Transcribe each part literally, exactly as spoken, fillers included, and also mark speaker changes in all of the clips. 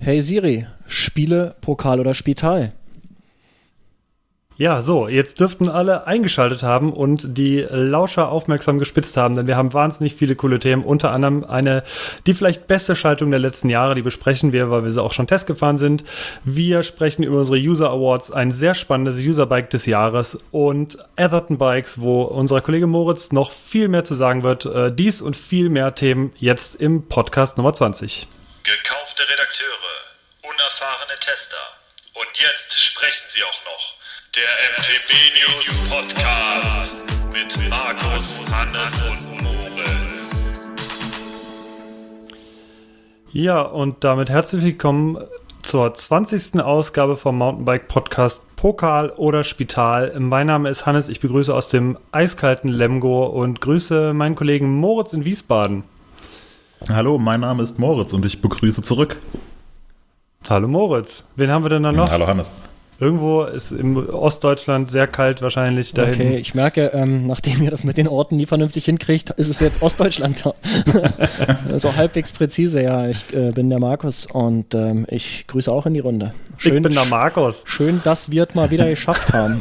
Speaker 1: Hey Siri, spiele Pokal oder Spital.
Speaker 2: Ja, so, jetzt dürften alle eingeschaltet haben und die Lauscher aufmerksam gespitzt haben, denn wir haben wahnsinnig viele coole Themen, unter anderem eine, die vielleicht beste Schaltung der letzten Jahre, die besprechen wir, weil wir sie auch schon testgefahren sind. Wir sprechen über unsere User Awards, ein sehr spannendes User-Bike des Jahres und Atherton Bikes, wo unser Kollege Moritz noch viel mehr zu sagen wird. Äh, dies und viel mehr Themen jetzt im Podcast Nummer zwanzig.
Speaker 3: Gekaufte Redakteure, unerfahrene Tester und jetzt sprechen sie auch noch. Der M T B News Podcast mit Markus, Hannes und Moritz.
Speaker 2: Ja, und damit herzlich willkommen zur zwanzigsten Ausgabe vom Mountainbike Podcast Pokal oder Spital. Mein Name ist Hannes, ich begrüße aus dem eiskalten Lemgo und grüße meinen Kollegen Moritz in Wiesbaden.
Speaker 4: Hallo, mein Name ist Moritz und ich begrüße zurück.
Speaker 2: Hallo Moritz, wen haben wir denn da noch?
Speaker 4: Hallo Hannes.
Speaker 2: Irgendwo ist im Ostdeutschland sehr kalt wahrscheinlich dahin.
Speaker 1: Okay, ich merke, ähm, nachdem ihr das mit den Orten nie vernünftig hinkriegt, ist es jetzt Ostdeutschland. So halbwegs präzise, ja. Ich äh, bin der Markus und ähm, ich grüße auch in die Runde.
Speaker 2: Schön, ich bin der Markus.
Speaker 1: Schön, dass wir es mal wieder geschafft haben.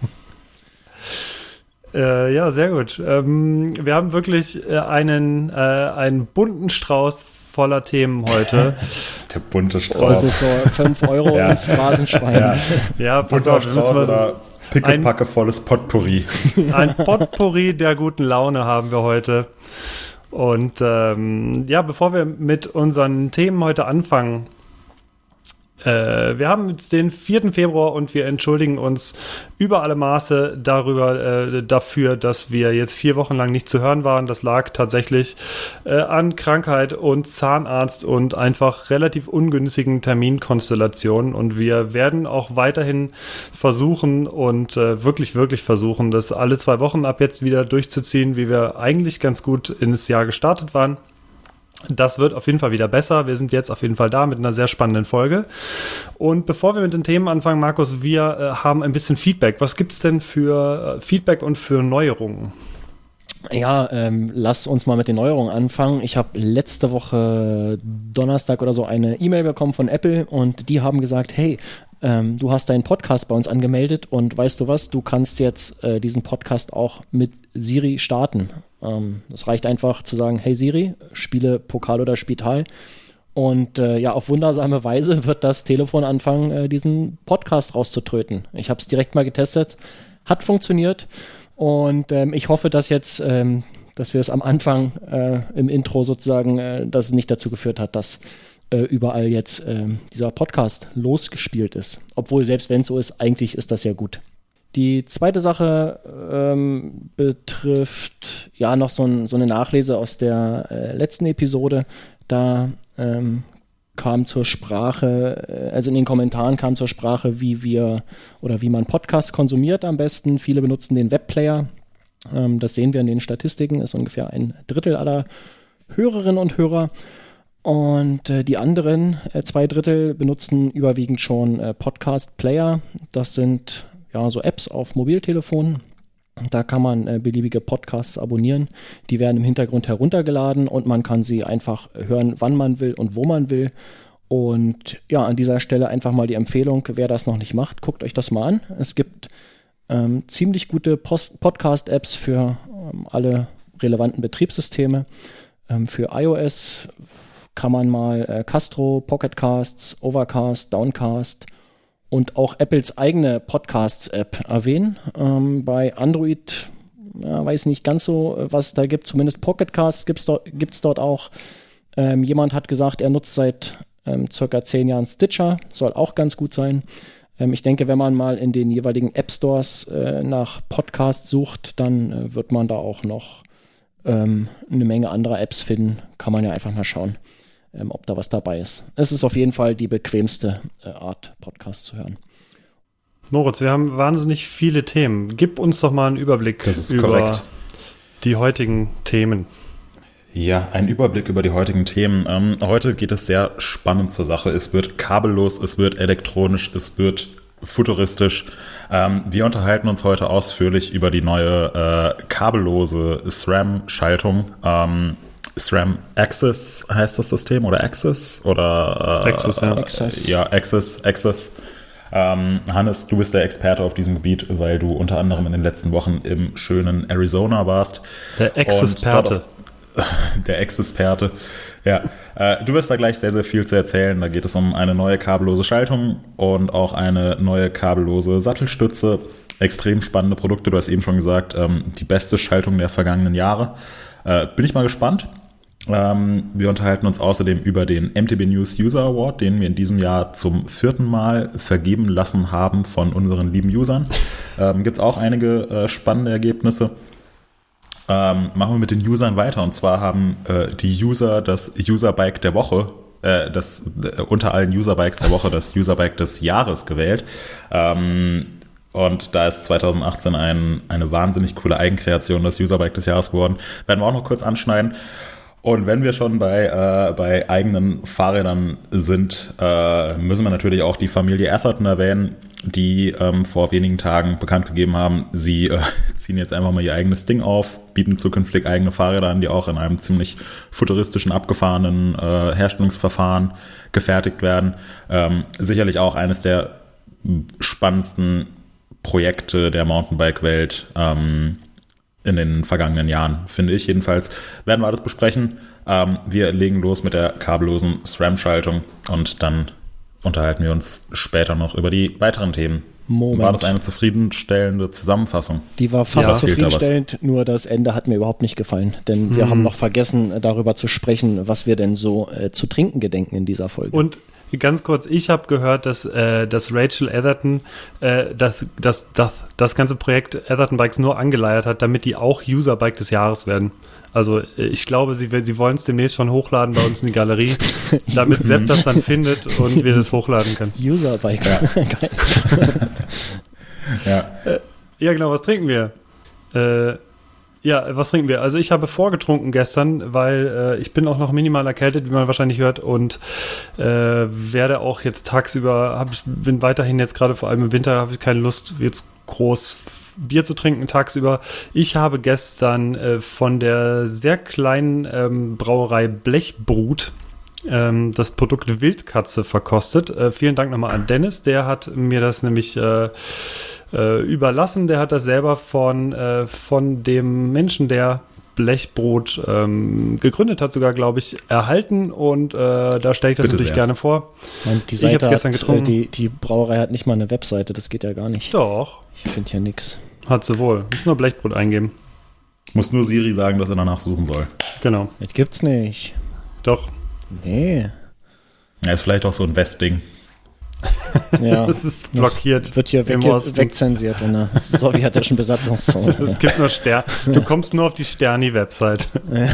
Speaker 2: äh, ja, sehr gut. Ähm, wir haben wirklich äh, einen, äh, einen bunten Strauß voller Themen heute.
Speaker 4: Der bunte Strauß.
Speaker 1: Das ist so fünf Euro
Speaker 4: ja.
Speaker 1: ins Phrasenschwein.
Speaker 2: Ja, ja
Speaker 4: bunter Strauß oder pickepackevolles Potpourri.
Speaker 2: Ein Potpourri der guten Laune haben wir heute. Und ähm, ja, bevor wir mit unseren Themen heute anfangen, äh, wir haben jetzt den vierten Februar und wir entschuldigen uns über alle Maße darüber, äh, dafür, dass wir jetzt vier Wochen lang nicht zu hören waren. Das lag tatsächlich äh, an Krankheit und Zahnarzt und einfach relativ ungünstigen Terminkonstellationen. Und wir werden auch weiterhin versuchen und äh, wirklich, wirklich versuchen, das alle zwei Wochen ab jetzt wieder durchzuziehen, wie wir eigentlich ganz gut ins Jahr gestartet waren. Das wird auf jeden Fall wieder besser. Wir sind jetzt auf jeden Fall da mit einer sehr spannenden Folge. Und bevor wir mit den Themen anfangen, Markus, wir äh, haben ein bisschen Feedback. Was gibt es denn für äh, Feedback und für Neuerungen?
Speaker 1: Ja, ähm, lass uns mal mit den Neuerungen anfangen. Ich habe letzte Woche Donnerstag oder so eine E-Mail bekommen von Apple und die haben gesagt, hey, ähm, du hast deinen Podcast bei uns angemeldet und weißt du was, du kannst jetzt äh, diesen Podcast auch mit Siri starten. Ähm, das reicht einfach zu sagen, hey Siri, spiele Pokal oder Spital. Und äh, ja, auf wundersame Weise wird das Telefon anfangen, äh, diesen Podcast rauszutröten. Ich habe es direkt mal getestet, hat funktioniert. Und ähm, ich hoffe, dass jetzt, ähm, dass wir es am Anfang äh, im Intro sozusagen, äh, dass es nicht dazu geführt hat, dass äh, überall jetzt äh, dieser Podcast losgespielt ist. Obwohl, selbst wenn es so ist, eigentlich ist das ja gut. Die zweite Sache ähm, betrifft ja noch so, ein, so eine Nachlese aus der äh, letzten Episode. Da ähm, kam zur Sprache, also in den Kommentaren kam zur Sprache, wie wir oder wie man Podcasts konsumiert am besten. Viele benutzen den Webplayer. Ähm, das sehen wir in den Statistiken, ist ungefähr ein Drittel aller Hörerinnen und Hörer. Und äh, die anderen äh, zwei Drittel benutzen überwiegend schon äh, Podcast-Player. Das sind ja so Apps auf Mobiltelefonen. Da kann man äh, beliebige Podcasts abonnieren. Die werden im Hintergrund heruntergeladen und man kann sie einfach hören, wann man will und wo man will. Und ja, an dieser Stelle einfach mal die Empfehlung, wer das noch nicht macht, guckt euch das mal an. Es gibt ähm, ziemlich gute Post- Podcast-Apps für ähm, alle relevanten Betriebssysteme. Ähm, für iOS kann man mal äh, Castro, Pocket Casts, Overcast, Downcast und auch Apples eigene Podcasts-App erwähnen. Ähm, bei Android, ja, weiß nicht ganz so, was es da gibt. Zumindest Pocket Casts gibt es dort, gibt's dort auch. Ähm, jemand hat gesagt, er nutzt seit ähm, circa zehn Jahren Stitcher. Soll auch ganz gut sein. Ähm, ich denke, wenn man mal in den jeweiligen App-Stores äh, nach Podcasts sucht, dann äh, wird man da auch noch ähm, eine Menge anderer Apps finden. Kann man ja einfach mal schauen, Ähm, ob da was dabei ist. Es ist auf jeden Fall die bequemste äh, Art, Podcast zu hören.
Speaker 2: Moritz, wir haben wahnsinnig viele Themen. Gib uns doch mal einen Überblick
Speaker 4: das ist
Speaker 2: über
Speaker 4: korrekt.
Speaker 2: die heutigen Themen.
Speaker 4: Ja, ein Überblick über die heutigen Themen. Ähm, heute geht es sehr spannend zur Sache. Es wird kabellos, es wird elektronisch, es wird futuristisch. Ähm, wir unterhalten uns heute ausführlich über die neue äh, kabellose SRAM-Schaltung. Ähm, SRAM Access heißt das System oder Access oder äh,
Speaker 2: Access, ja.
Speaker 1: Access.
Speaker 4: Ja, Access, Access. Ähm, Hannes, du bist der Experte auf diesem Gebiet, weil du unter anderem in den letzten Wochen im schönen Arizona warst.
Speaker 2: Der Experte.
Speaker 4: Der Experte. Ja, äh, du wirst da gleich sehr, sehr viel zu erzählen. Da geht es um eine neue kabellose Schaltung und auch eine neue kabellose Sattelstütze. Extrem spannende Produkte. Du hast eben schon gesagt, ähm, die beste Schaltung der vergangenen Jahre. Äh, bin ich mal gespannt. Ähm, wir unterhalten uns außerdem über den M T B News User Award, den wir in diesem Jahr zum vierten Mal vergeben lassen haben von unseren lieben Usern. Ähm, Gibt es auch einige äh, spannende Ergebnisse. Ähm, machen wir mit den Usern weiter. Und zwar haben äh, die User das Userbike der Woche, äh, das äh, unter allen Userbikes der Woche das Userbike des Jahres gewählt. Ähm, und da ist zwanzig achtzehn ein, eine wahnsinnig coole Eigenkreation das Userbike des Jahres geworden. Werden wir auch noch kurz anschneiden. Und wenn wir schon bei, äh, bei eigenen Fahrrädern sind, äh, müssen wir natürlich auch die Familie Atherton erwähnen, die ähm, vor wenigen Tagen bekannt gegeben haben, sie äh, ziehen jetzt einfach mal ihr eigenes Ding auf, bieten zukünftig eigene Fahrräder an, die auch in einem ziemlich futuristischen, abgefahrenen äh, Herstellungsverfahren gefertigt werden. Ähm, sicherlich auch eines der spannendsten Projekte der Mountainbike-Welt, ähm, in den vergangenen Jahren, finde ich jedenfalls. Werden wir alles besprechen. Ähm, wir legen los mit der kabellosen SRAM-Schaltung und dann unterhalten wir uns später noch über die weiteren Themen.
Speaker 1: Moment.
Speaker 4: War das eine zufriedenstellende Zusammenfassung?
Speaker 1: Die war fast
Speaker 2: Ja.
Speaker 1: zufriedenstellend, nur das Ende hat mir überhaupt nicht gefallen. Denn wir
Speaker 2: Mhm.
Speaker 1: haben noch vergessen, darüber zu sprechen, was wir denn so äh, zu trinken gedenken in dieser Folge.
Speaker 2: Und ganz kurz, ich habe gehört, dass, äh, dass Rachel Atherton äh, das, das, das, das ganze Projekt Atherton Bikes nur angeleiert hat, damit die auch Userbike des Jahres werden. Also äh, ich glaube, sie, sie wollen es demnächst schon hochladen bei uns in die Galerie, damit Sepp das dann findet und wir das hochladen können.
Speaker 1: Userbike.
Speaker 4: Ja.
Speaker 1: Geil.
Speaker 4: Ja.
Speaker 2: Äh, ja, genau, was trinken wir? Äh, ja, was trinken wir? Also ich habe vorgetrunken gestern, weil äh, ich bin auch noch minimal erkältet, wie man wahrscheinlich hört, und äh, werde auch jetzt tagsüber, hab, bin weiterhin jetzt gerade vor allem im Winter, habe ich keine Lust, jetzt groß Bier zu trinken tagsüber. Ich habe gestern äh, von der sehr kleinen ähm, Brauerei Blechbrut ähm, das Produkt Wildkatze verkostet. Äh, vielen Dank nochmal an Dennis, der hat mir das nämlich äh, äh, überlassen. Der hat das selber von, äh, von dem Menschen, der Blechbrot ähm, gegründet hat, sogar, glaube ich, erhalten, und äh, da stelle ich das
Speaker 4: Bitte
Speaker 2: natürlich
Speaker 4: sehr.
Speaker 2: gerne vor.
Speaker 1: Und die
Speaker 2: Ich hab's
Speaker 1: Seite
Speaker 2: gestern
Speaker 1: hat,
Speaker 2: getrunken.
Speaker 1: äh, die, die Brauerei hat nicht mal eine Webseite, das geht ja gar nicht.
Speaker 2: Doch,
Speaker 1: Ich finde ja nix.
Speaker 2: hat sie wohl. Muss nur Blechbrot eingeben.
Speaker 4: Muss nur Siri sagen, dass er danach suchen soll.
Speaker 2: Genau,
Speaker 1: Das gibt's nicht.
Speaker 2: doch.
Speaker 1: Nee.
Speaker 4: Ja, ist vielleicht auch so ein Westding.
Speaker 1: Ja.
Speaker 2: Das ist blockiert.
Speaker 1: Das wird hier
Speaker 2: im
Speaker 1: weg,
Speaker 2: Osten.
Speaker 1: wegzensiert in der sowjetischen Besatzungszone.
Speaker 2: Es gibt nur Stern. Du kommst nur auf die Sterni-Website.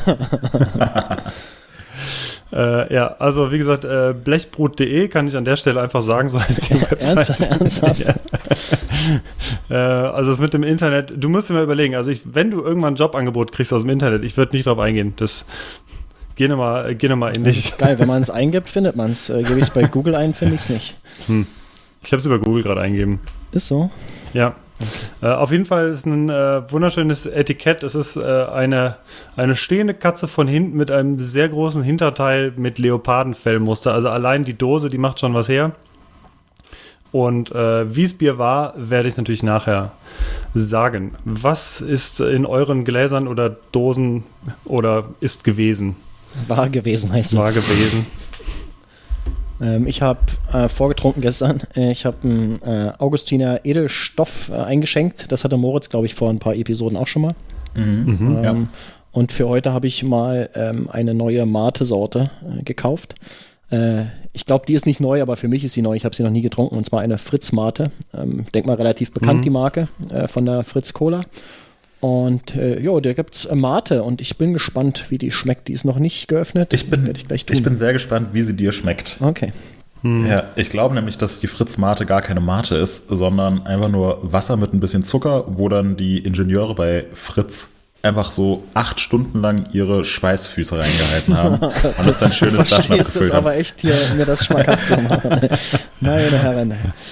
Speaker 2: äh, ja, also wie gesagt, äh, blechbrot punkt de kann ich an der Stelle einfach sagen, so heißt die
Speaker 1: Ernsthaft?
Speaker 2: Website.
Speaker 1: Ernsthaft?
Speaker 2: Ja. äh, also das mit dem Internet, du musst dir mal überlegen, also ich, wenn du irgendwann ein Jobangebot kriegst aus dem Internet, ich würde nicht drauf eingehen. Das Geh nochmal geh noch mal in
Speaker 1: Das
Speaker 2: dich.
Speaker 1: ist geil, wenn man es eingibt, findet man es. Äh, Gebe ich es bei Google ein, finde ich es nicht.
Speaker 2: Hm. Ich habe es über Google gerade eingegeben.
Speaker 1: Ist so.
Speaker 2: Ja. Äh, auf jeden Fall ist ein äh, wunderschönes Etikett. Es ist äh, eine, eine stehende Katze von hinten mit einem sehr großen Hinterteil mit Leopardenfellmuster. Also allein die Dose, die macht schon was her. Und äh, wie es Bier war, werde ich natürlich nachher sagen. Was ist in euren Gläsern oder Dosen oder ist gewesen?
Speaker 1: War gewesen, heißt es.
Speaker 2: War gewesen.
Speaker 1: Ähm, ich habe äh, vorgetrunken gestern. Äh, ich habe einen äh, Augustiner Edelstoff äh, eingeschenkt. Das hatte Moritz, glaube ich, vor ein paar Episoden auch schon mal.
Speaker 4: Mhm.
Speaker 1: Ähm,
Speaker 4: Ja.
Speaker 1: Und für heute habe ich mal ähm, eine neue Mate-Sorte äh, gekauft. Äh, ich glaube, die ist nicht neu, aber für mich ist sie neu. Ich habe sie noch nie getrunken, und zwar eine Fritz Mate. Ähm, denk mal, relativ bekannt,
Speaker 2: Mhm.
Speaker 1: die Marke äh, von der Fritz Cola. Und äh, ja, da gibt's äh, Mate, und ich bin gespannt, wie die schmeckt. Die ist noch nicht geöffnet.
Speaker 4: Ich bin,
Speaker 1: Werd ich gleich tun.
Speaker 4: ich bin sehr gespannt, wie sie dir schmeckt.
Speaker 1: Okay.
Speaker 2: Hm.
Speaker 4: Ja, ich glaube nämlich, dass die Fritz Mate gar keine Mate ist, sondern einfach nur Wasser mit ein bisschen Zucker, wo dann die Ingenieure bei Fritz einfach so acht Stunden lang ihre Schweißfüße reingehalten haben und das dann schönes
Speaker 1: Du
Speaker 4: Flaschen
Speaker 1: verstehst es
Speaker 4: abgefüllt haben.
Speaker 1: aber echt hier, mir das schmackhaft zu machen. Meine Herren.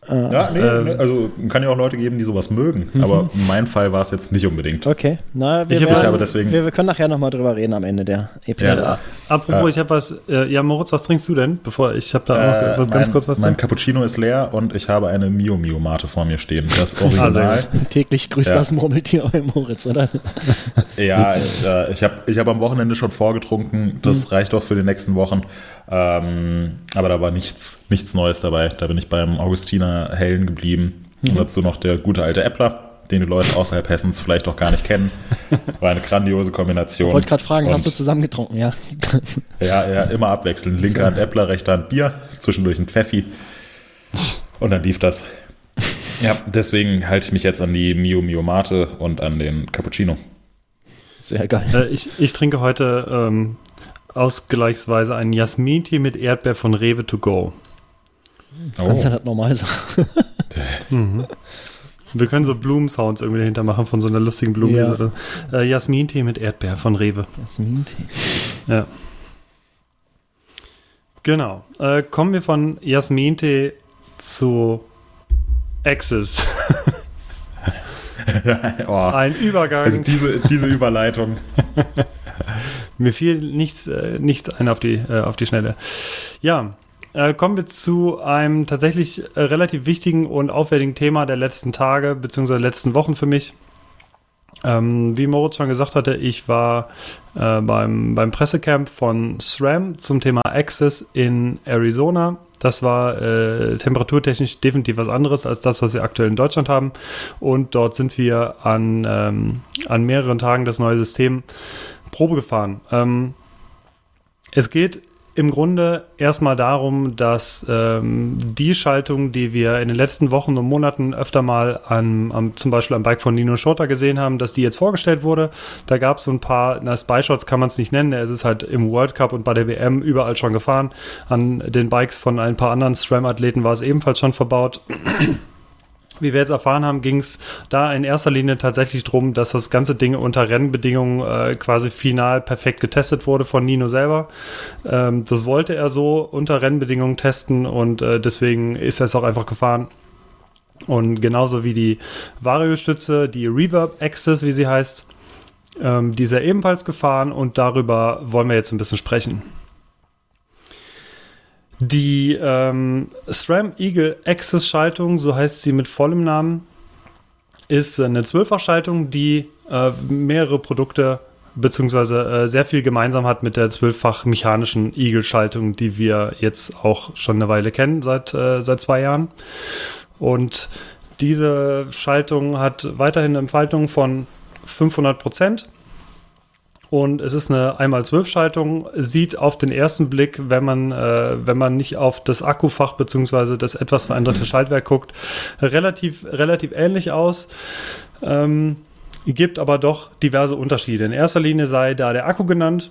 Speaker 4: Ja, nee,
Speaker 2: Ähm.
Speaker 4: nee, also kann ja auch Leute geben, die sowas mögen.
Speaker 1: Mhm.
Speaker 4: Aber mein Fall war es jetzt nicht unbedingt.
Speaker 1: Okay, na, wir,
Speaker 2: Ich hab-
Speaker 1: werden,
Speaker 4: ich habe deswegen-
Speaker 1: wir, wir können nachher nochmal drüber reden am Ende der Episode.
Speaker 2: Ja. Apropos,
Speaker 4: Ja.
Speaker 2: ich habe was. Äh, ja, Moritz, was trinkst du denn? Bevor ich habe da auch noch
Speaker 4: Äh,
Speaker 2: was, ganz
Speaker 4: mein,
Speaker 2: kurz was
Speaker 4: mein
Speaker 2: zu.
Speaker 4: Cappuccino ist leer und ich habe eine Mio Mio Mate vor mir stehen. Das Original.
Speaker 1: Täglich grüßt
Speaker 4: Ja.
Speaker 1: das Murmeltier bei Moritz, oder?
Speaker 4: Ja, ich, äh, ich habe ich hab am Wochenende schon vorgetrunken. Das reicht auch für die nächsten Wochen. Ähm, aber da war nichts, nichts Neues dabei. Da bin ich beim Augustiner Hellen geblieben. Und dazu noch der gute alte Äppler, den die Leute außerhalb Hessens vielleicht auch gar nicht kennen. War eine grandiose Kombination.
Speaker 1: Ich wollte gerade fragen,
Speaker 4: Und
Speaker 1: hast du zusammen getrunken? Ja.
Speaker 4: Ja, ja, immer abwechselnd. Linke Hand Äppler, rechte Hand Bier, zwischendurch ein Pfeffi. Und dann lief das. Ja, deswegen halte ich mich jetzt an die Mio Mio Mate und an den Cappuccino.
Speaker 1: Sehr geil.
Speaker 2: Äh, ich, ich trinke heute ähm, ausgleichsweise einen Jasmin-Tee mit Erdbeer von Rewe to go.
Speaker 1: Kannst du das normal sagen?
Speaker 2: Wir können so Blumensounds irgendwie dahinter machen von so einer lustigen Blume.
Speaker 1: Ja.
Speaker 2: Oder, äh, Jasmin-Tee mit Erdbeer von Rewe.
Speaker 1: Jasmin-Tee.
Speaker 2: Ja. Genau. Äh, kommen wir von Jasmin-Tee zu Axis.
Speaker 4: Oh,
Speaker 2: Ein Übergang.
Speaker 4: also diese, diese Überleitung.
Speaker 2: Mir fiel nichts, äh, nichts ein auf die, äh, auf die Schnelle. Ja, äh, kommen wir zu einem tatsächlich äh, relativ wichtigen und aufwendigen Thema der letzten Tage bzw. letzten Wochen für mich. Ähm, wie Moritz schon gesagt hatte, ich war äh, beim, beim Pressecamp von SRAM zum Thema Axis in Arizona. Das war äh, temperaturtechnisch definitiv was anderes als das, was wir aktuell in Deutschland haben. Und dort sind wir an, ähm, an mehreren Tagen das neue System Probe gefahren. Ähm, es geht im Grunde erstmal darum, dass ähm, die Schaltung, die wir in den letzten Wochen und Monaten öfter mal an, am, zum Beispiel am Bike von Nino Schurter gesehen haben, dass die jetzt vorgestellt wurde. Da gab es so ein paar, na, Spy-Shots kann man es nicht nennen, es ist halt im World Cup und bei der W M überall schon gefahren. An den Bikes von ein paar anderen SRAM-Athleten war es ebenfalls schon verbaut. Wie wir jetzt erfahren haben, ging es da in erster Linie tatsächlich darum, dass das ganze Ding unter Rennbedingungen äh, quasi final perfekt getestet wurde von Nino selber. Ähm, das wollte er so unter Rennbedingungen testen und äh, deswegen ist er es auch einfach gefahren. Und genauso wie die Vario-Stütze, die Reverb Axis, wie sie heißt, ähm, die ist er ebenfalls gefahren und darüber wollen wir jetzt ein bisschen sprechen. Die ähm, SRAM Eagle Axis Schaltung, so heißt sie mit vollem Namen, ist eine Zwölffach-Schaltung, die äh, mehrere Produkte beziehungsweise äh, sehr viel gemeinsam hat mit der zwölffach mechanischen Eagle-Schaltung, die wir jetzt auch schon eine Weile kennen, seit, äh, seit zwei Jahren. Und diese Schaltung hat weiterhin eine Entfaltung von fünfhundert Prozent. Und es ist eine eins mal zwölf Schaltung, sieht auf den ersten Blick, wenn man, äh, wenn man nicht auf das Akkufach bzw. das etwas veränderte Schaltwerk guckt, relativ, relativ ähnlich aus, ähm, gibt aber doch diverse Unterschiede. In erster Linie sei da der Akku genannt.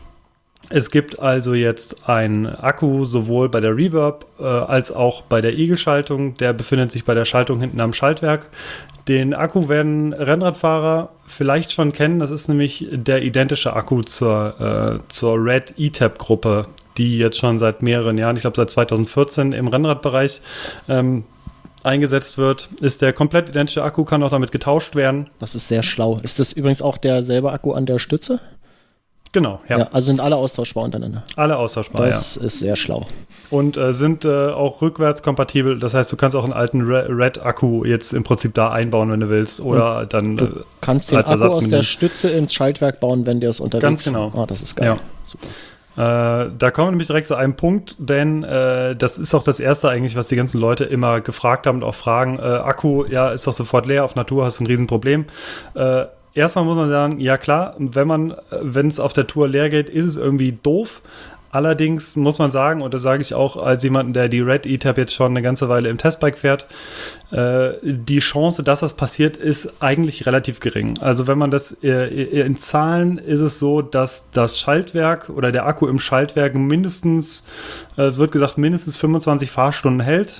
Speaker 2: Es gibt also jetzt einen Akku sowohl bei der Reverb äh, als auch bei der Eagle-Schaltung. Der befindet sich bei der Schaltung hinten am Schaltwerk. Den Akku werden Rennradfahrer vielleicht schon kennen. Das ist nämlich der identische Akku zur, äh, zur Red E T A P-Gruppe, die jetzt schon seit mehreren Jahren, ich glaube seit zwanzig vierzehn, im Rennradbereich ähm, eingesetzt wird. Ist der komplett identische Akku, kann auch damit getauscht werden.
Speaker 1: Das ist sehr schlau. Ist das übrigens auch derselbe Akku an der Stütze?
Speaker 2: Genau, ja.
Speaker 1: Ja, also sind alle austauschbar untereinander.
Speaker 2: Alle austauschbar,
Speaker 1: Das
Speaker 2: ja.
Speaker 1: ist sehr schlau.
Speaker 2: Und äh, sind äh, auch rückwärts kompatibel. Das heißt, du kannst auch einen alten Re- Red-Akku jetzt im Prinzip da einbauen, wenn du willst. Oder
Speaker 1: Und
Speaker 2: dann
Speaker 1: Du
Speaker 2: äh,
Speaker 1: kannst den
Speaker 2: als
Speaker 1: Akku
Speaker 2: Ersatz
Speaker 1: aus der
Speaker 2: mitnehmen.
Speaker 1: Stütze ins Schaltwerk bauen, wenn der es unterwegs
Speaker 2: Ganz genau.
Speaker 1: Ah, das ist geil.
Speaker 2: Ja.
Speaker 1: Super.
Speaker 2: Äh, da kommen wir nämlich direkt zu einem Punkt, denn äh, das ist auch das Erste eigentlich, was die ganzen Leute immer gefragt haben und auch fragen. Äh, Akku, ja, ist doch sofort leer, auf Natur hast du ein Riesenproblem. Äh, erstmal muss man sagen, ja klar, wenn man, wenn es auf der Tour leer geht, ist es irgendwie doof. Allerdings muss man sagen, und das sage ich auch als jemanden, der die Red E T A P jetzt schon eine ganze Weile im Testbike fährt, äh, die Chance, dass das passiert, ist eigentlich relativ gering. Also wenn man das äh, in Zahlen ist es so, dass das Schaltwerk oder der Akku im Schaltwerk mindestens, äh, wird gesagt, mindestens fünfundzwanzig Fahrstunden hält.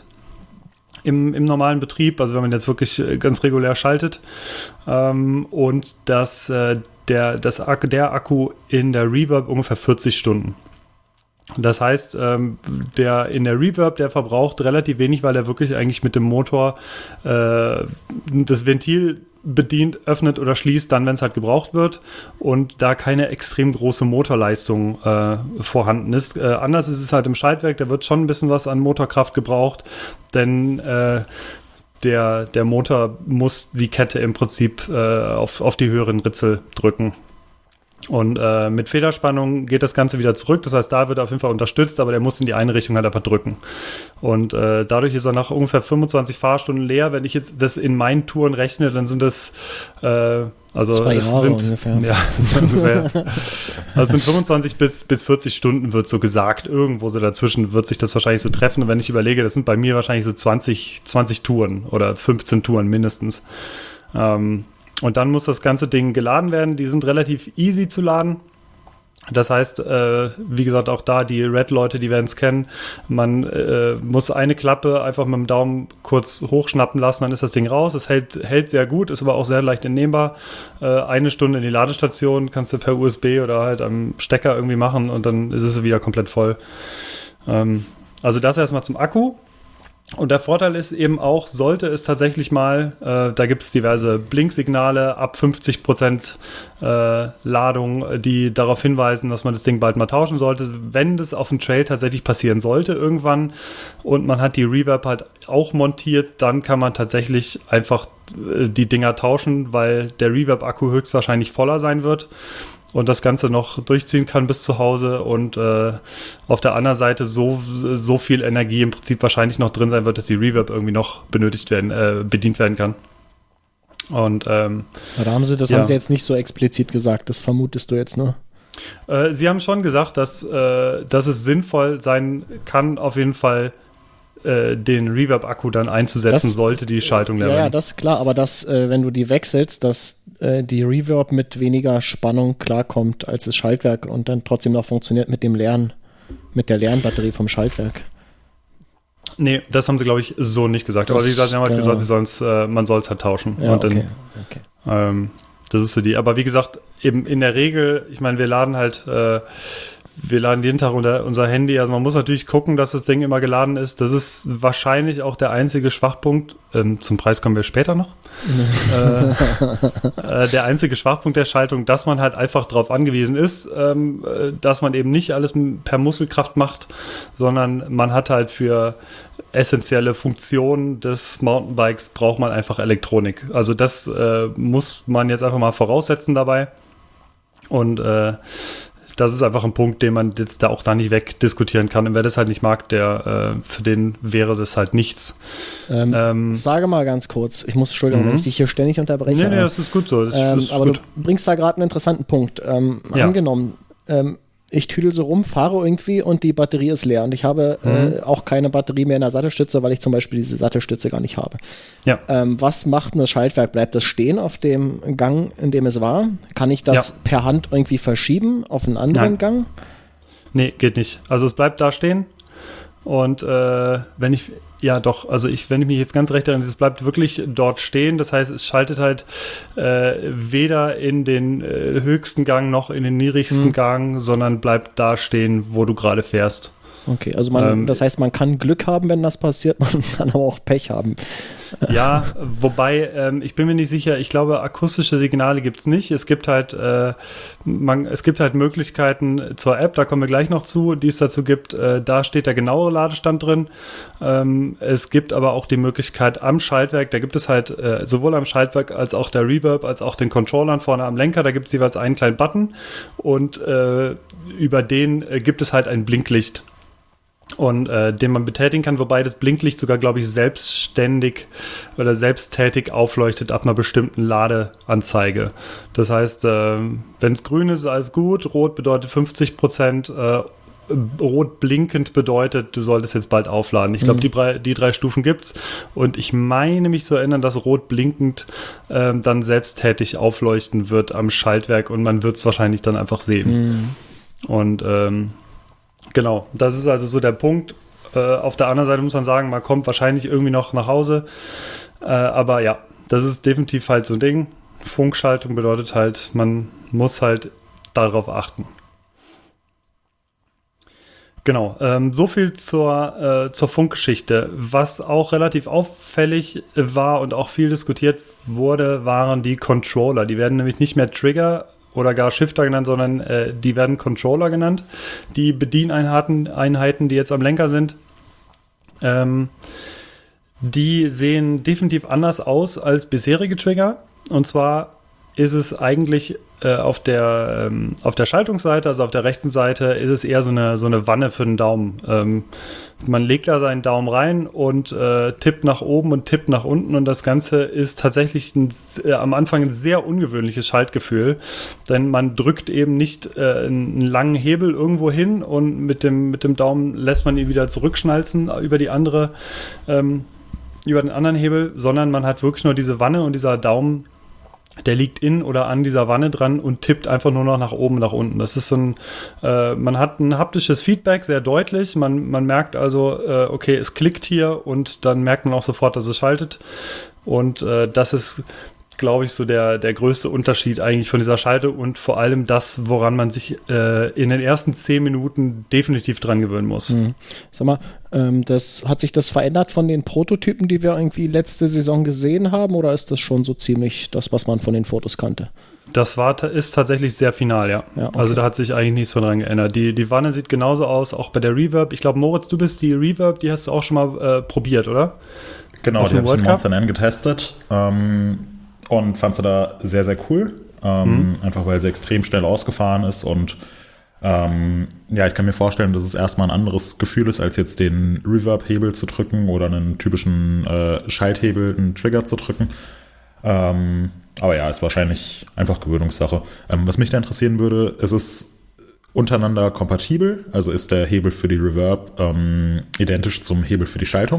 Speaker 2: Im, im normalen Betrieb, also wenn man jetzt wirklich ganz regulär schaltet, ähm, und dass äh, der, das Akku, der Akku in der Reverb ungefähr vierzig Stunden. Das heißt, ähm, der in der Reverb, der verbraucht relativ wenig, weil er wirklich eigentlich mit dem Motor äh, das Ventil bedient, öffnet oder schließt, dann, wenn es halt gebraucht wird und da keine extrem große Motorleistung äh, vorhanden ist. Äh, anders ist es halt im Schaltwerk, da wird schon ein bisschen was an Motorkraft gebraucht, denn äh, der, der Motor muss die Kette im Prinzip äh, auf, auf die höheren Ritzel drücken. Und äh, mit Federspannung geht das Ganze wieder zurück. Das heißt, da wird er auf jeden Fall unterstützt, aber der muss in die eine Richtung halt einfach drücken. Und äh, dadurch ist er nach ungefähr fünfundzwanzig Fahrstunden leer. Wenn ich jetzt das in meinen Touren rechne, dann sind das äh, also
Speaker 1: zwei
Speaker 2: es
Speaker 1: Jahre
Speaker 2: sind,
Speaker 1: ungefähr.
Speaker 2: Ja, ungefähr. Also es sind fünfundzwanzig bis, bis vierzig Stunden, wird so gesagt. Irgendwo so dazwischen wird sich das wahrscheinlich so treffen. Und wenn ich überlege, das sind bei mir wahrscheinlich so zwanzig, zwanzig Touren oder fünfzehn Touren mindestens. Ähm, Und dann muss das ganze Ding geladen werden. Die sind relativ easy zu laden. Das heißt, äh, wie gesagt, auch da die Red-Leute, die werden es kennen. Man äh, muss eine Klappe einfach mit dem Daumen kurz hochschnappen lassen, dann ist das Ding raus. Es hält, hält sehr gut, ist aber auch sehr leicht entnehmbar. Äh, eine Stunde in die Ladestation kannst du per U S B oder halt am Stecker irgendwie machen und dann ist es wieder komplett voll. Ähm, also das erstmal zum Akku. Und der Vorteil ist eben auch, sollte es tatsächlich mal, äh, da gibt es diverse Blinksignale ab fünfzig Prozent äh, Ladung, die darauf hinweisen, dass man das Ding bald mal tauschen sollte. Wenn das auf dem Trail tatsächlich passieren sollte irgendwann und man hat die Reverb halt auch montiert, dann kann man tatsächlich einfach äh, die Dinger tauschen, weil der Reverb-Akku höchstwahrscheinlich voller sein wird. Und das Ganze noch durchziehen kann bis zu Hause und äh, auf der anderen Seite so, so viel Energie im Prinzip wahrscheinlich noch drin sein wird, dass die Reverb irgendwie noch benötigt werden, äh, bedient werden kann. Und ähm,
Speaker 1: ja, da haben sie, das
Speaker 2: ja.
Speaker 1: haben sie jetzt nicht so explizit gesagt, das vermutest du jetzt, ne?
Speaker 2: Äh, sie haben schon gesagt, dass, äh, dass es sinnvoll sein kann, auf jeden Fall den Reverb-Akku dann einzusetzen, das, sollte die Schaltung
Speaker 1: ja, ja, das ist klar, aber dass, äh, wenn du die wechselst, dass äh, die Reverb mit weniger Spannung klarkommt als das Schaltwerk und dann trotzdem noch funktioniert mit dem leeren, mit der leeren Batterie vom Schaltwerk.
Speaker 2: Nee, das haben sie, glaube ich, so nicht gesagt.
Speaker 1: Das,
Speaker 2: aber wie gesagt, sie haben halt
Speaker 1: genau.
Speaker 2: gesagt, sie sollen's, äh, man soll es halt tauschen.
Speaker 1: Ja,
Speaker 2: und dann,
Speaker 1: okay. okay.
Speaker 2: Ähm, das ist für die. Aber wie gesagt, eben in der Regel, ich meine, wir laden halt äh, wir laden jeden Tag unser, unser Handy, also man muss natürlich gucken, dass das Ding immer geladen ist. Das ist wahrscheinlich auch der einzige Schwachpunkt, ähm, zum Preis kommen wir später noch, äh, äh, der einzige Schwachpunkt der Schaltung, dass man halt einfach darauf angewiesen ist, ähm, äh, dass man eben nicht alles per Muskelkraft macht, sondern man hat halt für essentielle Funktionen des Mountainbikes braucht man einfach Elektronik. Also das äh, muss man jetzt einfach mal voraussetzen dabei und äh, das ist einfach ein Punkt, den man jetzt da auch da nicht wegdiskutieren kann. Und wer das halt nicht mag, der, äh, für den wäre das halt nichts.
Speaker 1: Ähm, ähm, sage mal ganz kurz, ich muss, Entschuldigung, wenn ich dich hier ständig unterbreche.
Speaker 2: Nee, nee, das ist gut so. Das,
Speaker 1: ähm,
Speaker 2: das ist
Speaker 1: aber
Speaker 2: gut.
Speaker 1: Du bringst da gerade einen interessanten Punkt. Ähm, ja. Angenommen, ähm, ich tüdel so rum, fahre irgendwie und die Batterie ist leer und ich habe mhm. äh, auch keine Batterie mehr in der Sattelstütze, weil ich zum Beispiel diese Sattelstütze gar nicht habe.
Speaker 2: Ja.
Speaker 1: Ähm, was macht denn das Schaltwerk? Bleibt das stehen auf dem Gang, in dem es war? Kann ich das ja. per Hand irgendwie verschieben auf einen anderen
Speaker 2: Nein.
Speaker 1: Gang?
Speaker 2: Nee, geht nicht. Also es bleibt da stehen und äh, wenn ich, ja doch, also ich, wenn ich mich jetzt ganz recht erinnere, es bleibt wirklich dort stehen, das heißt, es schaltet halt äh, weder in den äh, höchsten Gang noch in den niedrigsten hm. Gang, sondern bleibt da stehen, wo du gerade fährst.
Speaker 1: Okay, also man, ähm, das heißt, man kann Glück haben, wenn das passiert, man kann aber auch Pech haben.
Speaker 2: Ja, wobei, ähm, ich bin mir nicht sicher, ich glaube, akustische Signale gibt es nicht. Es gibt halt, äh, man, es gibt halt Möglichkeiten zur App, da kommen wir gleich noch zu, die es dazu gibt. Äh, da steht der genaue Ladestand drin. Ähm, es gibt aber auch die Möglichkeit am Schaltwerk, da gibt es halt äh, sowohl am Schaltwerk als auch der Reverb, als auch den Controllern vorne am Lenker, da gibt es jeweils einen kleinen Button und äh, über den äh, gibt es halt ein Blinklicht. Und äh, den man betätigen kann, wobei das Blinklicht sogar, glaube ich, selbstständig oder selbsttätig aufleuchtet ab einer bestimmten Ladeanzeige. Das heißt, äh, wenn es grün ist, ist alles gut, rot bedeutet fünfzig Prozent, äh, rot blinkend bedeutet, du solltest jetzt bald aufladen. Ich glaube, mhm. die, drei, die drei Stufen gibt's und ich meine mich zu erinnern, dass rot blinkend äh, dann selbsttätig aufleuchten wird am Schaltwerk und man wird es wahrscheinlich dann einfach sehen. Mhm. Und ähm, genau, das ist also so der Punkt. Äh, auf der anderen Seite muss man sagen, man kommt wahrscheinlich irgendwie noch nach Hause. Äh, aber ja, das ist definitiv halt so ein Ding. Funkschaltung bedeutet halt, man muss halt darauf achten. Genau, ähm, so viel zur, äh, zur Funkgeschichte. Was auch relativ auffällig war und auch viel diskutiert wurde, waren die Controller. Die werden nämlich nicht mehr Trigger oder gar Shifter genannt, sondern äh, die werden Controller genannt. Die Bedieneinheiten, Einheiten, die jetzt am Lenker sind, ähm, die sehen definitiv anders aus als bisherige Trigger. Und zwar ist es eigentlich äh, auf der ähm, auf der Schaltungsseite, also auf der rechten Seite, ist es eher so eine so eine Wanne für den Daumen. Ähm, man legt da seinen Daumen rein und äh, tippt nach oben und tippt nach unten und das Ganze ist tatsächlich ein, äh, am Anfang ein sehr ungewöhnliches Schaltgefühl, denn man drückt eben nicht äh, einen langen Hebel irgendwo hin und mit dem mit dem Daumen lässt man ihn wieder zurückschnalzen über die andere ähm, über den anderen Hebel, sondern man hat wirklich nur diese Wanne und dieser Daumen, der liegt in oder an dieser Wanne dran und tippt einfach nur noch nach oben, nach unten. Das ist so ein, äh, man hat ein haptisches Feedback, sehr deutlich. Man, man merkt also, äh, okay, es klickt hier und dann merkt man auch sofort, dass es schaltet. Und äh, das ist, glaube ich, so der, der größte Unterschied eigentlich von dieser Schaltung und vor allem das, woran man sich äh, in den ersten zehn Minuten definitiv dran gewöhnen muss.
Speaker 1: Mhm. Sag mal, ähm, das, hat sich das verändert von den Prototypen, die wir irgendwie letzte Saison gesehen haben, oder ist das schon so ziemlich das, was man von den Fotos kannte?
Speaker 2: Das war, ist tatsächlich sehr final, ja. ja okay. Also da hat sich eigentlich nichts von dran geändert. Die, die Wanne sieht genauso aus, auch bei der Reverb. Ich glaube, Moritz, du bist die Reverb, die hast du auch schon mal äh, probiert, oder?
Speaker 4: Genau, Auf die habe ich in Monster N getestet. Ähm, Und fand sie da sehr, sehr cool. Ähm, mhm. Einfach weil sie extrem schnell ausgefahren ist. Und ähm, ja, ich kann mir vorstellen, dass es erstmal ein anderes Gefühl ist, als jetzt den Reverb-Hebel zu drücken oder einen typischen äh, Schalthebel, einen Trigger zu drücken. Ähm, aber ja, ist wahrscheinlich einfach Gewöhnungssache. Ähm, was mich da interessieren würde, ist es untereinander kompatibel? Also ist der Hebel für die Reverb ähm, identisch zum Hebel für die Schaltung?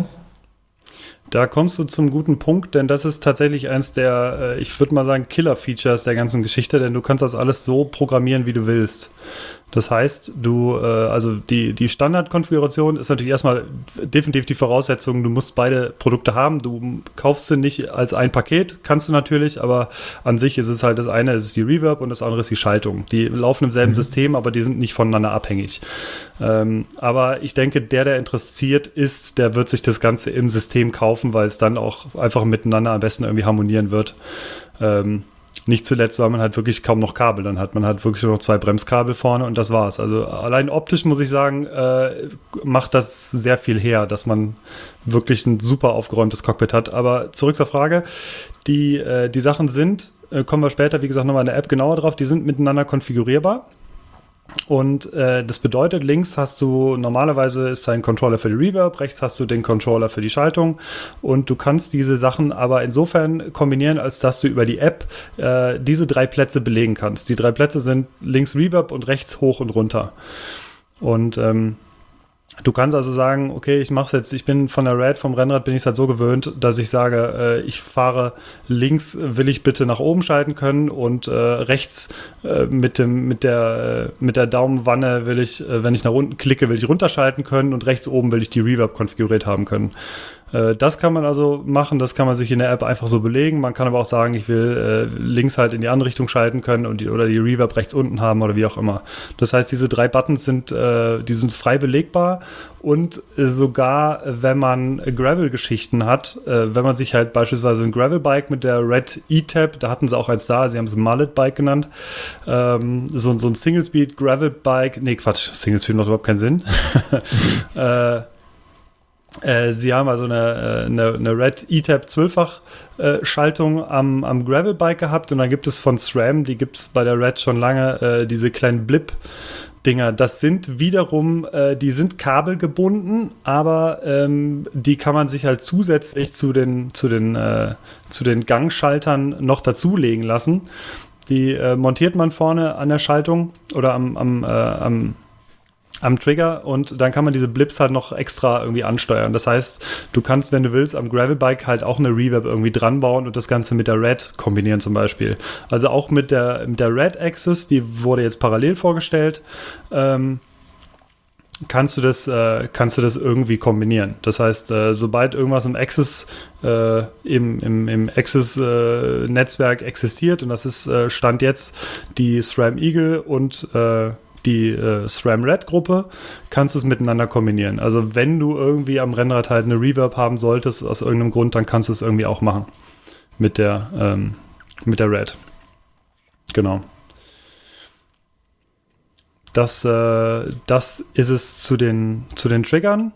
Speaker 2: Da kommst du zum guten Punkt, denn das ist tatsächlich eins der, ich würde mal sagen, Killer-Features der ganzen Geschichte, denn du kannst das alles so programmieren, wie du willst. Das heißt, du, also die, die Standardkonfiguration ist natürlich erstmal definitiv die Voraussetzung, du musst beide Produkte haben, du kaufst sie nicht als ein Paket, kannst du natürlich, aber an sich ist es halt, das eine ist die Reverb und das andere ist die Schaltung. Die laufen im selben mhm. System, aber die sind nicht voneinander abhängig. Ähm, aber ich denke, der, der interessiert ist, der wird sich das Ganze im System kaufen, weil es dann auch einfach miteinander am besten irgendwie harmonieren wird. Ähm, Nicht zuletzt, weil man halt wirklich kaum noch Kabel dann hat. Man hat wirklich nur noch zwei Bremskabel vorne und das war's. Also allein optisch muss ich sagen, äh, macht das sehr viel her, dass man wirklich ein super aufgeräumtes Cockpit hat. Aber zurück zur Frage. Die, äh, die Sachen sind, äh, kommen wir später, wie gesagt, nochmal in der App genauer drauf, die sind miteinander konfigurierbar. Und äh, das bedeutet, links hast du, normalerweise ist dein Controller für die Reverb, rechts hast du den Controller für die Schaltung und du kannst diese Sachen aber insofern kombinieren, als dass du über die App äh, diese drei Plätze belegen kannst. Die drei Plätze sind links Reverb und rechts hoch und runter. Und ähm, du kannst also sagen, okay, ich mache es jetzt, ich bin von der Red, vom Rennrad bin ich es halt so gewöhnt, dass ich sage, äh, ich fahre links, will ich bitte nach oben schalten können und äh, rechts äh, mit dem mit der äh, mit der Daumenwanne will ich, äh, wenn ich nach unten klicke, will ich runterschalten können und rechts oben will ich die Reverb konfiguriert haben können. Das kann man also machen, das kann man sich in der App einfach so belegen. Man kann aber auch sagen, ich will äh, links halt in die andere Richtung schalten können und die, oder die Reverb rechts unten haben oder wie auch immer. Das heißt, diese drei Buttons sind, äh, die sind frei belegbar und äh, sogar, wenn man Gravel-Geschichten hat, äh, wenn man sich halt beispielsweise ein Gravel-Bike mit der Red E-Tab, da hatten sie auch eins da, sie haben es Mullet-Bike genannt, ähm, so, so ein Single-Speed-Gravel-Bike, nee Quatsch, Single-Speed macht überhaupt keinen Sinn, äh, Äh, sie haben also eine, eine, eine Red E-Tab zwölffach äh, Schaltung am, am Gravelbike gehabt und dann gibt es von SRAM, die gibt es bei der Red schon lange, äh, diese kleinen Blip-Dinger. Das sind wiederum, äh, die sind kabelgebunden, aber ähm, die kann man sich halt zusätzlich zu den, zu den, äh, zu den Gangschaltern noch dazulegen lassen. Die äh, montiert man vorne an der Schaltung oder am, am, äh, am am Trigger und dann kann man diese Blips halt noch extra irgendwie ansteuern. Das heißt, du kannst, wenn du willst, am Gravelbike halt auch eine Reverb irgendwie dran bauen und das Ganze mit der Red kombinieren zum Beispiel. Also auch mit der, mit der Red Axis, die wurde jetzt parallel vorgestellt, ähm, kannst du das, äh, kannst du das irgendwie kombinieren. Das heißt, äh, sobald irgendwas im Axis, äh, im, im, im Axis-Netzwerk äh, existiert und das ist äh, Stand jetzt die SRAM Eagle und äh, die äh, SRAM-Red-Gruppe, kannst du es miteinander kombinieren. Also wenn du irgendwie am Rennrad halt eine Reverb haben solltest, aus irgendeinem Grund, dann kannst du es irgendwie auch machen mit der, ähm, mit der Red. Genau. Das, äh, das ist es zu den, zu den Triggern.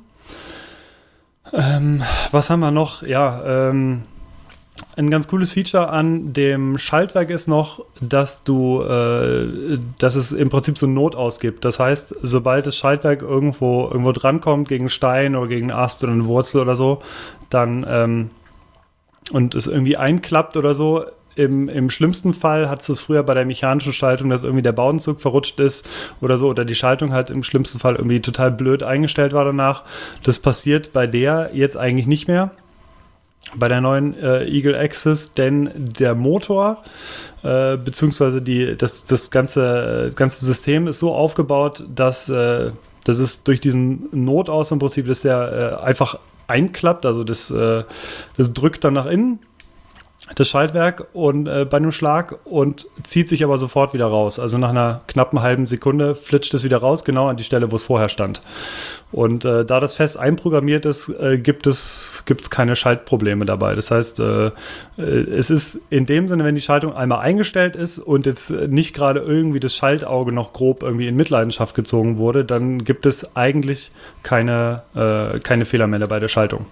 Speaker 2: Ähm, was haben wir noch? Ja, ähm, ein ganz cooles Feature an dem Schaltwerk ist noch, dass du, äh, dass es im Prinzip so Notaus gibt. Das heißt, sobald das Schaltwerk irgendwo, irgendwo drankommt, gegen einen Stein oder gegen einen Ast oder eine Wurzel oder so, dann, ähm, und es irgendwie einklappt oder so, Im, im schlimmsten Fall hat es früher bei der mechanischen Schaltung, dass irgendwie der Bowdenzug verrutscht ist oder so, oder die Schaltung halt im schlimmsten Fall irgendwie total blöd eingestellt war danach. Das passiert bei der jetzt eigentlich nicht mehr, bei der neuen äh, Eagle Axis, denn der Motor äh, beziehungsweise die, das, das, ganze, das ganze System ist so aufgebaut, dass, äh, dass es durch diesen Notaus im Prinzip, dass der äh, einfach einklappt, also das, äh, das drückt dann nach innen, das Schaltwerk und äh, bei einem Schlag und zieht sich aber sofort wieder raus. Also nach einer knappen halben Sekunde flitscht es wieder raus, genau an die Stelle, wo es vorher stand. Und äh, da das fest einprogrammiert ist, äh, gibt es gibt's keine Schaltprobleme dabei. Das heißt, äh, es ist in dem Sinne, wenn die Schaltung einmal eingestellt ist und jetzt nicht gerade irgendwie das Schaltauge noch grob irgendwie in Mitleidenschaft gezogen wurde, dann gibt es eigentlich keine, äh, keine Fehler mehr bei der Schaltung.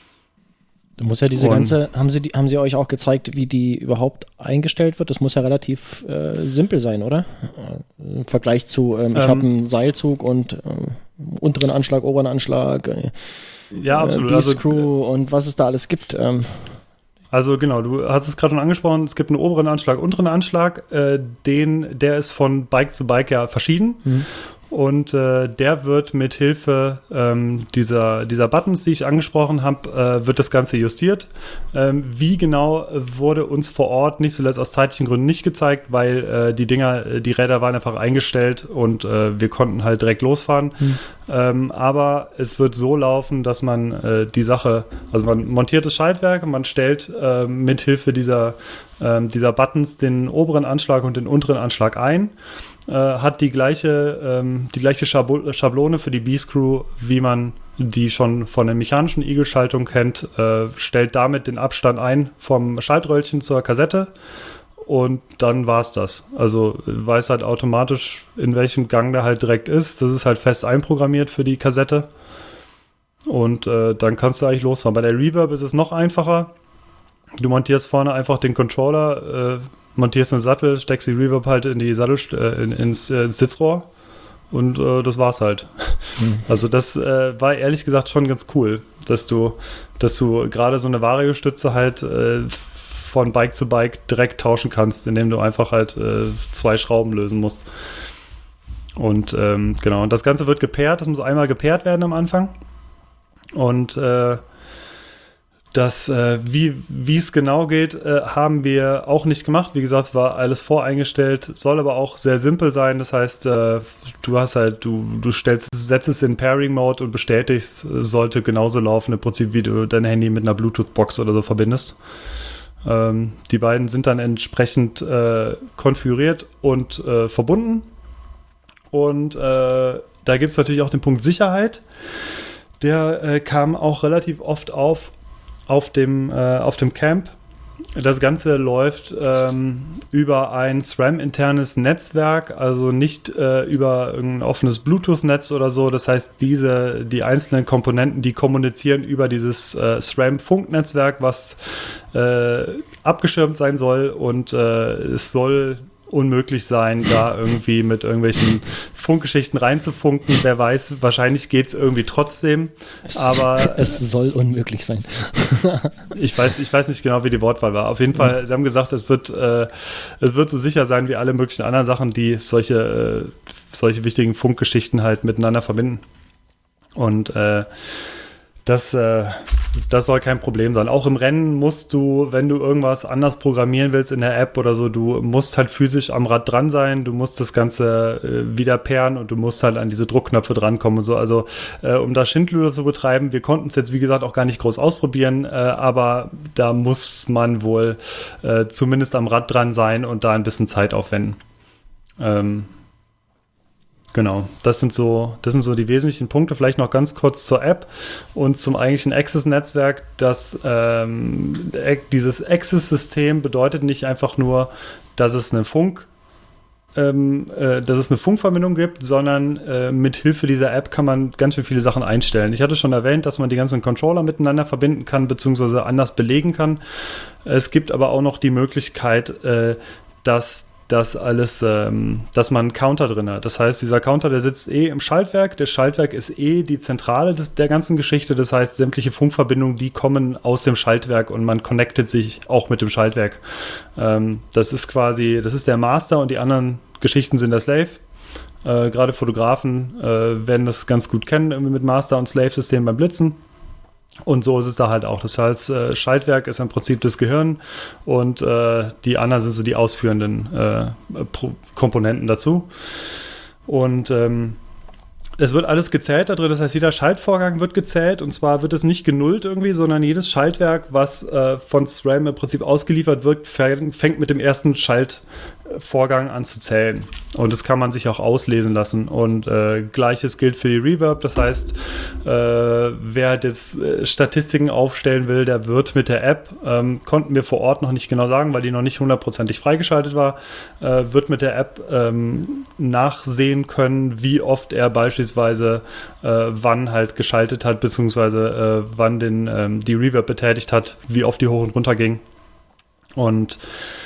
Speaker 1: Du musst ja diese
Speaker 2: Und
Speaker 1: ganze, haben sie, die, haben sie euch auch gezeigt, wie die überhaupt eingestellt wird? Das muss ja relativ äh, simpel sein, oder? Im Vergleich zu, ähm, ich ähm, habe einen Seilzug und äh, unteren Anschlag, oberen Anschlag, äh,
Speaker 2: ja, absolut.
Speaker 1: B-Screw
Speaker 2: also,
Speaker 1: und was es da alles gibt. Ähm.
Speaker 2: Also genau, du hast es gerade schon angesprochen, es gibt einen oberen Anschlag, unteren Anschlag, äh, den, der ist von Bike zu Bike ja verschieden. Mhm. Und äh, der wird mit Hilfe ähm, dieser, dieser Buttons, die ich angesprochen habe, äh, wird das Ganze justiert. Ähm, wie genau wurde uns vor Ort nicht zuletzt aus zeitlichen Gründen nicht gezeigt, weil äh, die Dinger, die Räder waren einfach eingestellt und äh, wir konnten halt direkt losfahren. Hm. Ähm, aber es wird so laufen, dass man äh, die Sache, also man montiert das Schaltwerk, man stellt äh, mit Hilfe dieser, äh, dieser Buttons den oberen Anschlag und den unteren Anschlag ein. Hat die gleiche, ähm, die gleiche Schablone für die B-Screw, wie man die schon von der mechanischen Eagle-Schaltung kennt, äh, stellt damit den Abstand ein vom Schaltröllchen zur Kassette und dann war es das. Also weiß halt automatisch, in welchem Gang der halt direkt ist. Das ist halt fest einprogrammiert für die Kassette und äh, dann kannst du eigentlich losfahren. Bei der Reverb ist es noch einfacher. Du montierst vorne einfach den Controller, äh, montierst einen Sattel, steckst die Reverb halt in die Sattel, äh, in, ins, äh, ins Sitzrohr und äh, das war's halt. Mhm. Also das äh, war ehrlich gesagt schon ganz cool, dass du, dass du gerade so eine Variostütze halt äh, von Bike zu Bike direkt tauschen kannst, indem du einfach halt äh, zwei Schrauben lösen musst. Und ähm, genau, und das Ganze wird gepaart, das muss einmal gepaart werden am Anfang. Und äh, Das, äh, wie wie es genau geht, äh, haben wir auch nicht gemacht. Wie gesagt, es war alles voreingestellt, soll aber auch sehr simpel sein. Das heißt, äh, du hast halt, du, du stellst, setzt es in Pairing-Mode und bestätigst, sollte genauso laufen, im Prinzip, wie du dein Handy mit einer Bluetooth-Box oder so verbindest. Ähm, die beiden sind dann entsprechend äh, konfiguriert und äh, verbunden. Und äh, da gibt es natürlich auch den Punkt Sicherheit. Der äh, kam auch relativ oft auf. Auf dem, äh, auf dem Camp. Das Ganze läuft ähm, über ein SRAM-internes Netzwerk, also nicht äh, über ein offenes Bluetooth-Netz oder so. Das heißt, diese, die einzelnen Komponenten, die kommunizieren über dieses äh, SRAM-Funknetzwerk, was äh, abgeschirmt sein soll und äh, es soll unmöglich sein, da irgendwie mit irgendwelchen Funkgeschichten reinzufunken. Wer weiß, wahrscheinlich geht es irgendwie trotzdem.
Speaker 1: Es,
Speaker 2: aber
Speaker 1: es soll unmöglich sein.
Speaker 2: ich weiß, ich weiß nicht genau, wie die Wortwahl war. Auf jeden Fall, sie haben gesagt, es wird, äh, es wird so sicher sein wie alle möglichen anderen Sachen, die solche, äh, solche wichtigen Funkgeschichten halt miteinander verbinden. Und äh, Das, äh, das soll kein Problem sein. Auch im Rennen musst du, wenn du irgendwas anders programmieren willst in der App oder so, du musst halt physisch am Rad dran sein, du musst das Ganze äh, wieder pairen und du musst halt an diese Druckknöpfe drankommen und so. Also äh, um da Schindluder zu betreiben, wir konnten es jetzt wie gesagt auch gar nicht groß ausprobieren, äh, aber da muss man wohl äh, zumindest am Rad dran sein und da ein bisschen Zeit aufwenden. Ähm, Genau, das sind so, das sind so die wesentlichen Punkte. Vielleicht noch ganz kurz zur App und zum eigentlichen Access-Netzwerk. Das, ähm, dieses Access-System bedeutet nicht einfach nur, dass es eine Funk, ähm, äh, dass es eine Funkverbindung gibt, sondern äh, mit Hilfe dieser App kann man ganz schön viele Sachen einstellen. Ich hatte schon erwähnt, dass man die ganzen Controller miteinander verbinden kann, beziehungsweise anders belegen kann. Es gibt aber auch noch die Möglichkeit, äh, dass das alles, ähm, dass man einen Counter drin hat. Das heißt, dieser Counter, der sitzt eh im Schaltwerk. Das Schaltwerk ist eh die Zentrale des, der ganzen Geschichte. Das heißt, sämtliche Funkverbindungen, die kommen aus dem Schaltwerk und man connectet sich auch mit dem Schaltwerk. Ähm, das ist quasi, das ist der Master und die anderen Geschichten sind der Slave. Äh, gerade Fotografen äh, werden das ganz gut kennen, irgendwie mit Master- und Slave-System beim Blitzen. Und so ist es da halt auch. Das heißt, äh, Schaltwerk ist im Prinzip das Gehirn und äh, die anderen sind so die ausführenden äh, Pro- Komponenten dazu. Und ähm, es wird alles gezählt da drin. Das heißt, jeder Schaltvorgang wird gezählt und zwar wird es nicht genullt irgendwie, sondern jedes Schaltwerk, was äh, von SRAM im Prinzip ausgeliefert wird, fängt mit dem ersten Schaltvorgang an zu zählen. Und das kann man sich auch auslesen lassen. Und äh, Gleiches gilt für die Reverb. Das heißt, äh, wer jetzt äh, Statistiken aufstellen will, der wird mit der App, ähm, konnten wir vor Ort noch nicht genau sagen, weil die noch nicht hundertprozentig freigeschaltet war, äh, wird mit der App ähm, nachsehen können, wie oft er beispielsweise äh, wann halt geschaltet hat, beziehungsweise äh, wann den, ähm, die Reverb betätigt hat, wie oft die hoch und runter ging. Und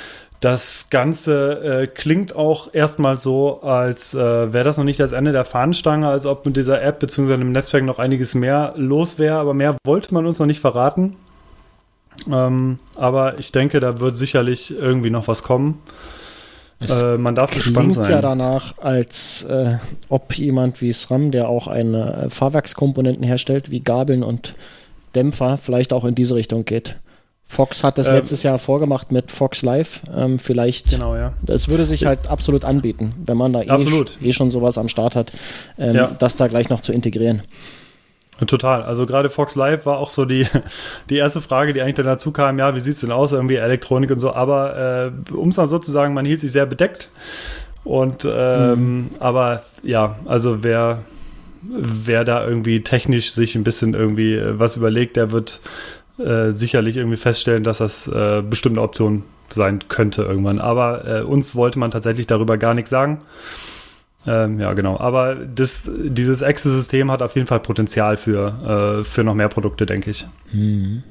Speaker 2: das Ganze äh, klingt auch erstmal so, als äh, wäre das noch nicht das Ende der Fahnenstange, als ob mit dieser App bzw. dem Netzwerk noch einiges mehr los wäre, aber mehr wollte man uns noch nicht verraten. Ähm, aber ich denke, da wird sicherlich irgendwie noch was kommen. Äh, man darf gespannt sein.
Speaker 1: Klingt ja danach, als äh, ob jemand wie SRAM, der auch eine Fahrwerkskomponenten herstellt, wie Gabeln und Dämpfer, vielleicht auch in diese Richtung geht. Fox hat das ähm, letztes Jahr vorgemacht mit Fox Live. Ähm, vielleicht,
Speaker 2: genau, ja.
Speaker 1: Das würde sich halt absolut anbieten, wenn man da eh, sch- eh schon sowas am Start hat, ähm, ja. das da gleich noch zu integrieren.
Speaker 2: Total. Also gerade Fox Live war auch so die, die erste Frage, die eigentlich dann dazu kam, ja, wie sieht es denn aus, irgendwie Elektronik und so, aber äh, um es mal so zu sagen, man hielt sich sehr bedeckt und ähm, mhm. aber ja, also wer, wer da irgendwie technisch sich ein bisschen irgendwie was überlegt, der wird Äh, sicherlich irgendwie feststellen, dass das äh, bestimmte Option sein könnte irgendwann. Aber äh, uns wollte man tatsächlich darüber gar nichts sagen. Ähm, ja, genau. Aber das, dieses Access-System hat auf jeden Fall Potenzial für, äh, für noch mehr Produkte, denke ich.
Speaker 4: Mhm.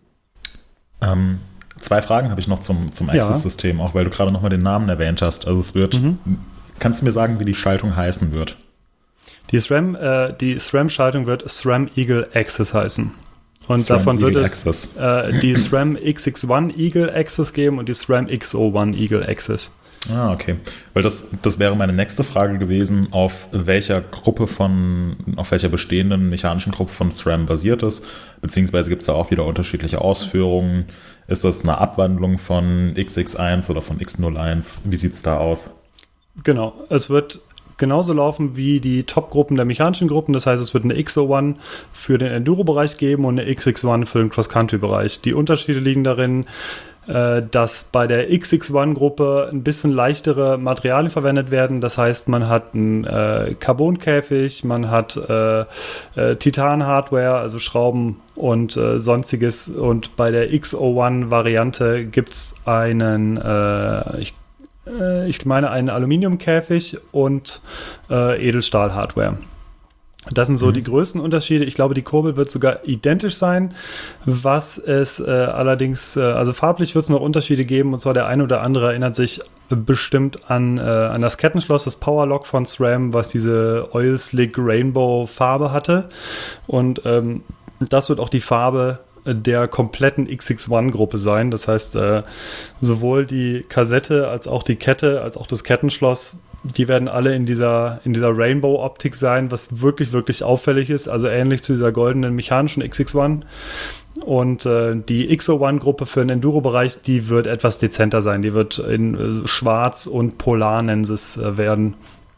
Speaker 4: Ähm, zwei Fragen habe ich noch zum, zum Access-System, ja. Auch weil du gerade nochmal den Namen erwähnt hast. Also es wird, mhm. kannst du mir sagen, wie die Schaltung heißen wird?
Speaker 2: Die SRAM, äh, die SRAM-Schaltung wird SRAM Eagle Access heißen. Und SRAM davon wird
Speaker 4: Eagle
Speaker 2: es äh, die SRAM X X eins Eagle Access geben und die SRAM X O eins Eagle Access.
Speaker 4: Ah, okay. Weil das, das wäre meine nächste Frage gewesen, auf welcher Gruppe von, auf welcher bestehenden mechanischen Gruppe von SRAM basiert es, beziehungsweise gibt es da auch wieder unterschiedliche Ausführungen. Ist das eine Abwandlung von X X eins oder von X null eins? Wie sieht es da aus?
Speaker 2: Genau, es wird genauso laufen wie die Top-Gruppen der mechanischen Gruppen. Das heißt, es wird eine X O eins für den Enduro-Bereich geben und eine X X eins für den Cross-Country-Bereich. Die Unterschiede liegen darin, äh, dass bei der X X eins-Gruppe ein bisschen leichtere Materialien verwendet werden. Das heißt, man hat einen äh, Carbon-Käfig, man hat äh, äh, Titan-Hardware, also Schrauben und äh, sonstiges. Und bei der X O eins-Variante gibt es einen, äh, ich Ich meine, einen Aluminiumkäfig und äh, Edelstahl-Hardware. Das sind so mhm. die größten Unterschiede. Ich glaube, die Kurbel wird sogar identisch sein. Was es äh, allerdings, äh, also farblich wird es noch Unterschiede geben. Und zwar der eine oder andere erinnert sich bestimmt an, äh, an das Kettenschloss, das Powerlock von SRAM, was diese Oil Slick Rainbow Farbe hatte. Und ähm, das wird auch die Farbe der kompletten X X eins-Gruppe sein. Das heißt, äh, sowohl die Kassette als auch die Kette, als auch das Kettenschloss, die werden alle in dieser, in dieser Rainbow-Optik sein, was wirklich, wirklich auffällig ist. Also ähnlich zu dieser goldenen mechanischen X X eins. Und äh, die X O eins-Gruppe für den Enduro-Bereich, die wird etwas dezenter sein. Die wird in äh, schwarz und polar, nennen sie es, äh, werden.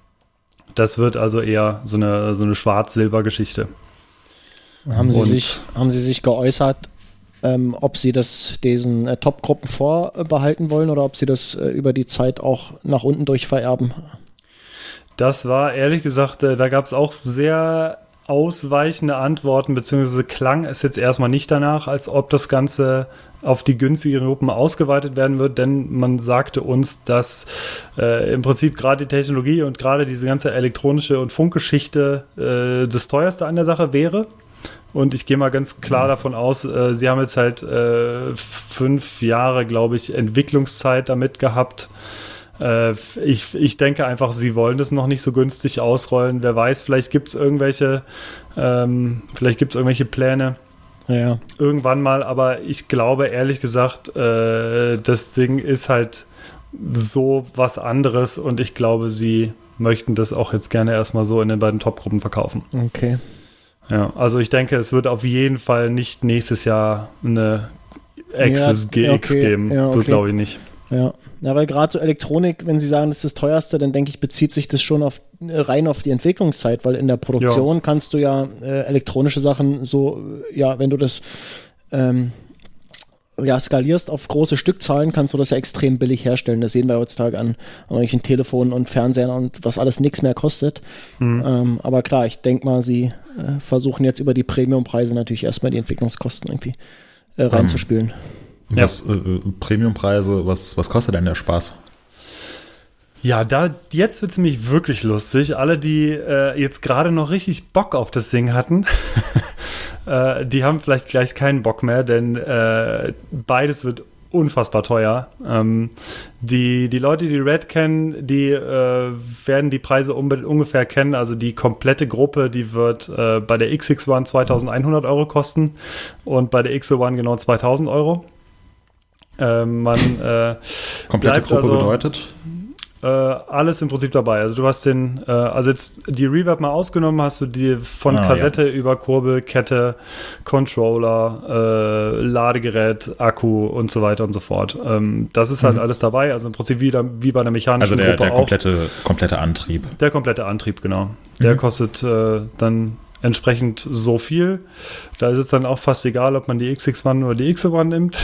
Speaker 2: Das wird also eher so eine, so eine Schwarz-Silber-Geschichte.
Speaker 1: Haben Sie, sich, haben Sie sich geäußert, ähm, ob Sie das diesen äh, Top-Gruppen vorbehalten wollen oder ob Sie das äh, über die Zeit auch nach unten durch vererben?
Speaker 2: Das war ehrlich gesagt, äh, da gab es auch sehr ausweichende Antworten, beziehungsweise klang es jetzt erstmal nicht danach, als ob das Ganze auf die günstigeren Gruppen ausgeweitet werden wird, denn man sagte uns, dass äh, im Prinzip gerade die Technologie und gerade diese ganze elektronische und Funkgeschichte äh, das teuerste an der Sache wäre. Und ich gehe mal ganz klar davon aus, äh, sie haben jetzt halt äh, fünf Jahre, glaube ich, Entwicklungszeit damit gehabt. Äh, ich, ich denke einfach, sie wollen das noch nicht so günstig ausrollen. Wer weiß, vielleicht gibt es irgendwelche, ähm, vielleicht gibt es irgendwelche Pläne.
Speaker 1: Ja.
Speaker 2: Irgendwann mal, aber ich glaube ehrlich gesagt, äh, das Ding ist halt so was anderes und ich glaube, sie möchten das auch jetzt gerne erstmal so in den beiden Top-Gruppen verkaufen.
Speaker 1: Okay.
Speaker 2: Ja, also ich denke, es wird auf jeden Fall nicht nächstes Jahr eine Axis
Speaker 1: ja,
Speaker 2: G X
Speaker 1: okay.
Speaker 2: geben.
Speaker 1: Ja, okay.
Speaker 2: So glaube ich nicht.
Speaker 1: Ja. Ja, weil gerade so Elektronik, wenn Sie sagen, das ist das teuerste, dann denke ich, bezieht sich das schon auf, rein auf die Entwicklungszeit, weil in der Produktion ja. kannst du ja äh, elektronische Sachen so, ja, wenn du das ähm, ja, skalierst auf große Stückzahlen, kannst du das ja extrem billig herstellen. Das sehen wir heutzutage an, an irgendwelchen Telefonen und Fernsehern und was alles nichts mehr kostet. Mhm. Ähm, aber klar, ich denke mal, Sie äh, versuchen jetzt über die Premiumpreise natürlich erstmal die Entwicklungskosten irgendwie äh, reinzuspülen. Mhm.
Speaker 4: Was, ja. äh, Premiumpreise, was, was kostet denn der Spaß?
Speaker 2: Ja, da jetzt wird es nämlich wirklich lustig. Alle, die äh, jetzt gerade noch richtig Bock auf das Ding hatten, äh, die haben vielleicht gleich keinen Bock mehr, denn äh, beides wird unfassbar teuer. Ähm, die, die Leute, die Red kennen, die äh, werden die Preise unbe- ungefähr kennen. Also die komplette Gruppe, die wird äh, bei der X X One zweitausendeinhundert Euro kosten und bei der X O One genau zweitausend Euro. Äh, man, äh,
Speaker 4: komplette Gruppe also, bedeutet?
Speaker 2: Äh, alles im Prinzip dabei. Also du hast den, äh, also jetzt die Reverb mal ausgenommen, hast du die von ah, Kassette ja. über Kurbel, Kette, Controller, äh, Ladegerät, Akku und so weiter und so fort. Ähm, das ist halt mhm. alles dabei. Also im Prinzip wie, da, wie bei einer mechanischen
Speaker 4: also der,
Speaker 2: Gruppe
Speaker 4: der
Speaker 2: auch.
Speaker 4: komplette, komplette Antrieb.
Speaker 2: Der komplette Antrieb, genau. Der mhm. kostet äh, dann entsprechend so viel. Da ist es dann auch fast egal, ob man die X X One oder die X O One nimmt.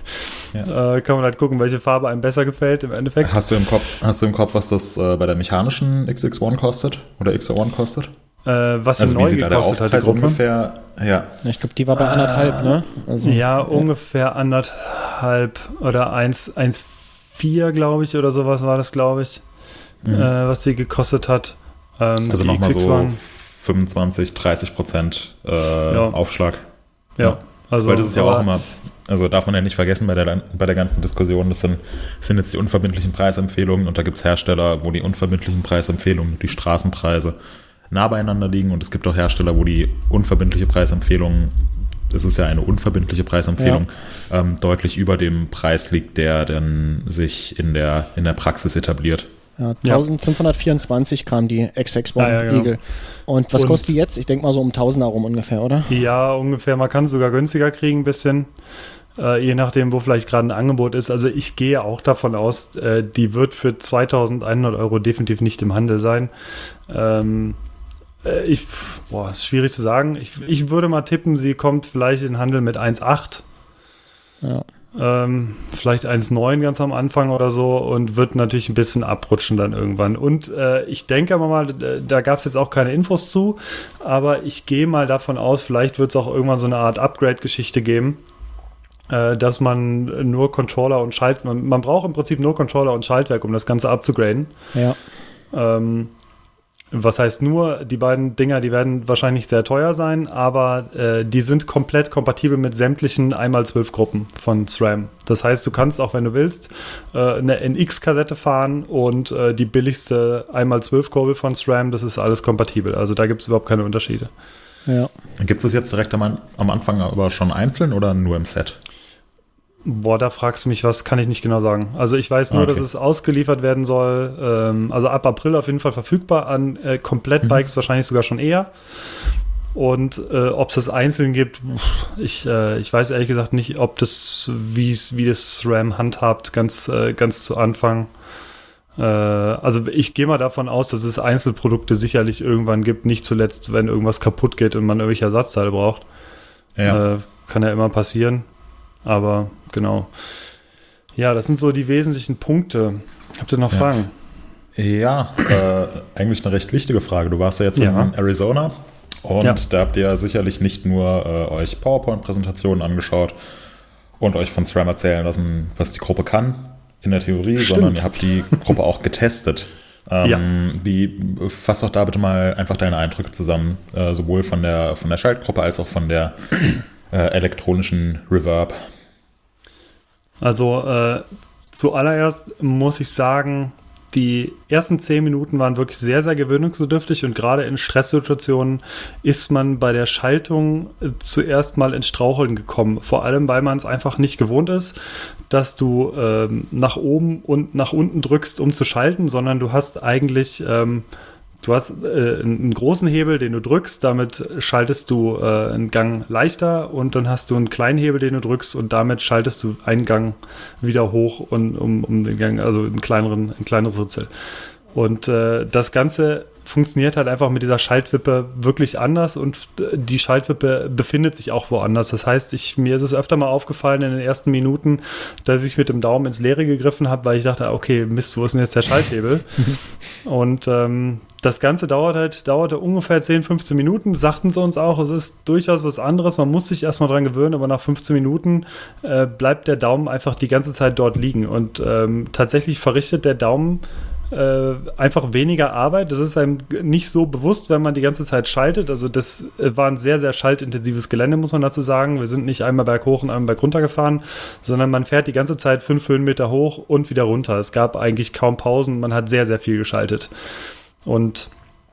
Speaker 2: Ja. äh, kann man halt gucken, welche Farbe einem besser gefällt im Endeffekt.
Speaker 4: Hast du im Kopf, hast du im Kopf, was das äh, bei der mechanischen X X One kostet? Oder X O One kostet?
Speaker 2: Äh, was
Speaker 4: also
Speaker 2: die neu gekostet hat, die Gruppe?
Speaker 4: Ungefähr, ja.
Speaker 1: Ich glaube, die war bei anderthalb, ne?
Speaker 2: Also, ja, ja, ungefähr anderthalb oder eins Komma vier, glaube ich, oder sowas war das, glaube ich, mhm. äh, was die gekostet hat. Ähm,
Speaker 4: also nochmal so fünfundzwanzig, dreißig Prozent äh, ja. Aufschlag.
Speaker 2: Ja. ja,
Speaker 4: also. Weil das ist ja auch immer, also darf man ja nicht vergessen bei der, bei der ganzen Diskussion, das sind, das sind jetzt die unverbindlichen Preisempfehlungen und da gibt es Hersteller, wo die unverbindlichen Preisempfehlungen, die Straßenpreise nah beieinander liegen und es gibt auch Hersteller, wo die unverbindliche Preisempfehlung, das ist ja eine unverbindliche Preisempfehlung, ja. ähm, deutlich über dem Preis liegt, der dann sich in der, in der Praxis etabliert.
Speaker 1: Ja, eintausendfünfhundertvierundzwanzig kam die X X One ah, ja, Eagle. Genau. Und was und, kostet die jetzt? Ich denke mal so um tausender rum ungefähr, oder?
Speaker 2: Ja, ungefähr. Man kann es sogar günstiger kriegen ein bisschen, äh, je nachdem, wo vielleicht gerade ein Angebot ist. Also ich gehe auch davon aus, äh, die wird für zweitausendeinhundert Euro definitiv nicht im Handel sein. Ähm, äh, ich, boah, ist schwierig zu sagen. Ich, ich würde mal tippen, sie kommt vielleicht in den Handel mit eins Komma acht.
Speaker 1: Ja.
Speaker 2: Ähm, vielleicht eins Komma neun ganz am Anfang oder so und wird natürlich ein bisschen abrutschen dann irgendwann. Und äh, ich denke aber mal, da gab es jetzt auch keine Infos zu, aber ich gehe mal davon aus, vielleicht wird es auch irgendwann so eine Art Upgrade-Geschichte geben, äh, dass man nur Controller und Schaltwerk, man, man braucht im Prinzip nur Controller und Schaltwerk, um das Ganze abzugraden.
Speaker 1: Ja.
Speaker 2: Ähm, Was heißt nur, die beiden Dinger, die werden wahrscheinlich sehr teuer sein, aber äh, die sind komplett kompatibel mit sämtlichen eins mal zwölf Gruppen von SRAM. Das heißt, du kannst auch, wenn du willst, äh, eine N X-Kassette fahren und äh, die billigste eins mal zwölf Kurbel von SRAM, das ist alles kompatibel. Also da gibt es überhaupt keine Unterschiede.
Speaker 1: Ja.
Speaker 4: Gibt es jetzt direkt am, am Anfang aber schon einzeln oder nur im Set?
Speaker 2: Boah, da fragst du mich was, kann ich nicht genau sagen. Also ich weiß nur, okay. dass es ausgeliefert werden soll, ähm, also ab April auf jeden Fall verfügbar, an äh, Komplettbikes mhm. wahrscheinlich sogar schon eher. Und äh, ob es das einzeln gibt, ich, äh, ich weiß ehrlich gesagt nicht, ob das, wie's, wie das SRAM handhabt, ganz, äh, ganz zu Anfang. Äh, also ich gehe mal davon aus, dass es Einzelprodukte sicherlich irgendwann gibt, nicht zuletzt, wenn irgendwas kaputt geht und man irgendwelche Ersatzteile braucht. Ja. Äh, kann ja immer passieren. Aber genau. Ja, das sind so die wesentlichen Punkte. Habt ihr noch
Speaker 4: ja.
Speaker 2: Fragen?
Speaker 4: Ja, äh, eigentlich eine recht wichtige Frage. Du warst ja jetzt
Speaker 2: Ja.
Speaker 4: in Arizona und
Speaker 2: Ja.
Speaker 4: da habt ihr ja sicherlich nicht nur äh, euch PowerPoint-Präsentationen angeschaut und euch von SRAM erzählen lassen, was die Gruppe kann in der Theorie,
Speaker 2: Stimmt.
Speaker 4: sondern ihr habt die Gruppe auch getestet. Ähm,
Speaker 2: Ja.
Speaker 4: Wie, fass doch da bitte mal einfach deine Eindrücke zusammen, äh, sowohl von der, von der Schaltgruppe als auch von der äh, elektronischen Reverb.
Speaker 2: Also äh, zuallererst muss ich sagen, die ersten zehn Minuten waren wirklich sehr, sehr gewöhnungsbedürftig und gerade in Stresssituationen ist man bei der Schaltung äh, zuerst mal ins Straucheln gekommen. Vor allem, weil man es einfach nicht gewohnt ist, dass du ähm, nach oben und nach unten drückst, um zu schalten, sondern du hast eigentlich ähm, Du hast äh, einen großen Hebel, den du drückst, damit schaltest du äh, einen Gang leichter und dann hast du einen kleinen Hebel, den du drückst und damit schaltest du einen Gang wieder hoch und um, um den Gang, also einen kleineren, ein kleineres Ritzel. Und äh, das Ganze funktioniert halt einfach mit dieser Schaltwippe wirklich anders und die Schaltwippe befindet sich auch woanders. Das heißt, ich, mir ist es öfter mal aufgefallen in den ersten Minuten, dass ich mit dem Daumen ins Leere gegriffen habe, weil ich dachte, okay, Mist, wo ist denn jetzt der Schalthebel? Und ähm, das Ganze dauert halt, dauerte ungefähr zehn, fünfzehn Minuten, sagten sie uns auch, es ist durchaus was anderes, man muss sich erstmal dran gewöhnen, aber nach fünfzehn Minuten äh, bleibt der Daumen einfach die ganze Zeit dort liegen und ähm, tatsächlich verrichtet der Daumen äh, einfach weniger Arbeit. Das ist einem nicht so bewusst, wenn man die ganze Zeit schaltet, also das äh, war ein sehr, sehr schaltintensives Gelände, muss man dazu sagen. Wir sind nicht einmal berghoch und einmal berg runter gefahren, sondern man fährt die ganze Zeit fünf Höhenmeter hoch und wieder runter. Es gab eigentlich kaum Pausen, man hat sehr, sehr viel geschaltet. Und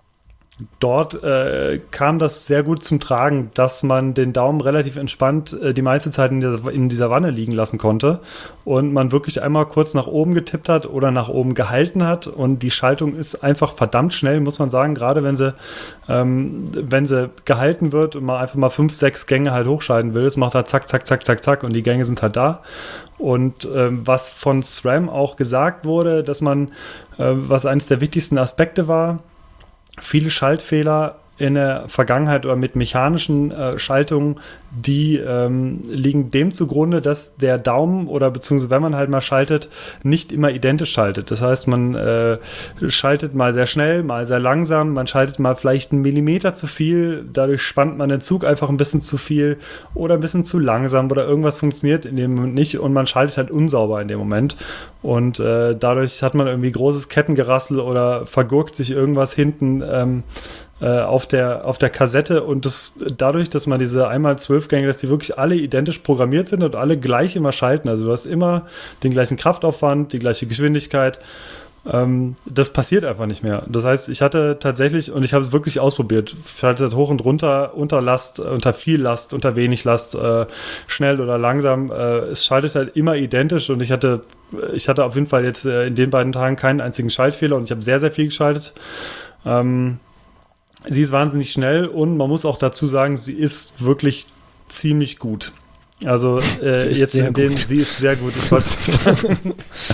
Speaker 2: dort äh, kam das sehr gut zum Tragen, dass man den Daumen relativ entspannt äh, die meiste Zeit in dieser, in dieser Wanne liegen lassen konnte und man wirklich einmal kurz nach oben getippt hat oder nach oben gehalten hat und die Schaltung ist einfach verdammt schnell, muss man sagen, gerade wenn sie, ähm, wenn sie gehalten wird und man einfach mal fünf, sechs Gänge halt hochschalten will, es macht halt zack, zack, zack, zack, zack und die Gänge sind halt da. Und ähm, was von SRAM auch gesagt wurde, dass man, äh, was eines der wichtigsten Aspekte war, viele Schaltfehler in der Vergangenheit oder mit mechanischen äh, Schaltungen, die ähm, liegen dem zugrunde, dass der Daumen oder beziehungsweise wenn man halt mal schaltet, nicht immer identisch schaltet. Das heißt, man äh, schaltet mal sehr schnell, mal sehr langsam, man schaltet mal vielleicht einen Millimeter zu viel, dadurch spannt man den Zug einfach ein bisschen zu viel oder ein bisschen zu langsam oder irgendwas funktioniert in dem Moment nicht und man schaltet halt unsauber in dem Moment und äh, dadurch hat man irgendwie großes Kettengerassel oder vergurkt sich irgendwas hinten ähm, auf der, auf der Kassette und das, dadurch, dass man diese einmal zwölf Gänge, dass die wirklich alle identisch programmiert sind und alle gleich immer schalten, also du hast immer den gleichen Kraftaufwand, die gleiche Geschwindigkeit, ähm, das passiert einfach nicht mehr. Das heißt, ich hatte tatsächlich, und ich habe es wirklich ausprobiert, schaltet hoch und runter, unter Last, unter viel Last, unter wenig Last, äh, schnell oder langsam, äh, es schaltet halt immer identisch und ich hatte, ich hatte auf jeden Fall jetzt äh, in den beiden Tagen keinen einzigen Schaltfehler und ich habe sehr, sehr viel geschaltet. Ähm, Sie ist wahnsinnig schnell und man muss auch dazu sagen, sie ist wirklich ziemlich gut. Also äh,
Speaker 1: sie ist
Speaker 2: jetzt
Speaker 1: sehr
Speaker 2: in den,
Speaker 1: gut.
Speaker 2: sie ist sehr gut. Ich wollte sagen,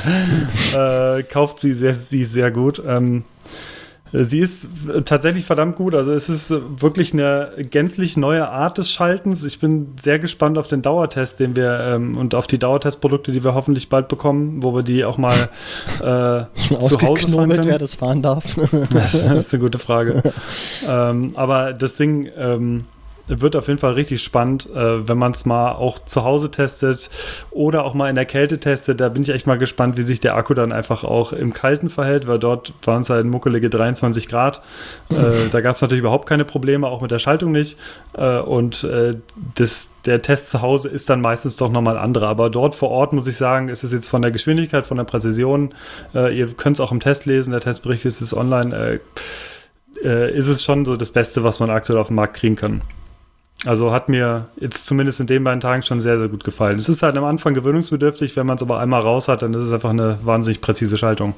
Speaker 2: äh, kauft sie sehr, sie ist sehr gut. Ähm, sie ist tatsächlich verdammt gut. Also es ist wirklich eine gänzlich neue Art des Schaltens. Ich bin sehr gespannt auf den Dauertest, den wir ähm, und auf die Dauertestprodukte, die wir hoffentlich bald bekommen, wo wir die auch mal äh,
Speaker 1: Schon
Speaker 2: zu Hause fahren
Speaker 1: ausgeknobelt,
Speaker 2: können.
Speaker 1: wer das fahren darf.
Speaker 2: Das ist eine gute Frage. ähm, aber das Ding ähm, wird auf jeden Fall richtig spannend, äh, wenn man es mal auch zu Hause testet oder auch mal in der Kälte testet. Da bin ich echt mal gespannt, wie sich der Akku dann einfach auch im Kalten verhält, weil dort waren es halt muckelige dreiundzwanzig Grad. Äh, da gab es natürlich überhaupt keine Probleme, auch mit der Schaltung nicht. Äh, und äh, das, der Test zu Hause ist dann meistens doch nochmal anderer. Aber dort vor Ort, muss ich sagen, ist es jetzt von der Geschwindigkeit, von der Präzision, äh, ihr könnt es auch im Test lesen, der Testbericht ist es online, äh, äh, ist es schon so das Beste, was man aktuell auf dem Markt kriegen kann. Also hat mir jetzt zumindest in den beiden Tagen schon sehr, sehr gut gefallen. Es ist halt am Anfang gewöhnungsbedürftig, wenn man es aber einmal raus hat, dann ist es einfach eine wahnsinnig präzise Schaltung.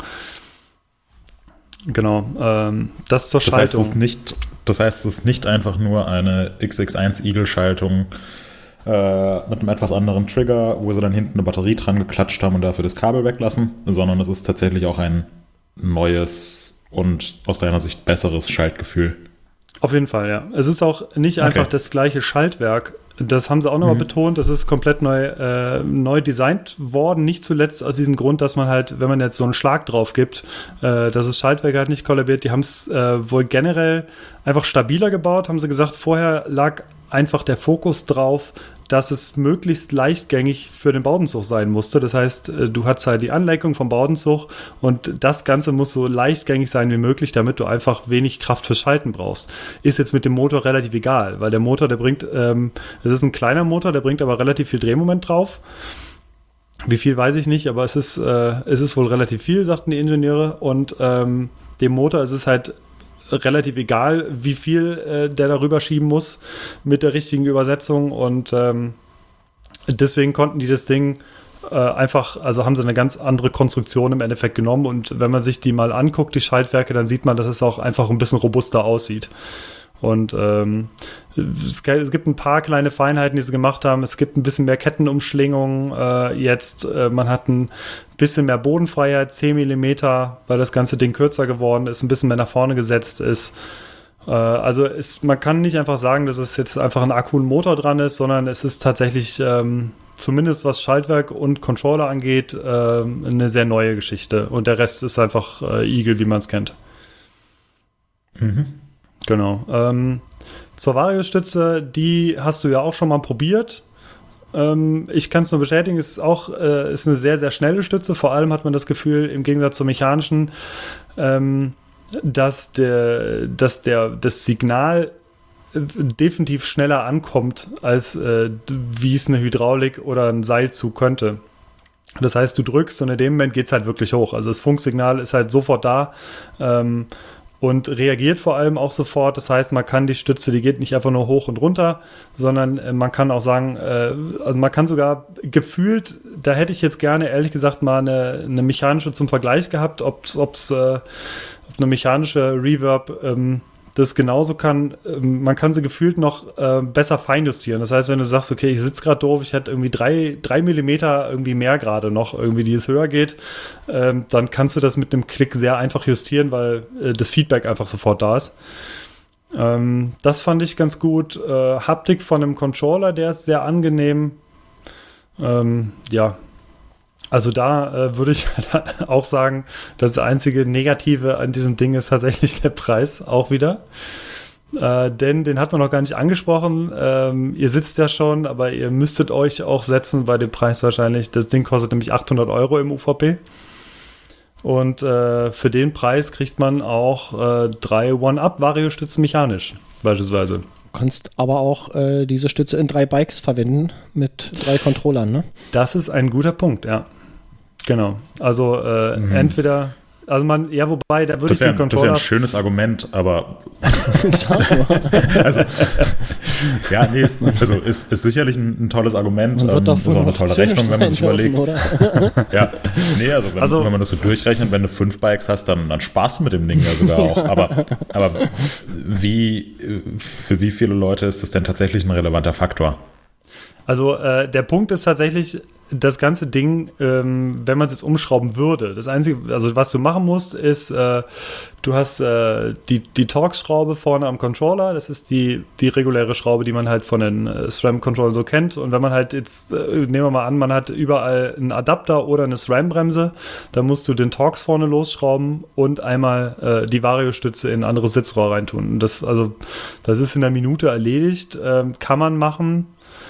Speaker 2: Genau, ähm, das zur
Speaker 4: Das heißt,
Speaker 2: Schaltung.
Speaker 4: es ist nicht, das heißt, es ist nicht einfach nur eine X X eins Eagle-Schaltung äh, mit einem etwas anderen Trigger, wo sie dann hinten eine Batterie dran geklatscht haben und dafür das Kabel weglassen, sondern es ist tatsächlich auch ein neues und aus deiner Sicht besseres Schaltgefühl.
Speaker 2: Auf jeden Fall, ja. Es ist auch nicht
Speaker 4: Okay.
Speaker 2: einfach das gleiche Schaltwerk Das haben sie auch nochmal
Speaker 4: Mhm.
Speaker 2: betont. Das ist komplett neu, äh, neu designt worden. Nicht zuletzt aus diesem Grund, dass man halt, wenn man jetzt so einen Schlag drauf gibt, äh, dass das Schaltwerk halt nicht kollabiert. Die haben es äh, wohl generell einfach stabiler gebaut, haben sie gesagt. Vorher lag einfach der Fokus drauf, dass es möglichst leichtgängig für den Bowdenzug sein musste. Das heißt, äh, du hast halt die Anlenkung vom Bowdenzug und das Ganze muss so leichtgängig sein wie möglich, damit du einfach wenig Kraft fürs Schalten brauchst. Ist jetzt mit dem Motor relativ egal, weil der Motor, der bringt, ähm, es ist ein kleiner Motor, der bringt aber relativ viel Drehmoment drauf. Wie viel weiß ich nicht, aber es ist, äh, es ist wohl relativ viel, sagten die Ingenieure. Und ähm, dem Motor ist es halt relativ egal, wie viel äh, der darüber schieben muss mit der richtigen Übersetzung. Und ähm, deswegen konnten die das Ding äh, einfach, also haben sie eine ganz andere Konstruktion im Endeffekt genommen. Und wenn man sich die mal anguckt, die Schaltwerke, dann sieht man, dass es auch einfach ein bisschen robuster aussieht. Und ähm, es, es gibt ein paar kleine Feinheiten, die sie gemacht haben. Es gibt ein bisschen mehr Kettenumschlingung äh, jetzt. Äh, man hat ein bisschen mehr Bodenfreiheit, zehn Millimeter, weil das ganze Ding kürzer geworden ist, ein bisschen mehr nach vorne gesetzt ist. Äh, also es, man kann nicht einfach sagen, dass es jetzt einfach ein Akku und Motor dran ist, sondern es ist tatsächlich, ähm, zumindest was Schaltwerk und Controller angeht, äh, eine sehr neue Geschichte. Und der Rest ist einfach äh, Eagle, wie man es kennt.
Speaker 4: Mhm.
Speaker 2: Genau. Ähm, zur Vario-Stütze, die hast du ja auch schon mal probiert. Ähm, ich kann es nur bestätigen, es ist auch äh, ist eine sehr, sehr schnelle Stütze. Vor allem hat man das Gefühl, im Gegensatz zur mechanischen, ähm, dass, der, dass der, das Signal definitiv schneller ankommt, als äh, wie es eine Hydraulik oder ein Seilzug könnte. Das heißt, du drückst und in dem Moment geht es halt wirklich hoch. Also das Funksignal ist halt sofort da. Ähm, und reagiert vor allem auch sofort. Das heißt, man kann die Stütze, die geht nicht einfach nur hoch und runter, sondern äh, man kann auch sagen, äh, also man kann sogar gefühlt, da hätte ich jetzt gerne, ehrlich gesagt, mal eine, eine mechanische zum Vergleich gehabt, ob es äh, ob eine mechanische Reverb ähm, das genauso kann. Ähm, man kann sie gefühlt noch äh, besser feinjustieren. Das heißt, wenn du sagst, okay, ich sitze gerade doof, ich hätte irgendwie drei, drei Millimeter irgendwie mehr gerade noch, irgendwie, die es höher geht, ähm, dann kannst du das mit einem Klick sehr einfach justieren, weil äh, das Feedback einfach sofort da ist. Ähm, das fand ich ganz gut. Äh, Haptik von einem Controller, der ist sehr angenehm. Ähm, ja, also da äh, würde ich auch sagen, das einzige Negative an diesem Ding ist tatsächlich der Preis auch wieder. Äh, denn den hat man noch gar nicht angesprochen. Ähm, ihr sitzt ja schon, aber ihr müsstet euch auch setzen bei dem Preis wahrscheinlich. Das Ding kostet nämlich achthundert Euro im U V P. Und äh, für den Preis kriegt man auch äh, drei One-Up-Vario-Stützen mechanisch beispielsweise.
Speaker 1: Du kannst aber auch äh, diese Stütze in drei Bikes verwenden mit drei Controllern, ne?
Speaker 2: Das ist ein guter Punkt, ja. Genau. Also äh, mhm. entweder, also man, ja, wobei, da würde ich
Speaker 4: ja,
Speaker 2: den Controller...
Speaker 4: Das ist ja ein schönes Argument, aber... also, ja, nee, ist, also ist, ist sicherlich ein, ein tolles Argument.
Speaker 1: Man wird
Speaker 4: ähm,
Speaker 1: doch
Speaker 4: ist auch eine tolle Rechnung, wenn man sich
Speaker 1: dürfen,
Speaker 4: überlegt.
Speaker 1: Oder?
Speaker 4: Ja, nee, also wenn,
Speaker 2: also wenn
Speaker 4: man das so durchrechnet, wenn du fünf Bikes hast, dann, dann sparst du mit dem Ding ja sogar auch. Aber, aber wie, für wie viele Leute ist das denn tatsächlich ein relevanter Faktor?
Speaker 2: Also äh, der Punkt ist tatsächlich, das ganze Ding, ähm, wenn man es jetzt umschrauben würde, das Einzige, also was du machen musst, ist, äh, du hast äh, die, die Torx-Schraube vorne am Controller, das ist die, die reguläre Schraube, die man halt von den äh, SRAM-Controllern so kennt. Und wenn man halt jetzt, äh, nehmen wir mal an, man hat überall einen Adapter oder eine SRAM-Bremse, dann musst du den Torx vorne losschrauben und einmal äh, die Vario-Stütze in ein anderes Sitzrohr reintun. Und das, also, das ist in einer Minute erledigt, ähm, kann man machen.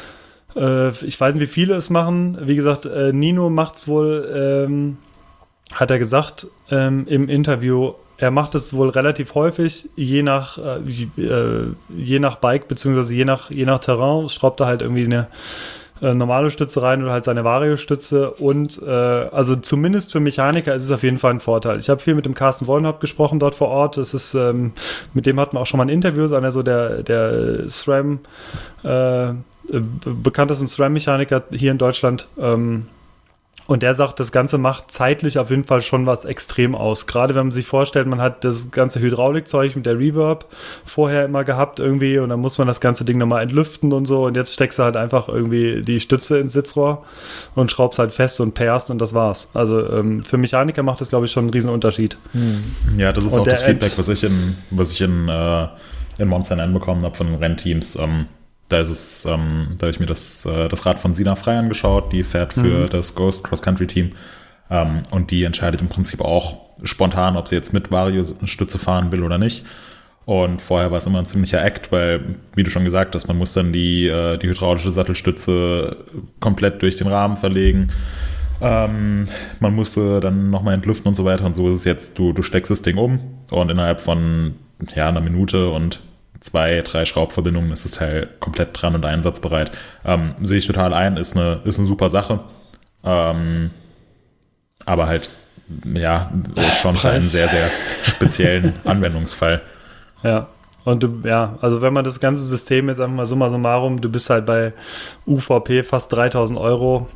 Speaker 2: Ich weiß nicht, wie viele es machen. Wie gesagt, äh, Nino macht es wohl, ähm, hat er gesagt ähm, im Interview, er macht es wohl relativ häufig, je nach, äh, äh, je nach Bike, beziehungsweise je nach, je nach Terrain, schraubt er halt irgendwie eine äh, normale Stütze rein oder halt seine Vario-Stütze. Und äh, also zumindest für Mechaniker ist es auf jeden Fall ein Vorteil. Ich habe viel mit dem Carsten Wollenhaupt gesprochen dort vor Ort. Das ist, ähm, mit dem hatten wir auch schon mal ein Interview, ist einer so der, der SRAM äh, bekanntesten SRAM-Mechaniker hier in Deutschland. Ähm, und der sagt, das Ganze macht zeitlich auf jeden Fall schon was extrem aus. Gerade wenn man sich vorstellt, man hat das ganze Hydraulikzeug mit der Reverb vorher immer gehabt irgendwie und dann muss man das ganze Ding nochmal entlüften und so und jetzt steckst du halt einfach irgendwie die Stütze ins Sitzrohr und schraubst halt fest und pairst und das war's. Also ähm, für Mechaniker macht das, glaube ich, schon einen riesen Unterschied.
Speaker 4: Hm. Ja, das ist und auch das Feedback, was ich in, was ich in, äh, in Monster N bekommen habe von den Rennteams. Ähm, Da ist es, ähm, da habe ich mir das, äh, das Rad von Sina Frey angeschaut, die fährt für mhm. das Ghost Cross-Country-Team. Ähm, und die entscheidet im Prinzip auch spontan, ob sie jetzt mit Vario-Stütze fahren will oder nicht. Und vorher war es immer ein ziemlicher Act, weil, wie du schon gesagt hast, man muss dann die, äh, die hydraulische Sattelstütze komplett durch den Rahmen verlegen. Ähm, man musste dann nochmal entlüften und so weiter. Und so ist es jetzt, du, du steckst das Ding um und innerhalb von ja, einer Minute und zwei, drei Schraubverbindungen ist das Teil komplett dran und einsatzbereit. Ähm, sehe ich total ein, ist eine, ist eine super Sache. Ähm, aber halt, ja, schon für einen sehr, sehr speziellen Anwendungsfall.
Speaker 2: Ja, und du, ja, also wenn man das ganze System jetzt einfach mal summa summarum, du bist halt bei U V P fast dreitausend Euro.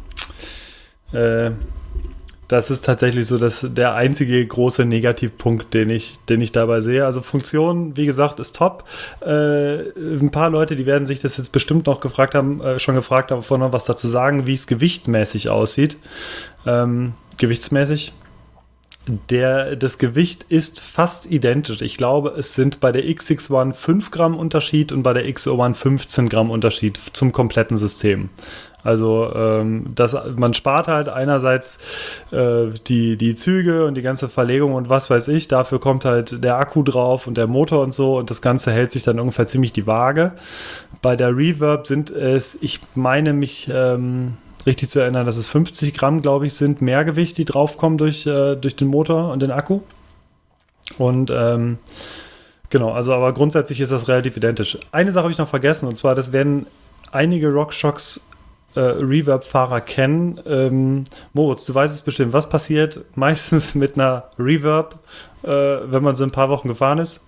Speaker 2: Äh, das ist tatsächlich so dass der einzige große Negativpunkt, den ich, den ich dabei sehe. Also Funktion, wie gesagt, ist top. Äh, ein paar Leute, die werden sich das jetzt bestimmt noch gefragt haben, äh, schon gefragt haben, vorhin noch was dazu sagen, wie es gewichtmäßig aussieht. Ähm, gewichtsmäßig. Der, das Gewicht ist fast identisch. Ich glaube, es sind bei der X X eins fünf Gramm Unterschied und bei der X O eins fünfzehn Gramm Unterschied zum kompletten System. Also ähm, das, man spart halt einerseits äh, die, die Züge und die ganze Verlegung und was weiß ich. Dafür kommt halt der Akku drauf und der Motor und so und das Ganze hält sich dann ungefähr ziemlich die Waage. Bei der Reverb sind es, ich meine mich ähm, richtig zu erinnern, dass es fünfzig Gramm, glaube ich, sind Mehrgewicht, die draufkommen durch, äh, durch den Motor und den Akku. Und ähm, genau, also aber grundsätzlich ist das relativ identisch. Eine Sache habe ich noch vergessen, und zwar, das werden einige RockShox äh, Reverb-Fahrer kennen. Ähm, Moritz, du weißt es bestimmt, was passiert meistens mit einer Reverb, äh, wenn man so ein paar Wochen gefahren ist?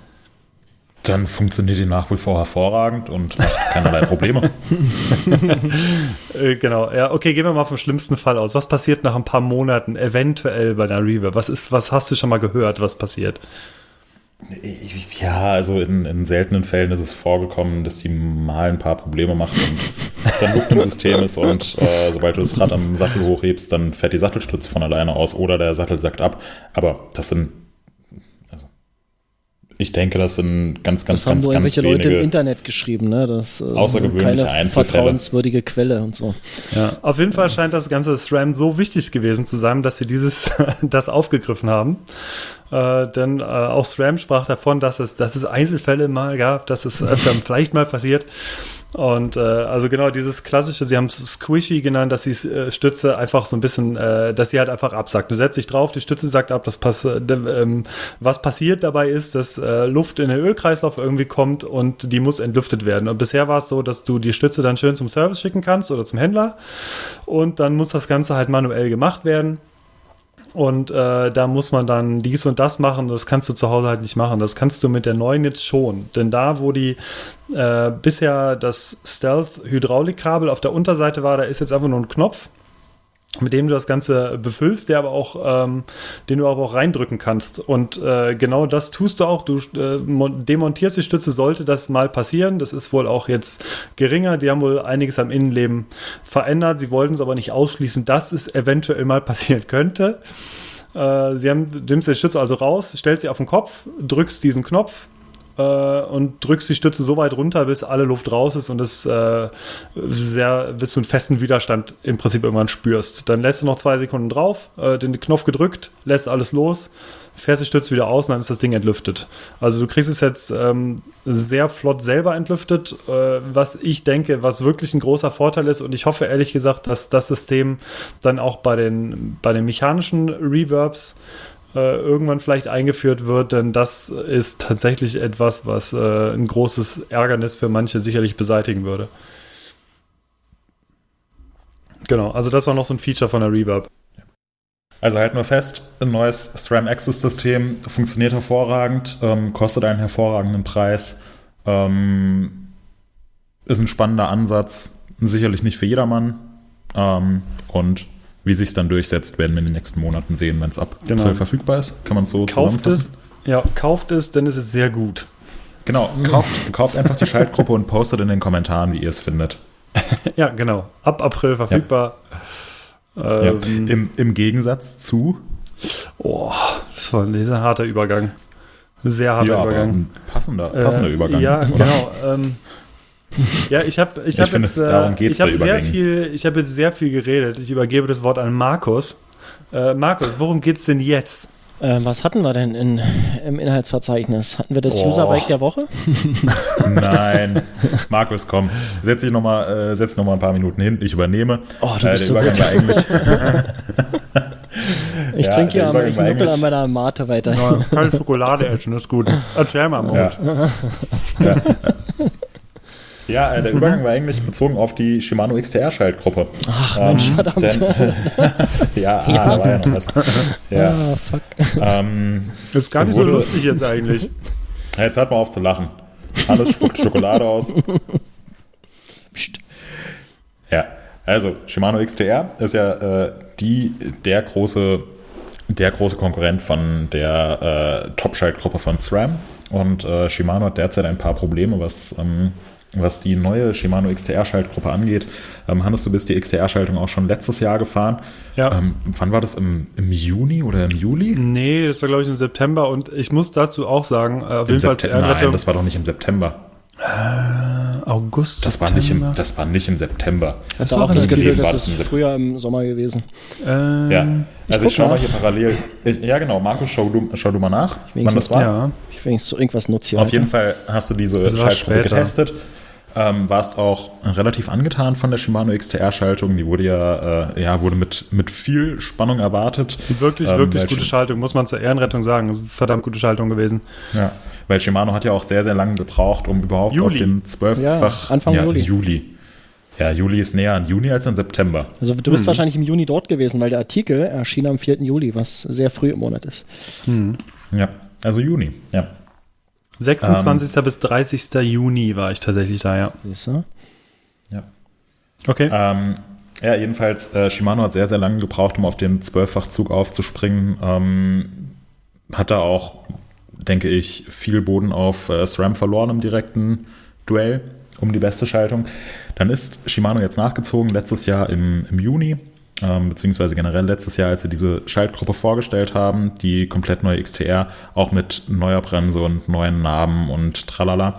Speaker 4: Dann funktioniert die nach wie vor hervorragend und macht keinerlei Probleme.
Speaker 2: äh, genau, ja, okay, gehen wir mal vom schlimmsten Fall aus. Was passiert nach ein paar Monaten eventuell bei einer Reverb? Was ist, was hast du schon mal gehört, was passiert?
Speaker 4: Ja, also in, in seltenen Fällen ist es vorgekommen, dass die mal ein paar Probleme macht und dann Luft im System ist und äh, sobald du das Rad am Sattel hochhebst, dann fährt die Sattelstütze von alleine aus oder der Sattel sackt ab. Aber das sind, also ich denke, das sind ganz, ganz,
Speaker 1: das haben
Speaker 4: ganz,
Speaker 1: wohl
Speaker 4: ganz
Speaker 1: irgendwelche
Speaker 4: wenige
Speaker 1: Leute im Internet geschrieben, ne? Das äh,
Speaker 4: außergewöhnliche
Speaker 1: keine
Speaker 4: Einzelfälle.
Speaker 1: Vertrauenswürdige Quelle und so.
Speaker 2: Ja, auf jeden Fall scheint das ganze SRAM so wichtig gewesen zu sein, dass sie dieses das aufgegriffen haben. Äh, denn äh, auch SRAM sprach davon, dass es, dass es Einzelfälle mal gab, dass es öfter vielleicht mal passiert. Und äh, also genau dieses klassische, sie haben es Squishy genannt, dass die äh, Stütze einfach so ein bisschen, äh, dass sie halt einfach absackt. Du setzt dich drauf, die Stütze sackt ab, das pass äh, ähm, was passiert dabei ist, dass äh, Luft in den Ölkreislauf irgendwie kommt und die muss entlüftet werden. Und bisher war es so, dass du die Stütze dann schön zum Service schicken kannst oder zum Händler und dann muss das Ganze halt manuell gemacht werden. Und äh, da muss man dann dies und das machen. Das kannst du zu Hause halt nicht machen. Das kannst du mit der neuen jetzt schon. Denn da, wo die äh, bisher das Stealth-Hydraulikkabel auf der Unterseite war, da ist jetzt einfach nur ein Knopf, mit dem du das Ganze befüllst, der aber auch, ähm, den du aber auch reindrücken kannst. Und äh, genau das tust du auch. Du äh, demontierst die Stütze, sollte das mal passieren. Das ist wohl auch jetzt geringer. Die haben wohl einiges am Innenleben verändert. Sie wollten es aber nicht ausschließen, dass es eventuell mal passieren könnte. Äh, sie haben, du nimmst die Stütze also raus, stellst sie auf den Kopf, drückst diesen Knopf, und drückst die Stütze so weit runter, bis alle Luft raus ist und es äh, sehr, bis du einen festen Widerstand im Prinzip irgendwann spürst. Dann lässt du noch zwei Sekunden drauf, äh, den Knopf gedrückt, lässt alles los, fährst die Stütze wieder aus und dann ist das Ding entlüftet. Also du kriegst es jetzt ähm, sehr flott selber entlüftet, äh, was ich denke, was wirklich ein großer Vorteil ist und ich hoffe ehrlich gesagt, dass das System dann auch bei den, bei den mechanischen Reverbs irgendwann vielleicht eingeführt wird, denn das ist tatsächlich etwas, was äh, ein großes Ärgernis für manche sicherlich beseitigen würde. Genau, also das war noch so ein Feature von der Reverb.
Speaker 4: Also halt nur fest, ein neues SRAM Access-System funktioniert hervorragend, ähm, kostet einen hervorragenden Preis, ähm, ist ein spannender Ansatz, sicherlich nicht für jedermann ähm, und wie sich es dann durchsetzt, werden wir in den nächsten Monaten sehen, wenn es ab April genau. verfügbar ist. Kann man es so
Speaker 2: kauft
Speaker 4: zusammenfassen?
Speaker 2: Es, ja, kauft es, denn es ist sehr gut.
Speaker 4: Genau, kauft, kauft einfach die Schaltgruppe und postet in den Kommentaren, wie ihr es findet.
Speaker 2: Ja, genau. Ab April verfügbar.
Speaker 4: Ja. Ähm, ja. Im, Im Gegensatz zu?
Speaker 2: Oh, das war ein sehr harter Übergang. Sehr harter
Speaker 4: ja,
Speaker 2: Übergang.
Speaker 4: Aber ein passender, passender
Speaker 2: äh,
Speaker 4: Übergang.
Speaker 2: Ja,
Speaker 4: oder?
Speaker 2: genau. Ähm, Ja, ich habe ich
Speaker 4: Ich
Speaker 2: hab
Speaker 4: finde,
Speaker 2: jetzt, äh,
Speaker 4: darum geht's
Speaker 2: ich hab
Speaker 4: bei
Speaker 2: sehr
Speaker 4: Übergängen.
Speaker 2: viel, ich habe jetzt sehr viel geredet. Ich übergebe das Wort an Markus. Äh, Markus, worum geht's denn jetzt?
Speaker 1: Äh, was hatten wir denn in, im Inhaltsverzeichnis? Hatten wir das
Speaker 4: Oh.
Speaker 1: User-Bike der Woche?
Speaker 4: Nein. Markus, komm, setz dich nochmal äh, setz noch mal ein paar Minuten hin, ich übernehme.
Speaker 1: Oh, du bist
Speaker 4: äh,
Speaker 1: so
Speaker 4: der Übergang
Speaker 1: gut.
Speaker 4: war eigentlich,
Speaker 1: Ich
Speaker 4: Ja,
Speaker 1: trinke hier,
Speaker 4: der
Speaker 1: am-
Speaker 4: Übergang
Speaker 1: ich
Speaker 4: war
Speaker 1: nuppel
Speaker 4: eigentlich-
Speaker 1: an meiner Mate weiter.
Speaker 2: Ja, keine Schokolade essen, ist gut. Erzähl mal, Mut.
Speaker 4: Ja. ja, ja äh, der Übergang war eigentlich bezogen auf die Shimano X T R-Schaltgruppe.
Speaker 1: Ach Mensch, verdammt.
Speaker 4: Denn, ja, ah, da war ja noch was. Ja,
Speaker 1: Ah, fuck.
Speaker 4: ähm,
Speaker 2: Das ist gar nicht so
Speaker 4: Wurde-
Speaker 2: lustig jetzt eigentlich.
Speaker 4: jetzt hört mal auf zu lachen. Alles spuckt Schokolade aus.
Speaker 1: Psst.
Speaker 4: Ja, also Shimano X T R ist ja äh, die, der große, der große Konkurrent von der äh, Top-Schaltgruppe von SRAM. Und äh, Shimano hat derzeit ein paar Probleme, was, ähm, was die neue Shimano X T R-Schaltgruppe angeht. Ähm, Hannes, du bist die X T R-Schaltung auch schon letztes Jahr gefahren.
Speaker 2: Ja.
Speaker 4: Ähm, wann war das? Im, Im Juni oder im Juli?
Speaker 2: Nee, das war, glaube ich, im September. Und ich muss dazu auch sagen, äh, auf
Speaker 4: Im
Speaker 2: jeden Fall
Speaker 4: September? Nein,
Speaker 2: Ehrenrettung-
Speaker 4: das war doch nicht im September.
Speaker 2: August,
Speaker 4: Das war, nicht im, das war nicht im September.
Speaker 1: Ich hatte
Speaker 2: war
Speaker 1: auch das
Speaker 2: relativ-
Speaker 1: Gefühl,
Speaker 4: war
Speaker 1: das
Speaker 4: das
Speaker 1: ist
Speaker 4: im
Speaker 1: früher im Sommer gewesen.
Speaker 2: Ähm,
Speaker 4: Ja, also ich,
Speaker 1: guck
Speaker 4: schau mal
Speaker 1: nach.
Speaker 4: hier parallel. Ich, ja, genau, Markus, schau du, schau du mal nach, wann
Speaker 1: wenigstens-
Speaker 4: das war.
Speaker 2: ja.
Speaker 1: Ich will wenigstens so irgendwas nutzen.
Speaker 4: Auf jeden Fall hast du diese
Speaker 2: Das war
Speaker 4: Schaltgruppe
Speaker 2: später.
Speaker 4: getestet. Ähm, warst auch relativ angetan von der Shimano X T R-Schaltung. Die wurde ja, äh, ja wurde mit, mit viel Spannung erwartet.
Speaker 2: Wirklich,
Speaker 4: Ähm,
Speaker 2: wirklich
Speaker 4: weil
Speaker 2: gute
Speaker 4: Shi-
Speaker 2: Schaltung, muss man zur Ehrenrettung sagen. Das ist eine verdammt gute Schaltung gewesen.
Speaker 4: Ja, weil Shimano hat ja auch sehr, sehr lange gebraucht, um überhaupt
Speaker 2: Juli.
Speaker 4: auf den zwölffach...
Speaker 1: Ja, Anfang Juli.
Speaker 4: Juli. Ja, Juli ist näher an Juni als an September.
Speaker 1: Also du bist wahrscheinlich im Juni dort gewesen, weil der Artikel erschien am vierten Juli, was sehr früh im Monat ist.
Speaker 4: Ja, also Juni, ja.
Speaker 2: sechsundzwanzigster bis dreißigster Juni war ich tatsächlich da, ja.
Speaker 1: Siehst du?
Speaker 4: ja.
Speaker 2: Okay.
Speaker 4: Ähm, ja, jedenfalls, äh, Shimano hat sehr, sehr lange gebraucht, um auf den zwölffach-Zug aufzuspringen. Ähm, hat da auch, denke ich, viel Boden auf äh, SRAM verloren im direkten Duell um die beste Schaltung. Dann ist Shimano jetzt nachgezogen, letztes Jahr im, im Juni, ähm, beziehungsweise generell letztes Jahr, als sie diese Schaltgruppe vorgestellt haben, die komplett neue X T R, auch mit neuer Bremse und neuen Narben und tralala.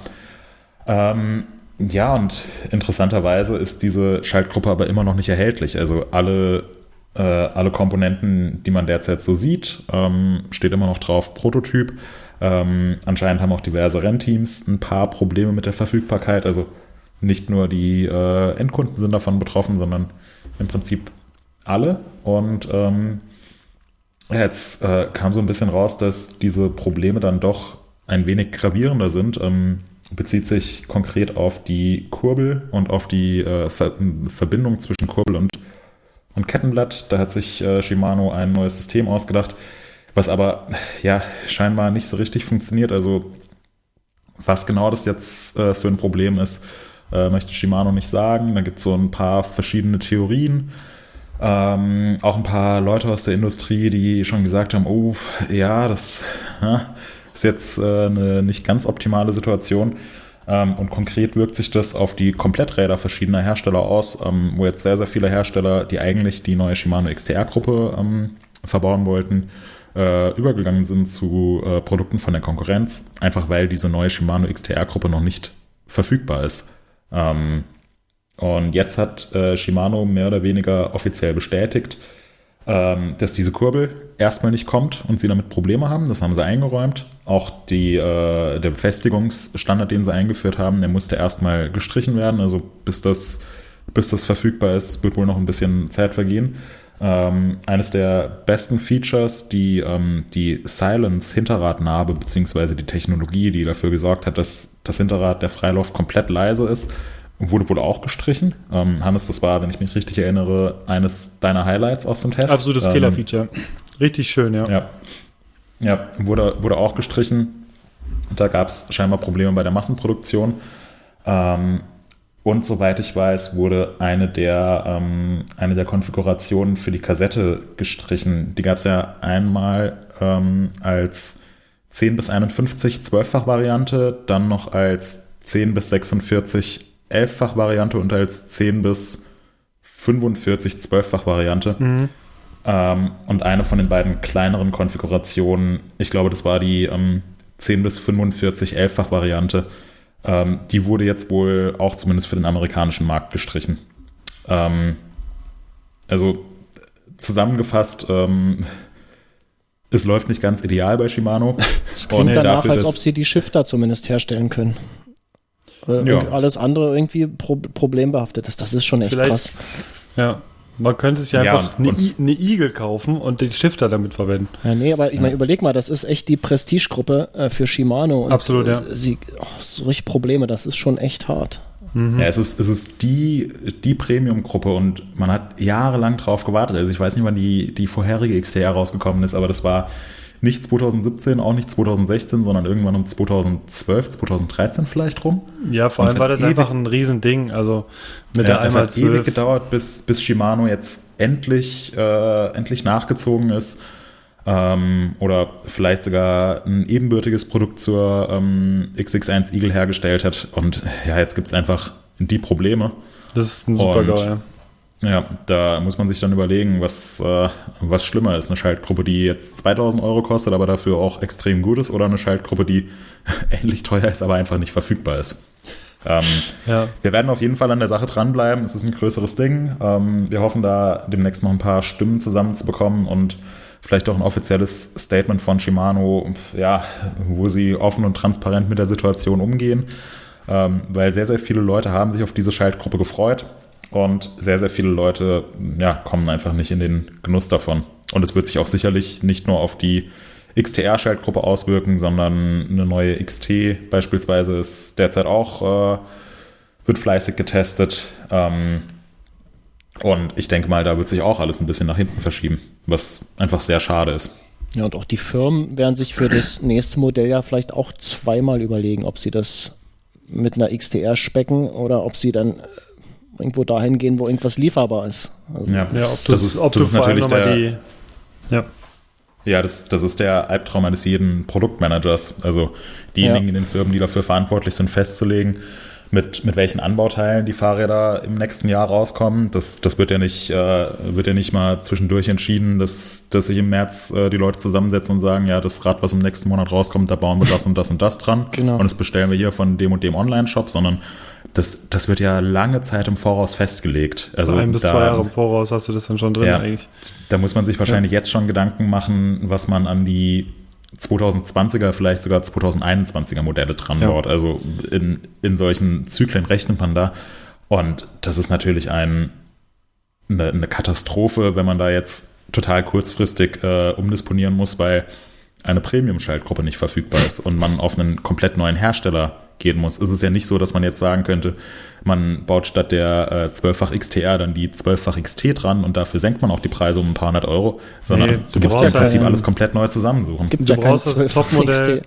Speaker 4: Ähm, ja, und interessanterweise ist diese Schaltgruppe aber immer noch nicht erhältlich. Also alle, äh, alle Komponenten, die man derzeit so sieht, ähm, steht immer noch drauf Prototyp. Ähm, anscheinend haben auch diverse Rennteams ein paar Probleme mit der Verfügbarkeit. Also nicht nur die äh, Endkunden sind davon betroffen, sondern im Prinzip alle. Und ähm, ja, jetzt äh, kam so ein bisschen raus, dass diese Probleme dann doch ein wenig gravierender sind. Ähm, bezieht sich konkret auf die Kurbel und auf die äh, Ver- Verbindung zwischen Kurbel und, und Kettenblatt. Da hat sich äh, Shimano ein neues System ausgedacht, was aber ja scheinbar nicht so richtig funktioniert. Also was genau das jetzt äh, für ein Problem ist, äh, möchte Shimano nicht sagen. Da gibt es so ein paar verschiedene Theorien. Ähm, auch ein paar Leute aus der Industrie, die schon gesagt haben, oh ja, das ja, ist jetzt äh, eine nicht ganz optimale Situation. Ähm, und konkret wirkt sich das auf die Kompletträder verschiedener Hersteller aus, ähm, wo jetzt sehr, sehr viele Hersteller, die eigentlich die neue Shimano X T R-Gruppe ähm, verbauen wollten, äh, übergegangen sind zu äh, Produkten von der Konkurrenz, einfach weil diese neue Shimano X T R-Gruppe noch nicht verfügbar ist. Ähm, und jetzt hat äh, Shimano mehr oder weniger offiziell bestätigt, ähm, dass diese Kurbel erstmal nicht kommt und sie damit Probleme haben. Das haben sie eingeräumt. Auch die, äh, der Befestigungsstandard, den sie eingeführt haben, der musste erstmal gestrichen werden. Also bis das, bis das verfügbar ist, wird wohl noch ein bisschen Zeit vergehen. Ähm, eines der besten Features, die ähm, die Silence-Hinterradnarbe beziehungsweise die Technologie, die dafür gesorgt hat, dass das Hinterrad der Freilauf komplett leise ist, wurde wohl auch gestrichen. Ähm, Hannes, das war, wenn ich mich richtig erinnere, eines deiner Highlights aus dem Test.
Speaker 2: Absolutes
Speaker 4: Ähm,
Speaker 2: Killer-Feature. Richtig schön, ja.
Speaker 4: Ja, ja wurde, wurde auch gestrichen. Da gab es scheinbar Probleme bei der Massenproduktion. Ähm, und soweit ich weiß, wurde eine der, ähm, eine der Konfigurationen für die Kassette gestrichen. Die gab es ja einmal ähm, als zehn bis einundfünfzig zwölffach-Variante, dann noch als zehn bis sechsundvierzig elffach-Variante und als zehn bis fünfundvierzig zwölffach-Variante.
Speaker 2: Mhm.
Speaker 4: Ähm, und eine von den beiden kleineren Konfigurationen, ich glaube, das war die ähm, zehn bis fünfundvierzig elffach-Variante, Ähm, die wurde jetzt wohl auch zumindest für den amerikanischen Markt gestrichen. Ähm, also zusammengefasst, ähm, es läuft nicht ganz ideal bei Shimano.
Speaker 1: Es klingt danach, dafür, als ob sie die Shifter zumindest herstellen können. Ja. Alles andere irgendwie pro- problembehaftet ist. Das ist schon echt Vielleicht, krass.
Speaker 2: Ja, man könnte sich ja einfach ja, eine, I- eine Igel kaufen und den Shifter damit verwenden.
Speaker 1: Ja, nee, aber ich meine, überleg mal, das ist echt die Prestigegruppe äh, für Shimano. Und
Speaker 2: Absolut, ja.
Speaker 1: Sie, oh, so richtig Probleme, das ist schon echt hart.
Speaker 4: Mhm. Ja, es ist, es ist die, die Premium-Gruppe und man hat jahrelang drauf gewartet. Also ich weiß nicht, wann die, die vorherige X T R rausgekommen ist, aber das war nicht zwanzig siebzehn, auch nicht zwanzig sechzehn, sondern irgendwann um zwanzig zwölf, zwanzig dreizehn vielleicht rum.
Speaker 2: Ja, vor allem war das ewig, einfach ein Riesending. Also mit
Speaker 4: ja,
Speaker 2: der einmal
Speaker 4: es hat ewig gedauert, bis, bis Shimano jetzt endlich, äh, endlich nachgezogen ist. Ähm, oder vielleicht sogar ein ebenbürtiges Produkt zur ähm, X X eins Eagle hergestellt hat. Und ja, jetzt gibt es einfach die Probleme.
Speaker 2: Das ist ein super GAU, ja.
Speaker 4: Ja, da muss man sich dann überlegen, was, äh, was schlimmer ist. Eine Schaltgruppe, die jetzt zweitausend Euro kostet, aber dafür auch extrem gut ist, oder eine Schaltgruppe, die ähnlich teuer ist, aber einfach nicht verfügbar ist. Ähm, ja. Wir werden auf jeden Fall an der Sache dranbleiben. Es ist ein größeres Ding. Ähm, wir hoffen, da demnächst noch ein paar Stimmen zusammenzubekommen und vielleicht auch ein offizielles Statement von Shimano, ja, wo sie offen und transparent mit der Situation umgehen. Ähm, weil sehr, sehr viele Leute haben sich auf diese Schaltgruppe gefreut. Und sehr, sehr viele Leute ja, kommen einfach nicht in den Genuss davon. Und es wird sich auch sicherlich nicht nur auf die X T R-Schaltgruppe auswirken, sondern eine neue X T beispielsweise ist derzeit auch, äh, wird fleißig getestet. Ähm, und ich denke mal, da wird sich auch alles ein bisschen nach hinten verschieben, was einfach sehr schade ist.
Speaker 1: Ja, und auch die Firmen werden sich für das nächste Modell ja vielleicht auch zweimal überlegen, ob sie das mit einer X T R specken oder ob sie dann irgendwo dahin gehen, wo irgendwas lieferbar ist. Also
Speaker 4: ja,
Speaker 2: ja, ob das, das ist, ob das ist natürlich der, die, ja.
Speaker 4: ja, das, das ist der Albtraum eines jeden Produktmanagers. Also diejenigen ja. in den Firmen, die dafür verantwortlich sind, festzulegen, mit, mit welchen Anbauteilen die Fahrräder im nächsten Jahr rauskommen. Das, das wird ja nicht, äh, wird ja nicht mal zwischendurch entschieden, dass, dass sich im März äh, die Leute zusammensetzen und sagen, ja, das Rad, was im nächsten Monat rauskommt, da bauen wir das und das und das dran.
Speaker 1: Genau.
Speaker 4: Und das bestellen wir hier von dem und dem Online-Shop, sondern Das, das wird ja lange Zeit im Voraus festgelegt.
Speaker 2: Also ein bis da, zwei Jahre im Voraus hast du das dann schon drin
Speaker 4: ja,
Speaker 2: eigentlich.
Speaker 4: Da muss man sich wahrscheinlich ja. jetzt schon Gedanken machen, was man an die zwanzig zwanziger, vielleicht sogar zwanzig einundzwanziger Modelle dran baut. Ja. Also in, in solchen Zyklen rechnet man da. Und das ist natürlich ein, eine, eine Katastrophe, wenn man da jetzt total kurzfristig äh, umdisponieren muss, weil eine Premium-Schaltgruppe nicht verfügbar ist und man auf einen komplett neuen Hersteller gehen muss. Es ist ja nicht so, dass man jetzt sagen könnte, man baut statt der äh, zwölffach X T R dann die zwölffach X T dran und dafür senkt man auch die Preise um ein paar hundert Euro, sondern nee, du, du musst ja im Prinzip alles komplett neu zusammensuchen.
Speaker 1: Gibt
Speaker 2: du
Speaker 1: ja
Speaker 2: brauchst das Topmodell.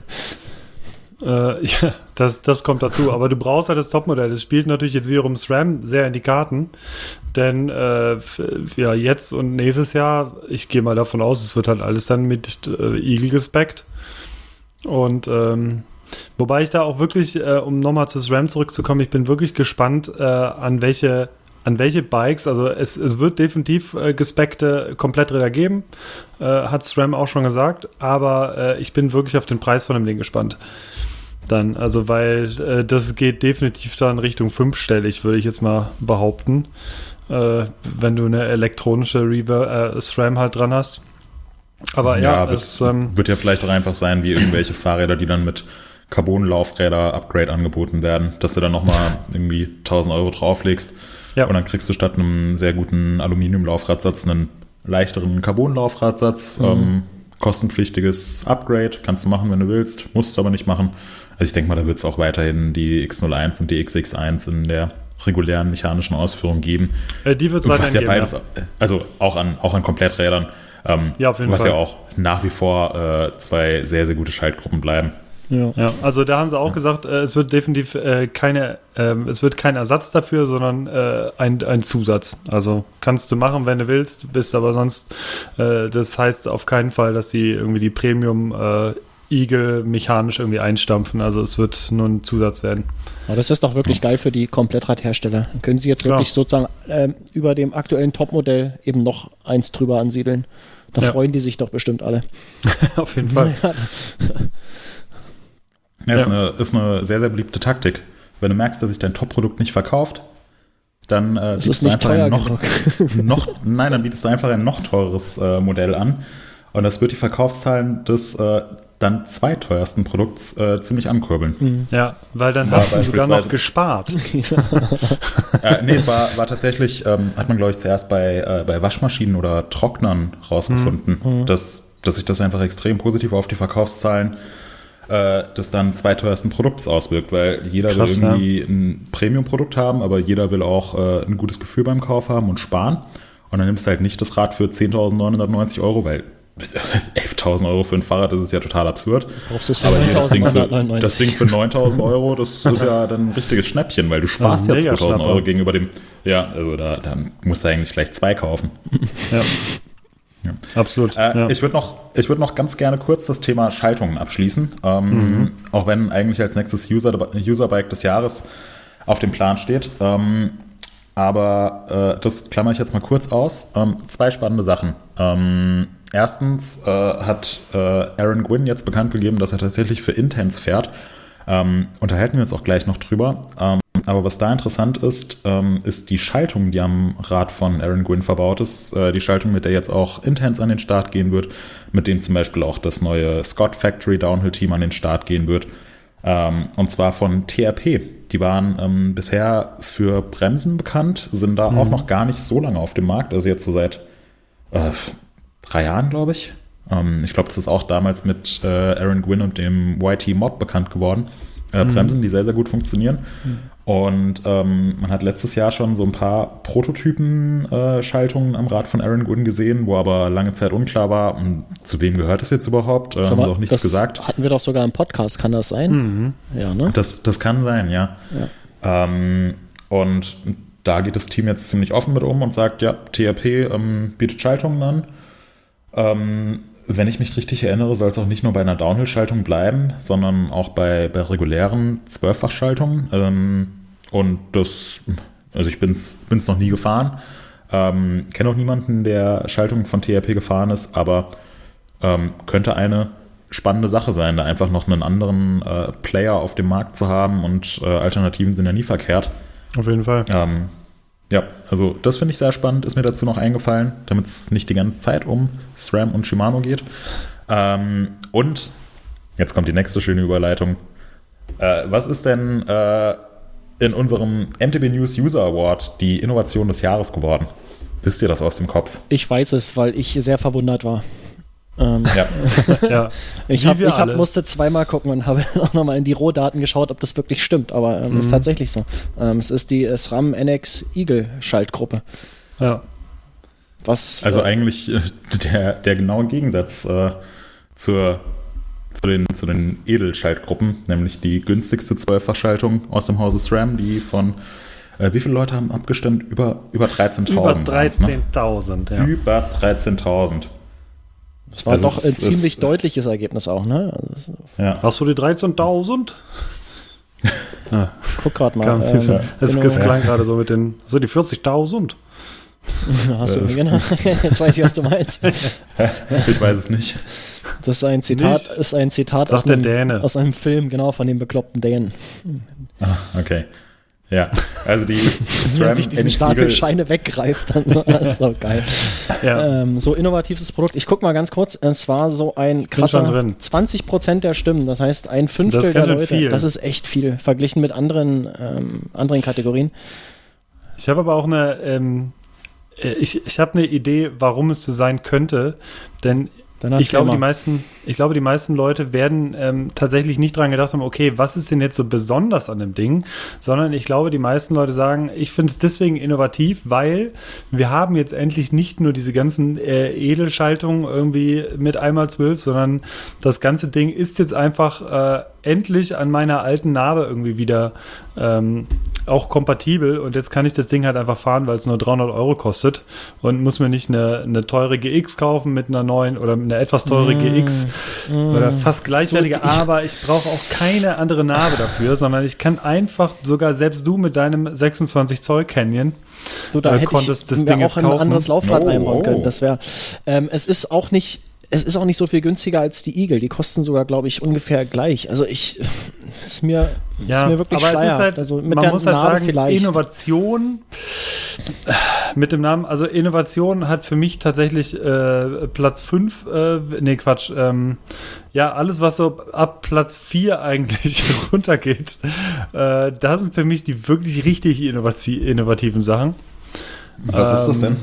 Speaker 2: Äh, ja, das, das kommt dazu. Aber du brauchst halt das Topmodell. Das spielt natürlich jetzt wiederum SRAM sehr in die Karten. Denn äh, ja, jetzt und nächstes Jahr, ich gehe mal davon aus, es wird halt alles dann mit äh, Eagle gespeckt. Und ähm, wobei ich da auch wirklich, äh, um nochmal zu SRAM zurückzukommen, ich bin wirklich gespannt, äh, an welche an welche Bikes, also es, es wird definitiv äh, gespeckte Kompletträder geben, äh, hat SRAM auch schon gesagt, aber äh, ich bin wirklich auf den Preis von dem Ding gespannt. Dann, also weil äh, das geht definitiv dann Richtung fünfstellig, würde ich jetzt mal behaupten, äh, wenn du eine elektronische Rever- äh, SRAM halt dran hast. Aber ja,
Speaker 4: ja
Speaker 2: es
Speaker 4: wird,
Speaker 2: ähm,
Speaker 4: wird ja vielleicht auch einfach sein, wie irgendwelche Fahrräder, die dann mit Carbon-Laufräder-Upgrade angeboten werden, dass du dann nochmal irgendwie tausend Euro drauflegst. Ja. Und dann kriegst du statt einem sehr guten Aluminium-Laufradsatz einen leichteren Carbon-Laufradsatz. Mhm. Ähm, kostenpflichtiges Upgrade, kannst du machen, wenn du willst, musst du aber nicht machen. Also ich denke mal, da wird es auch weiterhin die X null eins und die X X eins in der regulären mechanischen Ausführung geben.
Speaker 2: Äh, die wird es weiterhin
Speaker 4: ja
Speaker 2: geben,
Speaker 4: beides, ja. Also auch an, auch an Kompletträdern. Ähm,
Speaker 2: ja, auf jeden
Speaker 4: was
Speaker 2: Fall.
Speaker 4: ja auch nach wie vor äh, zwei sehr, sehr gute Schaltgruppen bleiben.
Speaker 2: Ja. ja, also da haben sie auch ja. gesagt, äh, es wird definitiv äh, keine, äh, es wird kein Ersatz dafür, sondern äh, ein, ein Zusatz. Also kannst du machen, wenn du willst, bist aber sonst, äh, das heißt auf keinen Fall, dass die irgendwie die Premium äh, Eagle mechanisch irgendwie einstampfen. Also es wird nur ein Zusatz werden.
Speaker 1: Aber das ist doch wirklich ja. geil für die Komplettradhersteller. Dann können sie jetzt wirklich ja. sozusagen äh, über dem aktuellen Topmodell eben noch eins drüber ansiedeln. Da ja. freuen die sich doch bestimmt alle.
Speaker 2: Auf jeden Fall.
Speaker 1: Ja.
Speaker 4: Ja, ist,
Speaker 2: Ja.
Speaker 4: eine, ist eine sehr, sehr beliebte Taktik. Wenn du merkst, dass sich dein Top-Produkt nicht verkauft, dann äh,
Speaker 1: Es
Speaker 4: bietest
Speaker 1: ist
Speaker 4: du
Speaker 1: nicht
Speaker 4: einfach
Speaker 1: teuer
Speaker 4: ein noch,
Speaker 1: genug.
Speaker 4: noch, nein, dann bietest du einfach ein noch teureres äh, Modell an. Und das wird die Verkaufszahlen des äh, dann zweiteuersten Produkts äh, ziemlich ankurbeln.
Speaker 2: Ja, weil dann
Speaker 4: War
Speaker 2: hast du sogar noch
Speaker 4: beispielsweise-
Speaker 2: gespart.
Speaker 4: Äh, nee, es war, war tatsächlich, ähm, hat man, glaube ich, zuerst bei, äh, bei Waschmaschinen oder Trocknern rausgefunden, dass, dass sich das einfach extrem positiv auf die Verkaufszahlen äh, des dann zweiteuersten Produkts auswirkt, weil jeder
Speaker 2: Krass,
Speaker 4: will irgendwie ein Premium-Produkt haben, aber jeder will auch äh, ein gutes Gefühl beim Kauf haben und sparen. Und dann nimmst du halt nicht das Rad für zehntausendneunhundertneunzig Euro, weil elftausend Euro für ein Fahrrad, das ist ja total absurd.
Speaker 1: Kaufst du es für
Speaker 4: Aber hier das Ding für,
Speaker 1: neuntausendneunhundertneunundneunzig.
Speaker 4: das Ding für neuntausend Euro, das ist ja dann ein richtiges Schnäppchen, weil du sparst
Speaker 2: Ja,
Speaker 4: ja
Speaker 2: mega
Speaker 4: zweitausend Euro
Speaker 2: Schnapper.
Speaker 4: gegenüber dem, ja, also da, da musst du eigentlich gleich zwei kaufen.
Speaker 2: Ja. Absolut.
Speaker 4: Äh,
Speaker 2: ja.
Speaker 4: Ich würde noch, ich würd noch ganz gerne kurz das Thema Schaltungen abschließen, ähm,
Speaker 2: Mhm.
Speaker 4: auch wenn eigentlich als nächstes User, Userbike des Jahres auf dem Plan steht. Ähm, aber äh, das klammere ich jetzt mal kurz aus. Ähm, zwei spannende Sachen. Ähm, erstens äh, hat äh, Aaron Gwynn jetzt bekannt gegeben, dass er tatsächlich für Intense fährt. Ähm, unterhalten wir uns auch gleich noch drüber. Ähm, aber was da interessant ist, ähm, ist die Schaltung, die am Rad von Aaron Gwynn verbaut ist. Äh, die Schaltung, mit der jetzt auch Intense an den Start gehen wird, mit dem zum Beispiel auch das neue Scott Factory Downhill Team an den Start gehen wird. Ähm, und zwar von T R P. Die waren ähm, bisher für Bremsen bekannt, sind da auch noch gar nicht so lange auf dem Markt. Also jetzt so seit äh, drei Jahren, glaube ich. Ähm, ich glaube, das ist auch damals mit äh, Aaron Gwynn und dem Y T Mob bekannt geworden. Äh, Bremsen, die sehr, sehr gut funktionieren. Und ähm, man hat letztes Jahr schon so ein paar Prototypen-Schaltungen äh, am Rad von Aaron Gwynn gesehen, wo aber lange Zeit unklar war, mh, zu wem gehört es jetzt überhaupt. Äh,
Speaker 1: Sag
Speaker 4: haben
Speaker 1: mal,
Speaker 4: sie auch nichts
Speaker 1: das
Speaker 4: gesagt.
Speaker 1: hatten wir doch sogar im Podcast, kann das sein? Ja, ne?
Speaker 4: Das, das kann sein, ja. Ähm, und da geht das Team jetzt ziemlich offen mit um und sagt, ja, T R P ähm, bietet Schaltungen an. Ähm, wenn ich mich richtig erinnere, soll es auch nicht nur bei einer Downhill-Schaltung bleiben, sondern auch bei, bei regulären Zwölffachschaltungen. Ähm, und das, also ich bin es noch nie gefahren. Ähm, kenne auch niemanden, der Schaltungen von T R P gefahren ist, aber ähm, könnte eine spannende Sache sein, da einfach noch einen anderen äh, Player auf dem Markt zu haben, und äh, Alternativen sind ja nie verkehrt.
Speaker 2: Auf jeden Fall.
Speaker 4: Ähm, ja, also das finde ich sehr spannend, ist mir dazu noch eingefallen, damit es nicht die ganze Zeit um SRAM und Shimano geht. Ähm, und, jetzt kommt die nächste schöne Überleitung. Äh, was ist denn äh, in unserem M T B News User Award die Innovation des Jahres geworden? Wisst ihr das aus dem Kopf?
Speaker 1: Ich weiß es, weil ich sehr verwundert war. Ähm,
Speaker 4: Ja.
Speaker 2: Ja.
Speaker 1: ich
Speaker 2: Wie
Speaker 1: hab,
Speaker 2: wir
Speaker 1: ich hab,
Speaker 2: alle.
Speaker 1: musste zweimal gucken und habe dann auch nochmal in die Rohdaten geschaut, ob das wirklich stimmt. Aber ähm,
Speaker 2: Mhm.
Speaker 1: ist tatsächlich so. Ähm, es ist die SRAM N X Eagle Schaltgruppe.
Speaker 2: Ja.
Speaker 1: Was,
Speaker 4: Also
Speaker 1: äh,
Speaker 4: eigentlich äh, der, der genaue Gegensatz äh, zur, zu den, zu den Edelschaltgruppen, nämlich die günstigste Zwölffachschaltung aus dem Hause SRAM, die von, äh, wie viele Leute haben abgestimmt? Über, über dreizehntausend.
Speaker 2: Über
Speaker 4: waren's, ne?
Speaker 2: dreizehntausend, ja.
Speaker 4: Über dreizehntausend.
Speaker 1: das war
Speaker 4: also
Speaker 1: doch
Speaker 4: es
Speaker 1: ein
Speaker 4: ist-
Speaker 1: ziemlich deutliches Ergebnis auch, ne? Also,
Speaker 4: Ja.
Speaker 2: Hast du die dreizehntausend?
Speaker 1: guck gerade mal.
Speaker 2: Kam-
Speaker 1: Ähm,
Speaker 2: Es
Speaker 1: genau.
Speaker 2: es klang gerade so mit den, so die vierzigtausend.
Speaker 1: Hast du,
Speaker 4: Das-
Speaker 1: genau. Jetzt weiß ich, was du meinst.
Speaker 4: Ich weiß es nicht.
Speaker 1: Das ist ein Zitat,
Speaker 2: Nicht?
Speaker 1: ist ein Zitat
Speaker 2: Das
Speaker 1: aus
Speaker 2: ist der
Speaker 1: einem,
Speaker 2: Däne.
Speaker 1: aus einem Film, genau, von dem bekloppten Dänen.
Speaker 4: Ah, okay. Ja, also die
Speaker 1: Wie er
Speaker 4: SRAM
Speaker 1: sich diesen
Speaker 4: N X
Speaker 1: Stapel
Speaker 4: Eagle-
Speaker 1: Scheine weggreift. Dann so, das ist auch geil.
Speaker 2: Ja.
Speaker 1: Ähm, so innovatives Produkt. Ich guck mal ganz kurz. Es war so ein
Speaker 2: schon
Speaker 1: krasser
Speaker 2: drin.
Speaker 1: zwanzig Prozent der Stimmen. Das heißt, ein Fünftel
Speaker 2: Das ist
Speaker 1: der
Speaker 2: ganz schön
Speaker 1: Leute.
Speaker 2: viel.
Speaker 1: Das ist echt viel, verglichen mit anderen, ähm, anderen Kategorien.
Speaker 2: Ich habe aber auch eine, ähm, äh, ich, ich habe eine Idee, warum es so sein könnte, denn
Speaker 1: Dann
Speaker 2: ich
Speaker 1: erzähl
Speaker 2: glaube,
Speaker 1: mal.
Speaker 2: die meisten, ich glaube, die meisten Leute werden ähm, tatsächlich nicht dran gedacht haben, okay, was ist denn jetzt so besonders an dem Ding, sondern ich glaube, die meisten Leute sagen, ich finde es deswegen innovativ, weil wir haben jetzt endlich nicht nur diese ganzen äh, Edelschaltungen irgendwie mit einmal zwölf, sondern das ganze Ding ist jetzt einfach äh, endlich an meiner alten Narbe irgendwie wieder ähm, auch kompatibel, und jetzt kann ich das Ding halt einfach fahren, weil es nur dreihundert Euro kostet und muss mir nicht eine, eine teure G X kaufen mit einer neuen oder eine etwas teure G X oder fast gleichwertige,
Speaker 1: Du, ich-
Speaker 2: aber ich brauche auch keine andere Narbe dafür, sondern ich kann einfach, sogar selbst du mit deinem sechsundzwanzig Zoll Canyon,
Speaker 1: Du, da
Speaker 2: äh,
Speaker 1: hätte ich
Speaker 2: konntest das
Speaker 1: mir
Speaker 2: Ding
Speaker 1: auch
Speaker 2: jetzt
Speaker 1: ein
Speaker 2: kaufen.
Speaker 1: anderes Laufrad
Speaker 4: Oh,
Speaker 1: einbauen
Speaker 4: oh.
Speaker 1: können. Das wäre, ähm, es ist auch nicht es ist auch nicht so viel günstiger als die Eagle. Die kosten sogar, glaube ich, ungefähr gleich. Also ich, ist mir,
Speaker 2: ja,
Speaker 1: ist mir wirklich
Speaker 2: aber
Speaker 1: schleierhaft.
Speaker 2: Es ist halt,
Speaker 1: also mit
Speaker 2: man
Speaker 1: der
Speaker 2: muss halt
Speaker 1: Narbe
Speaker 2: sagen,
Speaker 1: vielleicht.
Speaker 2: Innovation mit dem Namen, also Innovation hat für mich tatsächlich äh, Platz fünf, äh, nee, Quatsch, ähm, ja, alles, was so ab Platz vier eigentlich runtergeht, äh, da sind für mich die wirklich richtig innovati- innovativen Sachen.
Speaker 4: Was ähm, ist das denn?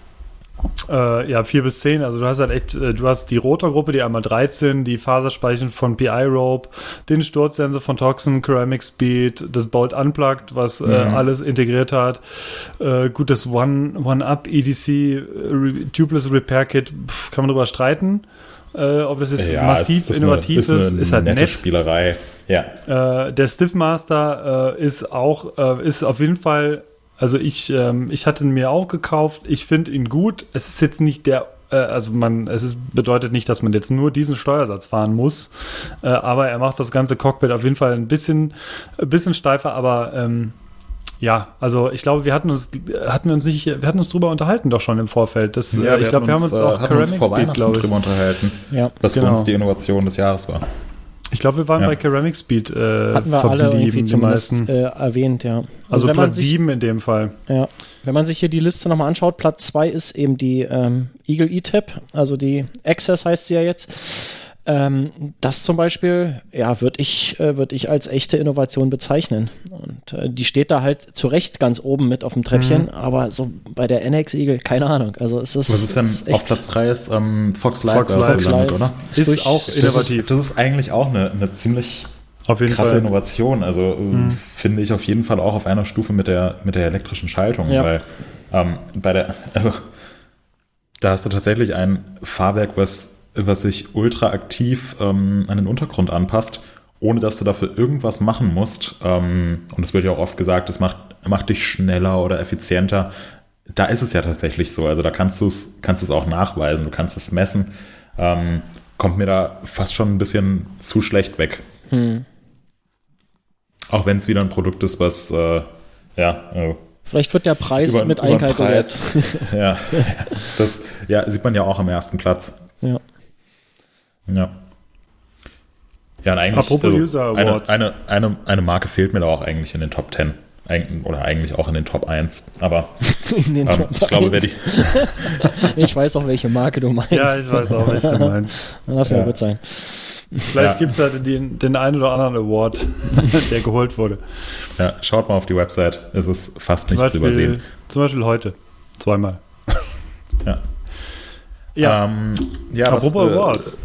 Speaker 2: Äh, ja, vier bis zehn, also du hast halt echt, äh, du hast die Rotorgruppe, die einmal dreizehn, die Faserspeichen von P I-Rope, den Sturzsensor von Toxin, Ceramic Speed, das Bolt Unplugged, was äh, mhm. alles integriert hat, äh, gut, das One, One-Up E D C Re- Tubeless Repair Kit, pf, kann man drüber streiten, äh, ob das jetzt
Speaker 4: ja,
Speaker 2: massiv
Speaker 4: ist
Speaker 2: innovativ ist,
Speaker 4: eine, ist, eine
Speaker 2: ist halt
Speaker 4: nette
Speaker 2: nett.
Speaker 4: Spielerei, ja.
Speaker 2: Äh, der Stiffmaster äh, ist auch, äh, ist auf jeden Fall. Also ich, ähm, ich hatte ihn mir auch gekauft. Ich finde ihn gut. Es ist jetzt nicht der, äh, also man, es ist, bedeutet nicht, dass man jetzt nur diesen Steuersatz fahren muss. Äh, aber er macht das ganze Cockpit auf jeden Fall ein bisschen, ein bisschen steifer. Aber ähm, ja, also ich glaube, wir hatten uns, hatten wir uns nicht, wir hatten uns drüber unterhalten doch schon im Vorfeld. Das,
Speaker 4: ja,
Speaker 2: äh, ich glaube, wir haben uns auch
Speaker 4: äh, Ceramic
Speaker 2: Speed, glaube ich,
Speaker 4: drüber unterhalten.
Speaker 1: Ja,
Speaker 4: was
Speaker 2: genau.
Speaker 4: für uns die Innovation des Jahres war.
Speaker 2: Ich glaube, wir waren
Speaker 4: ja.
Speaker 2: bei Ceramic Speed äh,
Speaker 1: hatten wir alle irgendwie zumindest äh, erwähnt, ja.
Speaker 2: Also, also
Speaker 1: wenn man
Speaker 2: Platz
Speaker 1: sich,
Speaker 2: sieben in dem Fall.
Speaker 1: Ja, wenn man sich hier die Liste nochmal anschaut, Platz zwei ist eben die ähm, Eagle E-Tab, also die Access heißt sie ja jetzt. Ähm, das zum Beispiel, ja, würde ich, äh, würd ich als echte Innovation bezeichnen. Und äh, die steht da halt zu Recht ganz oben mit auf dem Treppchen, mhm. aber so bei der N X Eagle, keine Ahnung. Also es ist,
Speaker 4: was ist denn
Speaker 1: ist
Speaker 4: auf Platz drei ist ähm, Fox Live,
Speaker 2: Fox Live
Speaker 4: gelandet, oder?
Speaker 2: Ist, ist auch innovativ.
Speaker 4: Das ist, das ist eigentlich auch eine, eine ziemlich
Speaker 2: auf jeden
Speaker 4: krasse
Speaker 2: Fall.
Speaker 4: Innovation. Also mhm. finde ich auf jeden Fall auch auf einer Stufe mit der, mit der elektrischen Schaltung,
Speaker 1: ja.
Speaker 4: weil ähm, bei der, also da hast du tatsächlich ein Fahrwerk, was was sich ultra aktiv ähm, an den Untergrund anpasst, ohne dass du dafür irgendwas machen musst. Ähm, und es wird ja auch oft gesagt, es macht, macht dich schneller oder effizienter. Da ist es ja tatsächlich so. Also da kannst du es kannst auch nachweisen, du kannst es messen. Ähm, kommt mir da fast schon ein bisschen zu schlecht weg. Hm. Auch wenn es wieder ein Produkt ist, was äh, ja äh,
Speaker 1: vielleicht wird der Preis über, mit einkalkuliert.
Speaker 4: ja, das ja, sieht man ja auch am ersten Platz.
Speaker 1: Ja.
Speaker 4: Ja. Ja, und eigentlich
Speaker 2: Apropos
Speaker 4: also
Speaker 2: User Awards.
Speaker 4: Eine, eine, eine, eine Marke fehlt mir da auch eigentlich in den Top zehn. Eig- oder eigentlich auch in den Top eins. Aber
Speaker 1: in den
Speaker 4: ähm,
Speaker 1: Top
Speaker 4: ich glaube, wer die.
Speaker 1: Ich weiß auch, welche Marke du meinst.
Speaker 2: Ja, ich weiß auch, welche du meinst.
Speaker 1: Dann lass mir
Speaker 4: ja.
Speaker 1: gut sein.
Speaker 2: Vielleicht
Speaker 4: ja.
Speaker 2: gibt es ja den, den einen oder anderen Award, der geholt wurde.
Speaker 4: Ja, schaut mal auf die Website. Es ist fast
Speaker 2: Zum
Speaker 4: nichts zu
Speaker 2: Beispiel,
Speaker 4: übersehen.
Speaker 2: Zum Beispiel heute. Zweimal.
Speaker 4: Ja.
Speaker 2: Ja.
Speaker 4: Ähm, ja
Speaker 2: Apropos
Speaker 4: was, äh,
Speaker 2: Awards.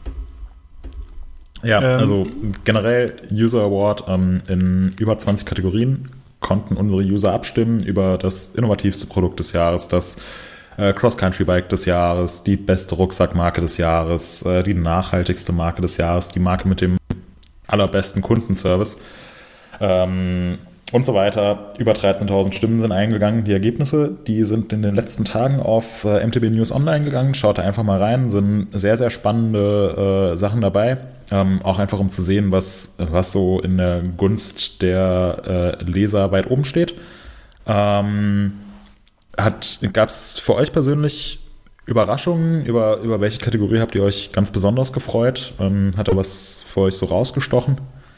Speaker 4: Ja,
Speaker 2: ähm,
Speaker 4: also generell User Award ähm, in über zwanzig Kategorien konnten unsere User abstimmen über das innovativste Produkt des Jahres, das äh, Cross-Country-Bike des Jahres, die beste Rucksackmarke des Jahres, äh, die nachhaltigste Marke des Jahres, die Marke mit dem allerbesten Kundenservice ähm, und so weiter. Über dreizehntausend Stimmen sind eingegangen. Die Ergebnisse, die sind in den letzten Tagen auf äh, M T B News Online gegangen. Schaut da einfach mal rein. Sind sehr, sehr spannende äh, Sachen dabei. Ähm, auch einfach, um zu sehen, was, was so in der Gunst der äh, Leser weit oben steht. Ähm, Gab es für euch persönlich Überraschungen? Über, über welche Kategorie habt ihr euch ganz besonders gefreut? Ähm, hat da was für euch so rausgestochen?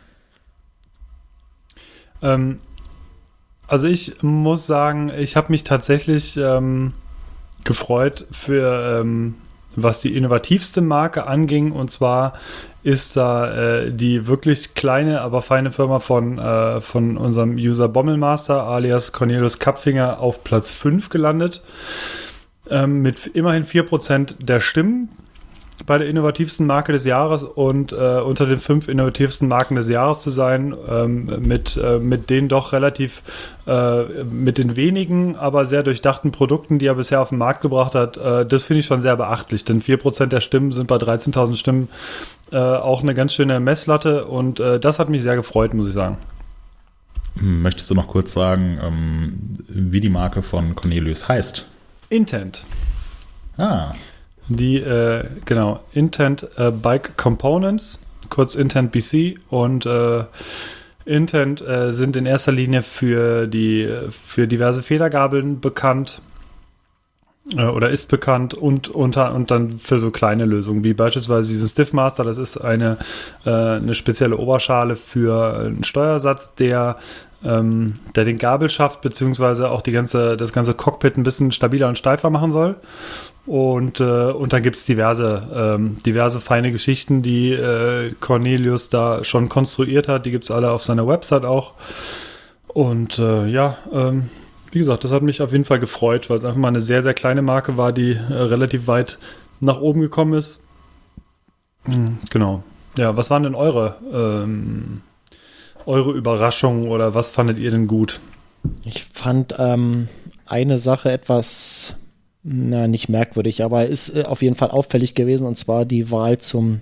Speaker 2: Ähm, also ich muss sagen, ich habe mich tatsächlich ähm, gefreut für, ähm, was die innovativste Marke anging. Und zwar ist da äh, die wirklich kleine, aber feine Firma von, äh, von unserem User Bommelmaster alias Cornelius Kapfinger auf Platz fünf gelandet. Ähm, mit immerhin vier Prozent der Stimmen bei der innovativsten Marke des Jahres und äh, unter den fünf innovativsten Marken des Jahres zu sein, ähm, mit, äh, mit den doch relativ, äh, mit den wenigen, aber sehr durchdachten Produkten, die er bisher auf den Markt gebracht hat. Äh, das finde ich schon sehr beachtlich, denn vier Prozent der Stimmen sind bei dreizehntausend Stimmen äh, auch eine ganz schöne Messlatte und äh, das hat mich sehr gefreut, muss ich sagen.
Speaker 4: Möchtest du noch kurz sagen, ähm, wie die Marke von Cornelius heißt?
Speaker 2: Intent.
Speaker 4: Ah,
Speaker 2: Die, äh, genau, Intent äh, Bike Components, kurz Intent B C und äh, Intent äh, sind in erster Linie für die für diverse Federgabeln bekannt. äh, oder ist bekannt und, unter, und dann für so kleine Lösungen, wie beispielsweise diesen Stiffmaster, das ist eine, äh, eine spezielle Oberschale für einen Steuersatz, der ähm, der den Gabelschaft beziehungsweise auch die ganze, das ganze Cockpit ein bisschen stabiler und steifer machen soll. Und, äh, und dann gibt es diverse, ähm, diverse feine Geschichten, die äh, Cornelius da schon konstruiert hat. Die gibt es alle auf seiner Website auch. Und äh, ja, ähm, wie gesagt, das hat mich auf jeden Fall gefreut, weil es einfach mal eine sehr, sehr kleine Marke war, die äh, relativ weit nach oben gekommen ist. Mhm, genau. Ja, was waren denn eure, ähm, eure Überraschungen oder was fandet ihr denn gut?
Speaker 1: Ich fand ähm, eine Sache etwas, na, nicht merkwürdig, aber ist äh, auf jeden Fall auffällig gewesen, und zwar die Wahl zum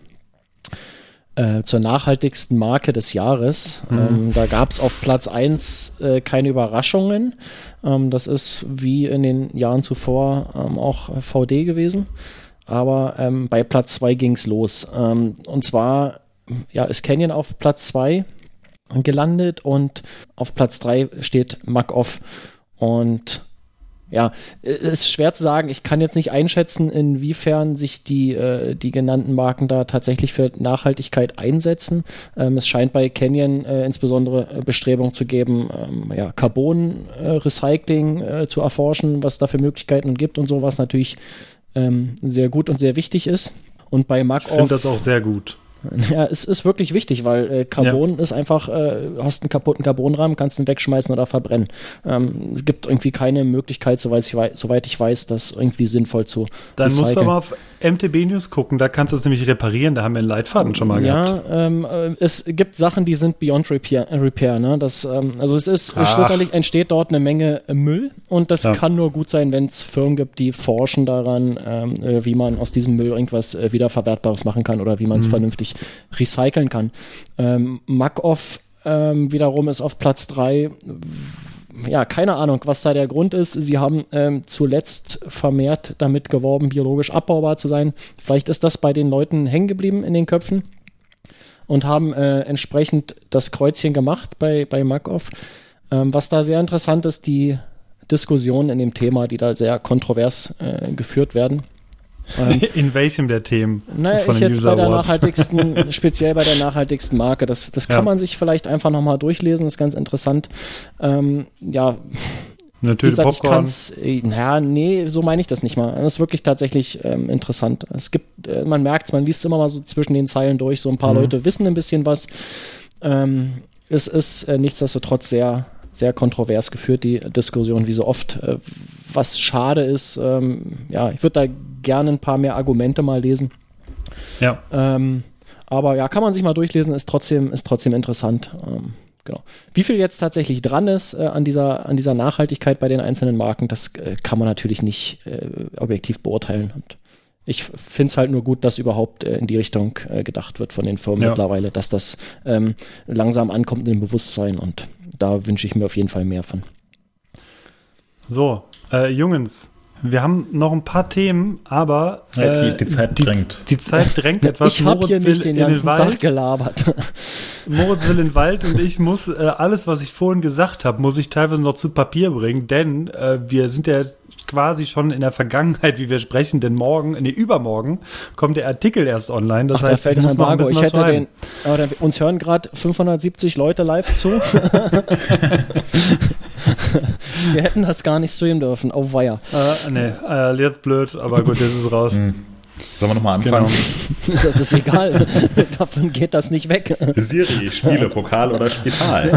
Speaker 1: äh, zur nachhaltigsten Marke des Jahres. Mhm. Ähm, da gab es auf Platz eins äh, keine Überraschungen. Ähm, das ist wie in den Jahren zuvor ähm, auch V D gewesen. Aber ähm, bei Platz zwei ging es los. Ähm, und zwar ja, ist Canyon auf Platz zwei gelandet und auf Platz drei steht Mach-Off. Und ja, es ist schwer zu sagen. Ich kann jetzt nicht einschätzen, inwiefern sich die, äh, die genannten Marken da tatsächlich für Nachhaltigkeit einsetzen. Ähm, es scheint bei Canyon äh, insbesondere Bestrebungen zu geben, ähm, ja, Carbon-Recycling äh, zu erforschen, was da für Möglichkeiten gibt und so, was natürlich ähm, sehr gut und sehr wichtig ist. Und bei Mach-Off,
Speaker 2: ich finde das auch sehr gut.
Speaker 1: Ja, es ist wirklich wichtig, weil äh, Carbon ja. ist einfach, äh, hast einen kaputten Carbonrahmen, kannst ihn wegschmeißen oder verbrennen. Ähm, es gibt irgendwie keine Möglichkeit, soweit ich, wei- soweit ich weiß, das irgendwie sinnvoll zu
Speaker 2: Dann
Speaker 1: recyceln.
Speaker 2: musst du mal auf M T B News gucken, da kannst du es nämlich reparieren, da haben wir einen Leitfaden schon mal
Speaker 1: ja,
Speaker 2: gehabt.
Speaker 1: Ja, ähm, äh, es gibt Sachen, die sind beyond repair, äh, repair ne? Das, ähm, also es ist, Ach. schlussendlich entsteht dort eine Menge äh, Müll, und das ja. kann nur gut sein, wenn es Firmen gibt, die forschen daran, ähm, äh, wie man aus diesem Müll irgendwas äh, wiederverwertbares machen kann oder wie man es mhm. vernünftig recyceln kann. Ähm, Mach-Off ähm, wiederum ist auf Platz drei. Ja, keine Ahnung, was da der Grund ist. Sie haben ähm, zuletzt vermehrt damit geworben, biologisch abbaubar zu sein. Vielleicht ist das bei den Leuten hängen geblieben in den Köpfen und haben äh, entsprechend das Kreuzchen gemacht bei, bei Mach-Off. Ähm, was da sehr interessant ist, die Diskussionen in dem Thema, die da sehr kontrovers äh, geführt werden.
Speaker 2: Ähm, in welchem der Themen?
Speaker 1: Naja,
Speaker 2: von
Speaker 1: ich
Speaker 2: den
Speaker 1: jetzt
Speaker 2: User
Speaker 1: bei der
Speaker 2: Awards?
Speaker 1: nachhaltigsten, speziell bei der nachhaltigsten Marke. Das, das kann
Speaker 2: Ja.
Speaker 1: man sich vielleicht einfach nochmal durchlesen, ist ganz interessant. Ähm, ja,
Speaker 2: Eine
Speaker 1: wie
Speaker 2: Tüte
Speaker 1: gesagt, ich
Speaker 2: Popcorn.
Speaker 1: kann's, äh, naja, nee, so meine ich das nicht mal. Das ist wirklich tatsächlich ähm, interessant. Es gibt, äh, man merkt es, man liest immer mal so zwischen den Zeilen durch, so ein paar
Speaker 2: Mhm.
Speaker 1: Leute wissen ein bisschen was. Ähm, es ist äh, nichtsdestotrotz sehr, sehr kontrovers geführt, die Diskussion, wie so oft. Äh, was schade ist, ähm, ja, ich würde da gerne ein paar mehr Argumente mal lesen.
Speaker 2: Ja.
Speaker 1: Ähm, aber ja, kann man sich mal durchlesen, ist trotzdem, ist trotzdem interessant. Ähm, genau. Wie viel jetzt tatsächlich dran ist äh, an, dieser, an dieser Nachhaltigkeit bei den einzelnen Marken, das äh, kann man natürlich nicht äh, objektiv beurteilen. Und ich finde es halt nur gut, dass überhaupt äh, in die Richtung äh, gedacht wird von den Firmen
Speaker 2: Ja.
Speaker 1: mittlerweile, dass das ähm, langsam ankommt in dem Bewusstsein, und da wünsche ich mir auf jeden Fall mehr von.
Speaker 2: So, äh, Jungs, wir haben noch ein paar Themen, aber äh,
Speaker 4: Ja, die- die Zeit drängt.
Speaker 2: Die Zeit drängt etwas.
Speaker 1: Ich habe
Speaker 2: Moritz
Speaker 1: hier
Speaker 2: will
Speaker 1: nicht den
Speaker 2: in den
Speaker 1: ganzen Tag
Speaker 2: Wald.
Speaker 1: gelabert.
Speaker 2: Moritz will in den Wald und ich muss äh, alles, was ich vorhin gesagt habe, muss ich teilweise noch zu Papier bringen, denn äh, wir sind ja quasi schon in der Vergangenheit, wie wir sprechen, denn morgen, nee, übermorgen kommt der Artikel erst online. Das
Speaker 1: Ach, da
Speaker 2: heißt,
Speaker 1: fällt
Speaker 2: ich
Speaker 1: das
Speaker 2: muss noch ein
Speaker 1: Embargo.
Speaker 2: bisschen
Speaker 1: Ich
Speaker 2: was
Speaker 1: hätte
Speaker 2: schreiben.
Speaker 1: den, aber da, uns hören gerade fünfhundertsiebzig Leute live zu. Wir hätten das gar nicht streamen dürfen. Oh weia.
Speaker 2: Äh, nee, äh, jetzt blöd, aber gut, jetzt ist es raus.
Speaker 4: Hm. Sollen wir nochmal anfangen?
Speaker 1: Das ist egal. Davon geht das nicht weg.
Speaker 4: Siri, Spiele, Pokal oder Spital?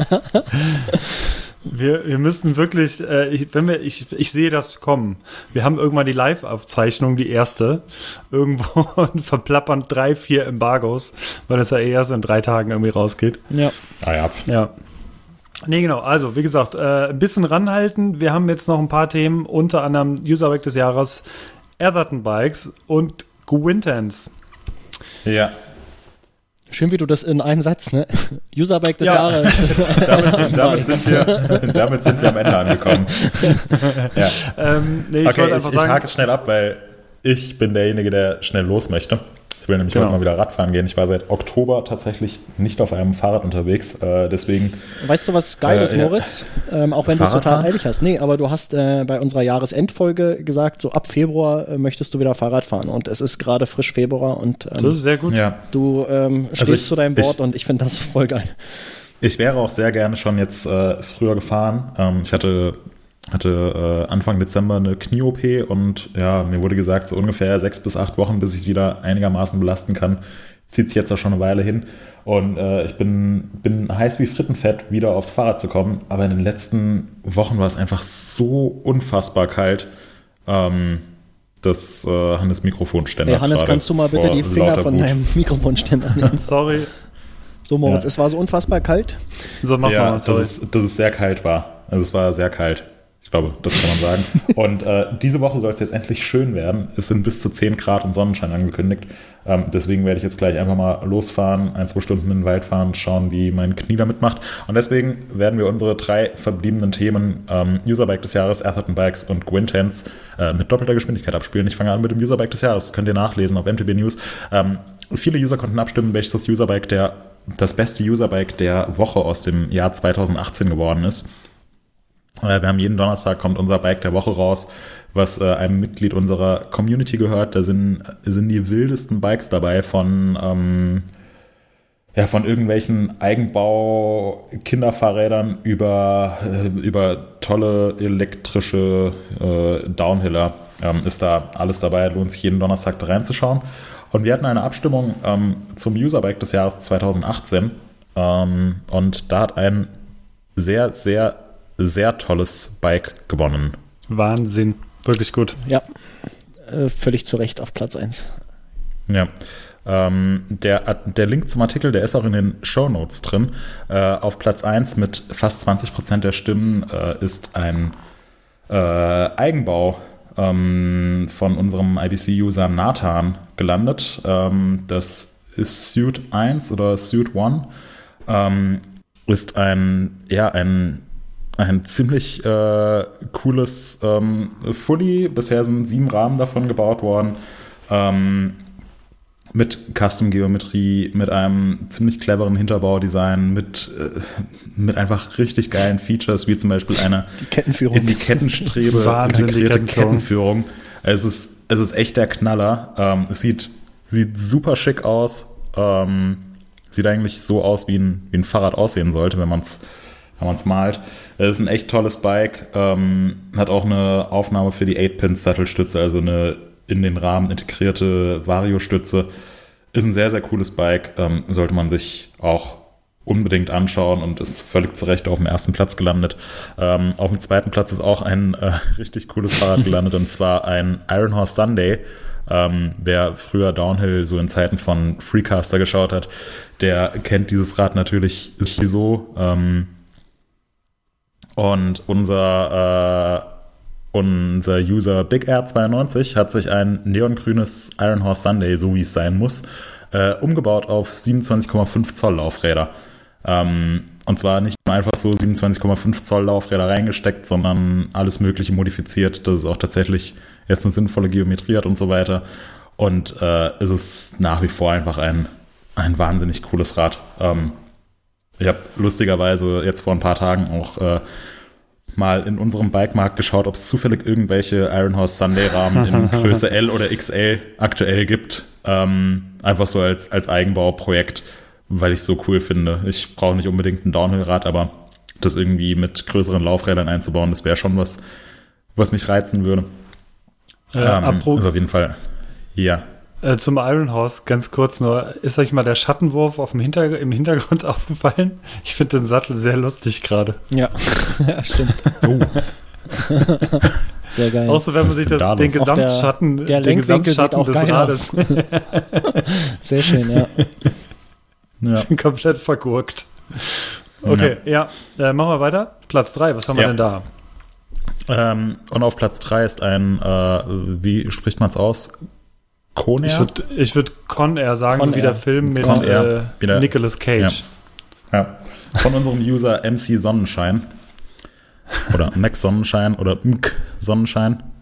Speaker 2: Wir, wir müssten wirklich, äh, ich, wenn wir, ich, ich sehe das kommen. Wir haben irgendwann die Live-Aufzeichnung, die erste, irgendwo und verplappern drei, vier Embargos, weil es ja eh erst in drei Tagen irgendwie rausgeht.
Speaker 1: Ja.
Speaker 4: Ah ja.
Speaker 2: Ja. Nee, genau. Also, wie gesagt, äh, ein bisschen ranhalten. Wir haben jetzt noch ein paar Themen, unter anderem User-Bike des Jahres, Atherton Bikes und Gwintans.
Speaker 4: Ja.
Speaker 1: Schön, wie du das in einem Satz, ne? Userbike des
Speaker 2: Ja.
Speaker 1: Jahres.
Speaker 4: Damit, damit, sind wir, damit sind wir am Ende angekommen. Ja.
Speaker 2: Ähm, nee, ich
Speaker 4: Okay,
Speaker 2: wollte
Speaker 4: ich,
Speaker 2: einfach
Speaker 4: ich
Speaker 2: sagen,
Speaker 4: hake schnell ab, weil ich bin derjenige, der schnell los möchte. Ich will nämlich
Speaker 2: Genau.
Speaker 4: heute mal wieder Radfahren gehen. Ich war seit Oktober tatsächlich nicht auf einem Fahrrad unterwegs. Äh, deswegen.
Speaker 1: Weißt du, was geil
Speaker 4: Äh,
Speaker 1: ist,
Speaker 4: ja.
Speaker 1: Moritz? Ähm, auch wenn du es total
Speaker 4: Fahrradfahren?
Speaker 1: eilig hast. Nee, aber du hast äh, bei unserer Jahresendfolge gesagt, so ab Februar äh, möchtest du wieder Fahrrad fahren. Und es ist gerade frisch Februar und ähm,
Speaker 2: Das ist sehr gut.
Speaker 4: Ja.
Speaker 1: du ähm, stehst
Speaker 4: Also ich-
Speaker 1: zu deinem Wort
Speaker 4: ich-
Speaker 1: und ich finde das voll geil.
Speaker 4: Ich wäre auch sehr gerne schon jetzt äh, früher gefahren. Ähm, ich hatte, hatte äh, Anfang Dezember eine Knie-O P und ja, mir wurde gesagt, so ungefähr sechs bis acht Wochen, bis ich es wieder einigermaßen belasten kann. Zieht sich jetzt auch schon eine Weile hin. Und äh, ich bin, bin heiß wie Frittenfett, wieder aufs Fahrrad zu kommen. Aber in den letzten Wochen war es einfach so unfassbar kalt, ähm, dass äh, Hannes Mikrofonständer
Speaker 1: Hey, Hannes,
Speaker 4: gerade
Speaker 1: kannst du mal bitte
Speaker 4: vor
Speaker 1: die Finger
Speaker 4: lauter
Speaker 1: von
Speaker 4: Wut-
Speaker 1: deinem Mikrofonständer nehmen?
Speaker 2: Sorry.
Speaker 1: So, Moritz,
Speaker 4: Ja.
Speaker 1: es war so unfassbar kalt.
Speaker 2: So, mach
Speaker 4: Ja,
Speaker 2: mal.
Speaker 4: dass
Speaker 2: Sorry.
Speaker 4: es, dass es sehr kalt war. Also es war sehr kalt. Ich glaube, das kann man sagen. Und äh, diese Woche soll es jetzt endlich schön werden. Es sind bis zu zehn Grad und Sonnenschein angekündigt. Ähm, deswegen werde ich jetzt gleich einfach mal losfahren, ein, zwei Stunden in den Wald fahren, schauen, wie mein Knie damit macht. Und deswegen werden wir unsere drei verbliebenen Themen ähm, Userbike des Jahres, Atherton Bikes und Gwintense äh, mit doppelter Geschwindigkeit abspielen. Ich fange an mit dem Userbike des Jahres. Das könnt ihr nachlesen auf M T B News. Ähm, viele User konnten abstimmen, welches das Userbike der das beste Userbike der Woche aus dem Jahr zweitausendachtzehn geworden ist. Äh, Wir haben jeden Donnerstag kommt unser Bike der Woche raus, was äh, einem Mitglied unserer Community gehört. Da sind, sind die wildesten Bikes dabei von, ähm, ja, von irgendwelchen Eigenbau-Kinderfahrrädern über, äh, über tolle elektrische äh, Downhiller. Ähm, ist da alles dabei, lohnt sich jeden Donnerstag da reinzuschauen. Und wir hatten eine Abstimmung ähm, zum Userbike des Jahres zweitausendachtzehn. Ähm, und da hat ein sehr, sehr, sehr tolles Bike gewonnen.
Speaker 2: Wahnsinn. Wirklich gut.
Speaker 1: Ja, äh, völlig zu Recht auf Platz eins.
Speaker 4: Ja. Ähm, der, der Link zum Artikel, der ist auch in den Shownotes drin. Äh, auf Platz eins mit fast zwanzig Prozent der Stimmen äh, ist ein äh, Eigenbau ähm, von unserem I B C-User Nathan gelandet. Ähm, das ist Suit eins oder Suit eins. Ähm, ist ein, ja, ein, ein ziemlich äh, cooles ähm, Fully. Bisher sind sieben Rahmen davon gebaut worden. Ähm, mit Custom-Geometrie, mit einem ziemlich cleveren Hinterbaudesign, mit, äh, mit einfach richtig geilen Features, wie zum Beispiel eine
Speaker 1: Die Kettenführung.
Speaker 4: in die Kettenstrebe
Speaker 2: Wahnsinn, die
Speaker 4: integrierte
Speaker 2: Kettenführung.
Speaker 4: Kettenführung. Es ist, es ist echt der Knaller. Ähm, es sieht, sieht super schick aus. Ähm, sieht eigentlich so aus, wie ein, wie ein Fahrrad aussehen sollte, wenn man es wenn man's malt. Es ist ein echt tolles Bike. Ähm, hat auch eine Aufnahme für die acht Pin Sattelstütze, also eine in den Rahmen integrierte Vario-Stütze. Ist ein sehr, sehr cooles Bike. Ähm, sollte man sich auch unbedingt anschauen und ist völlig zu Recht auf dem ersten Platz gelandet. Ähm, auf dem zweiten Platz ist auch ein äh, richtig cooles Fahrrad gelandet und zwar ein Iron Horse Sunday. Ähm, wer früher Downhill so in Zeiten von Freecaster geschaut hat, der kennt dieses Rad natürlich sowieso. Ähm, und unser äh, Unser User Big Air zweiundneunzig hat sich ein neongrünes Iron Horse Sunday, so wie es sein muss, äh, umgebaut auf siebenundzwanzig Komma fünf Zoll Laufräder. Ähm, und zwar nicht nur einfach so siebenundzwanzig Komma fünf Zoll Laufräder reingesteckt, sondern alles Mögliche modifiziert, dass es auch tatsächlich jetzt eine sinnvolle Geometrie hat und so weiter. Und äh, es ist nach wie vor einfach ein, ein wahnsinnig cooles Rad. Ähm, ich habe lustigerweise jetzt vor ein paar Tagen auch äh, mal in unserem Bikemarkt geschaut, ob es zufällig irgendwelche Iron Horse Sunday-Rahmen in Größe L oder X L aktuell gibt. Ähm, einfach so als, als Eigenbauprojekt, weil ich es so cool finde. Ich brauche nicht unbedingt ein Downhill-Rad, aber das irgendwie mit größeren Laufrädern einzubauen, das wäre schon was, was mich reizen würde.
Speaker 2: Äh,
Speaker 4: ähm,
Speaker 2: apropos,
Speaker 4: also auf jeden Fall, ja.
Speaker 2: äh, zum Iron Horse ganz kurz nur. Ist euch mal der Schattenwurf auf dem Hinter- im Hintergrund aufgefallen? Ich finde den Sattel sehr lustig gerade.
Speaker 1: Ja, ja, stimmt.
Speaker 4: Oh.
Speaker 1: Sehr geil.
Speaker 2: Auch so, wenn man
Speaker 4: Was
Speaker 2: sich
Speaker 4: ist denn
Speaker 2: das,
Speaker 4: da
Speaker 2: den
Speaker 4: los?
Speaker 1: Auch der-
Speaker 2: Gesamtschatten,
Speaker 1: der
Speaker 2: den
Speaker 1: Lenkwinkel sieht
Speaker 2: Gesamtschatten
Speaker 1: auch
Speaker 2: des
Speaker 1: geil
Speaker 2: Rades
Speaker 1: Sehr schön, ja.
Speaker 4: Ja.
Speaker 2: komplett vergurkt. Okay, ja. Äh, machen wir weiter. Platz drei, was haben wir
Speaker 4: Ja.
Speaker 2: denn da?
Speaker 4: Ähm, und auf Platz drei ist ein, äh, wie spricht man es aus? Conair?
Speaker 2: Ich würde ich würd Con Air sagen,
Speaker 1: Con
Speaker 2: so wie
Speaker 1: Air.
Speaker 2: der Film mit
Speaker 4: Con Air.
Speaker 2: äh,
Speaker 4: Wieder-
Speaker 2: Nicolas Cage.
Speaker 4: Ja. Von unserem User M C Sonnenschein oder Mac Sonnenschein oder M K Sonnenschein.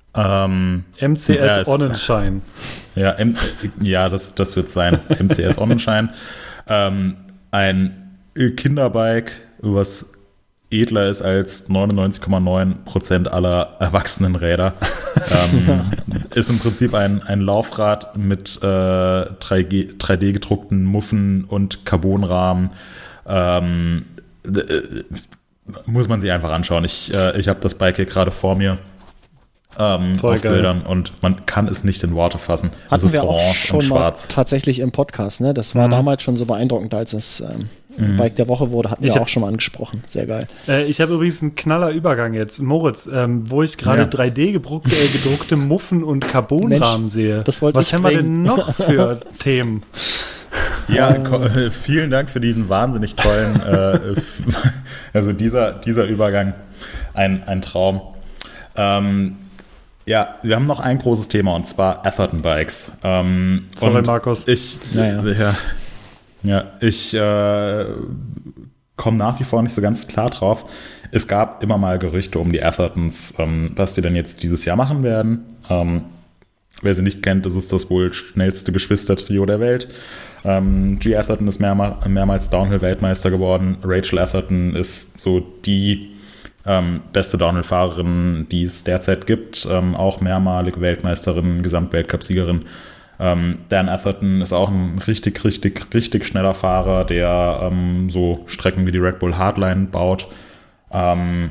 Speaker 4: Ähm,
Speaker 2: M C S
Speaker 4: ja, es-
Speaker 2: Onnenschein.
Speaker 4: Ja, M- ja das, das wird sein. M C S Onnenschein. ähm, ein Kinderbike, was edler ist als neunundneunzig Komma neun Prozent aller Erwachsenenräder. ähm, ist im Prinzip ein, ein Laufrad mit äh, drei D gedruckten Muffen und Carbonrahmen. Ähm, äh, muss man sich einfach anschauen. Ich, äh, ich habe das Bike hier gerade vor mir. Ähm,
Speaker 2: Voll
Speaker 4: auf
Speaker 2: geil.
Speaker 4: Bildern und man kann es nicht in Worte fassen. Es
Speaker 1: Hatten
Speaker 4: ist
Speaker 1: wir auch
Speaker 4: orange
Speaker 1: schon
Speaker 4: und
Speaker 1: mal
Speaker 4: schwarz.
Speaker 1: tatsächlich im Podcast, ne? Das war
Speaker 2: Mhm.
Speaker 1: damals schon so beeindruckend, als es ähm, Bike der Woche wurde, hatten wir
Speaker 2: Ich hab-
Speaker 1: auch schon mal angesprochen. Sehr geil.
Speaker 2: Äh, ich habe übrigens einen knaller Übergang jetzt. Moritz, ähm, wo ich gerade
Speaker 4: Ja.
Speaker 2: drei D gedruckte, äh, gedruckte Muffen und Carbonrahmen
Speaker 1: Mensch,
Speaker 2: sehe.
Speaker 1: das wollte
Speaker 2: Was
Speaker 1: ich
Speaker 2: haben wir
Speaker 1: bringen.
Speaker 2: denn noch für Themen?
Speaker 4: Ja, ko- äh, vielen Dank für diesen wahnsinnig tollen, äh, f- also dieser, dieser Übergang, ein, ein Traum. Ähm, ja, wir haben noch ein großes Thema und zwar Atherton Bikes. Ähm,
Speaker 2: Sorry,
Speaker 4: und
Speaker 2: Markus.
Speaker 4: Ich,
Speaker 1: Naja.
Speaker 4: ja, ja, ich äh, komme nach wie vor nicht so ganz klar drauf. Es gab immer mal Gerüchte um die Athertons, ähm, was die denn jetzt dieses Jahr machen werden. Ähm, Wer sie nicht kennt, das ist das wohl schnellste Geschwistertrio der Welt. Ähm, G. Atherton ist mehrmal, mehrmals Downhill-Weltmeister geworden. Rachel Atherton ist so die ähm, beste Downhill-Fahrerin, die es derzeit gibt. Ähm, auch mehrmalige Weltmeisterin, Gesamtweltcup-Siegerin. Ähm, Dan Atherton ist auch ein richtig, richtig, richtig schneller Fahrer, der ähm, so Strecken wie die Red Bull Hardline baut. Ähm,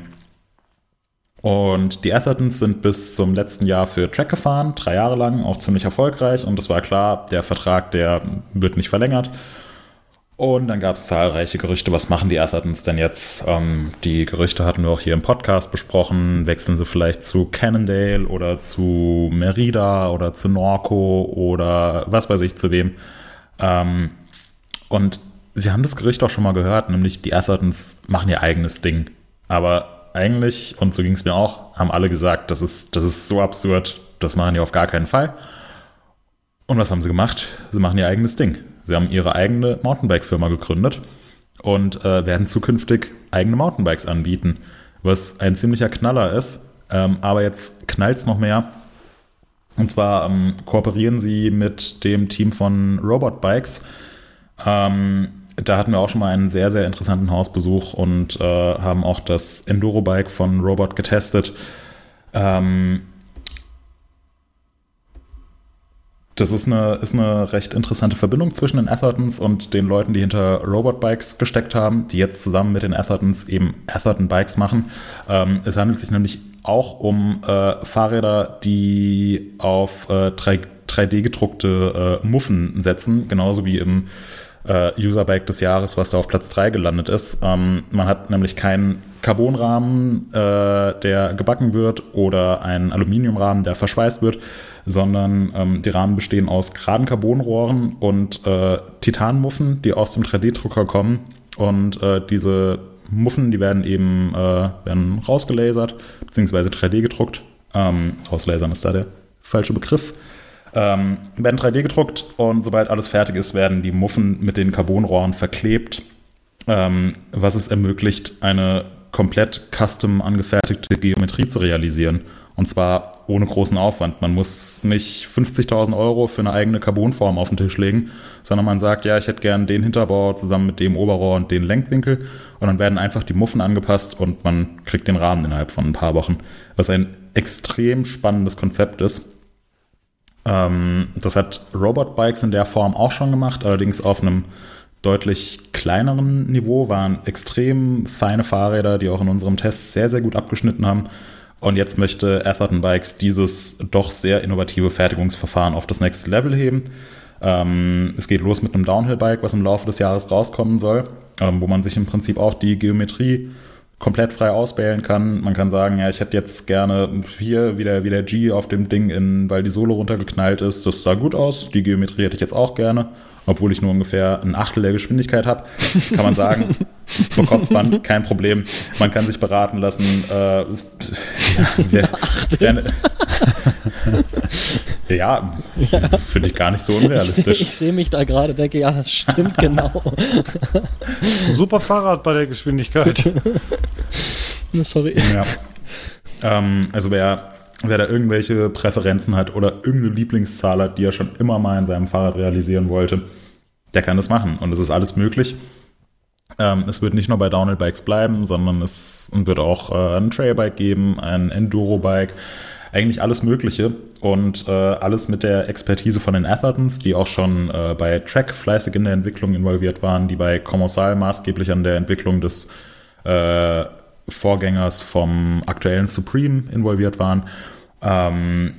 Speaker 4: Und die Athertons sind bis zum letzten Jahr für Track gefahren, drei Jahre lang, auch ziemlich erfolgreich. Und es war klar, der Vertrag, der wird nicht verlängert. Und dann gab es zahlreiche Gerüchte, was machen die Athertons denn jetzt? Ähm, die Gerüchte hatten wir auch hier im Podcast besprochen. Wechseln sie vielleicht zu Cannondale oder zu Merida oder zu Norco oder was weiß ich zu wem. Ähm, und wir haben das Gerücht auch schon mal gehört, nämlich die Athertons machen ihr eigenes Ding. Aber eigentlich, und so ging es mir auch, haben alle gesagt, das ist, das ist so absurd, das machen die auf gar keinen Fall. Und was haben sie gemacht? Sie machen ihr eigenes Ding. Sie haben ihre eigene Mountainbike-Firma gegründet und äh, werden zukünftig eigene Mountainbikes anbieten, was ein ziemlicher Knaller ist. Ähm, aber jetzt knallt es noch mehr. Und zwar ähm, kooperieren sie mit dem Team von Robot Bikes. Ähm, Da hatten wir auch schon mal einen sehr, sehr interessanten Hausbesuch und äh, haben auch das Enduro-Bike von Robot getestet. Ähm, das ist eine, ist eine recht interessante Verbindung zwischen den Athertons und den Leuten, die hinter Robot Bikes gesteckt haben, die jetzt zusammen mit den Athertons eben Atherton Bikes machen. Ähm, es handelt sich nämlich auch um äh, Fahrräder, die auf äh, drei D gedruckte äh, Muffen setzen, genauso wie im Uh, User-Bike des Jahres, was da auf Platz drei gelandet ist. Ähm, man hat nämlich keinen Carbonrahmen, äh, der gebacken wird oder einen Aluminiumrahmen, der verschweißt wird, sondern ähm, die Rahmen bestehen aus geraden Carbonrohren und äh, Titanmuffen, die aus dem drei D Drucker kommen. Und äh, diese Muffen, die werden eben äh, werden rausgelasert, beziehungsweise drei D gedruckt. Ähm, rauslasern ist da der falsche Begriff. Ähm, werden drei D gedruckt und sobald alles fertig ist, werden die Muffen mit den Carbonrohren verklebt, ähm, was es ermöglicht, eine komplett custom angefertigte Geometrie zu realisieren. Und zwar ohne großen Aufwand. Man muss nicht fünfzigtausend Euro für eine eigene Carbonform auf den Tisch legen, sondern man sagt, ja, ich hätte gern den Hinterbau zusammen mit dem Oberrohr und den Lenkwinkel. Und dann werden einfach die Muffen angepasst und man kriegt den Rahmen innerhalb von ein paar Wochen. Was ein extrem spannendes Konzept ist. Das hat Robot Bikes in der Form auch schon gemacht, allerdings auf einem deutlich kleineren Niveau, waren extrem feine Fahrräder, die auch in unserem Test sehr, sehr gut abgeschnitten haben. Und jetzt möchte Atherton Bikes dieses doch sehr innovative Fertigungsverfahren auf das nächste Level heben. Ähm, es geht los mit einem Downhill-Bike, was im Laufe des Jahres rauskommen soll, ähm, wo man sich im Prinzip auch die Geometrie komplett frei auswählen kann. Man kann sagen, ja, ich hätte jetzt gerne hier wieder wie der G auf dem Ding in Val di Sole runtergeknallt ist. Das sah gut aus. Die Geometrie hätte ich jetzt auch gerne, obwohl ich nur ungefähr ein Achtel der Geschwindigkeit habe. Kann man sagen, bekommt man, kein Problem. Man kann sich beraten lassen. Äh, ja, wer, wer, ja, ja. Finde ich gar nicht so unrealistisch.
Speaker 1: Ich sehe seh mich da gerade, denke, ja, das stimmt genau.
Speaker 2: Super Fahrrad bei der Geschwindigkeit.
Speaker 1: Sorry.
Speaker 4: Ja. Ähm, also wer wer da irgendwelche Präferenzen hat oder irgendeine Lieblingszahl hat, die er schon immer mal in seinem Fahrrad realisieren wollte, der kann das machen. Und es ist alles möglich. Ähm, es wird nicht nur bei Downhill-Bikes bleiben, sondern es wird auch äh, ein Trailbike geben, ein Enduro-Bike, eigentlich alles Mögliche. Und äh, alles mit der Expertise von den Athertons, die auch schon äh, bei Trek fleißig in der Entwicklung involviert waren, die bei Commencal maßgeblich an der Entwicklung des äh, Vorgängers vom aktuellen Supreme involviert waren, ähm,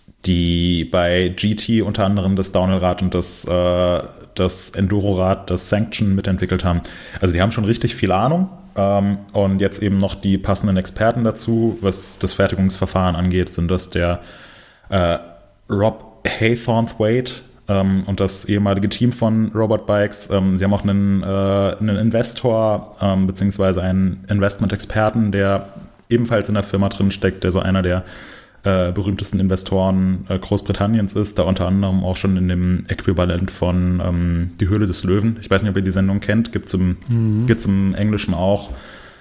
Speaker 4: die bei G T unter anderem das Downhill-Rad und das, äh, das Enduro-Rad, das Sanction mitentwickelt haben. Also die haben schon richtig viel Ahnung, ähm, und jetzt eben noch die passenden Experten dazu, was das Fertigungsverfahren angeht, sind das der äh, Rob Haythornthwaite ähm, und das ehemalige Team von Robot Bikes. Ähm, sie haben auch einen, äh, einen Investor ähm, beziehungsweise einen Investment-Experten, der ebenfalls in der Firma drin steckt, der so einer der äh, berühmtesten Investoren äh, Großbritanniens ist, da unter anderem auch schon in dem Äquivalent von ähm, Die Höhle des Löwen. Ich weiß nicht, ob ihr die Sendung kennt, gibt es im, mhm. gibt's im Englischen auch.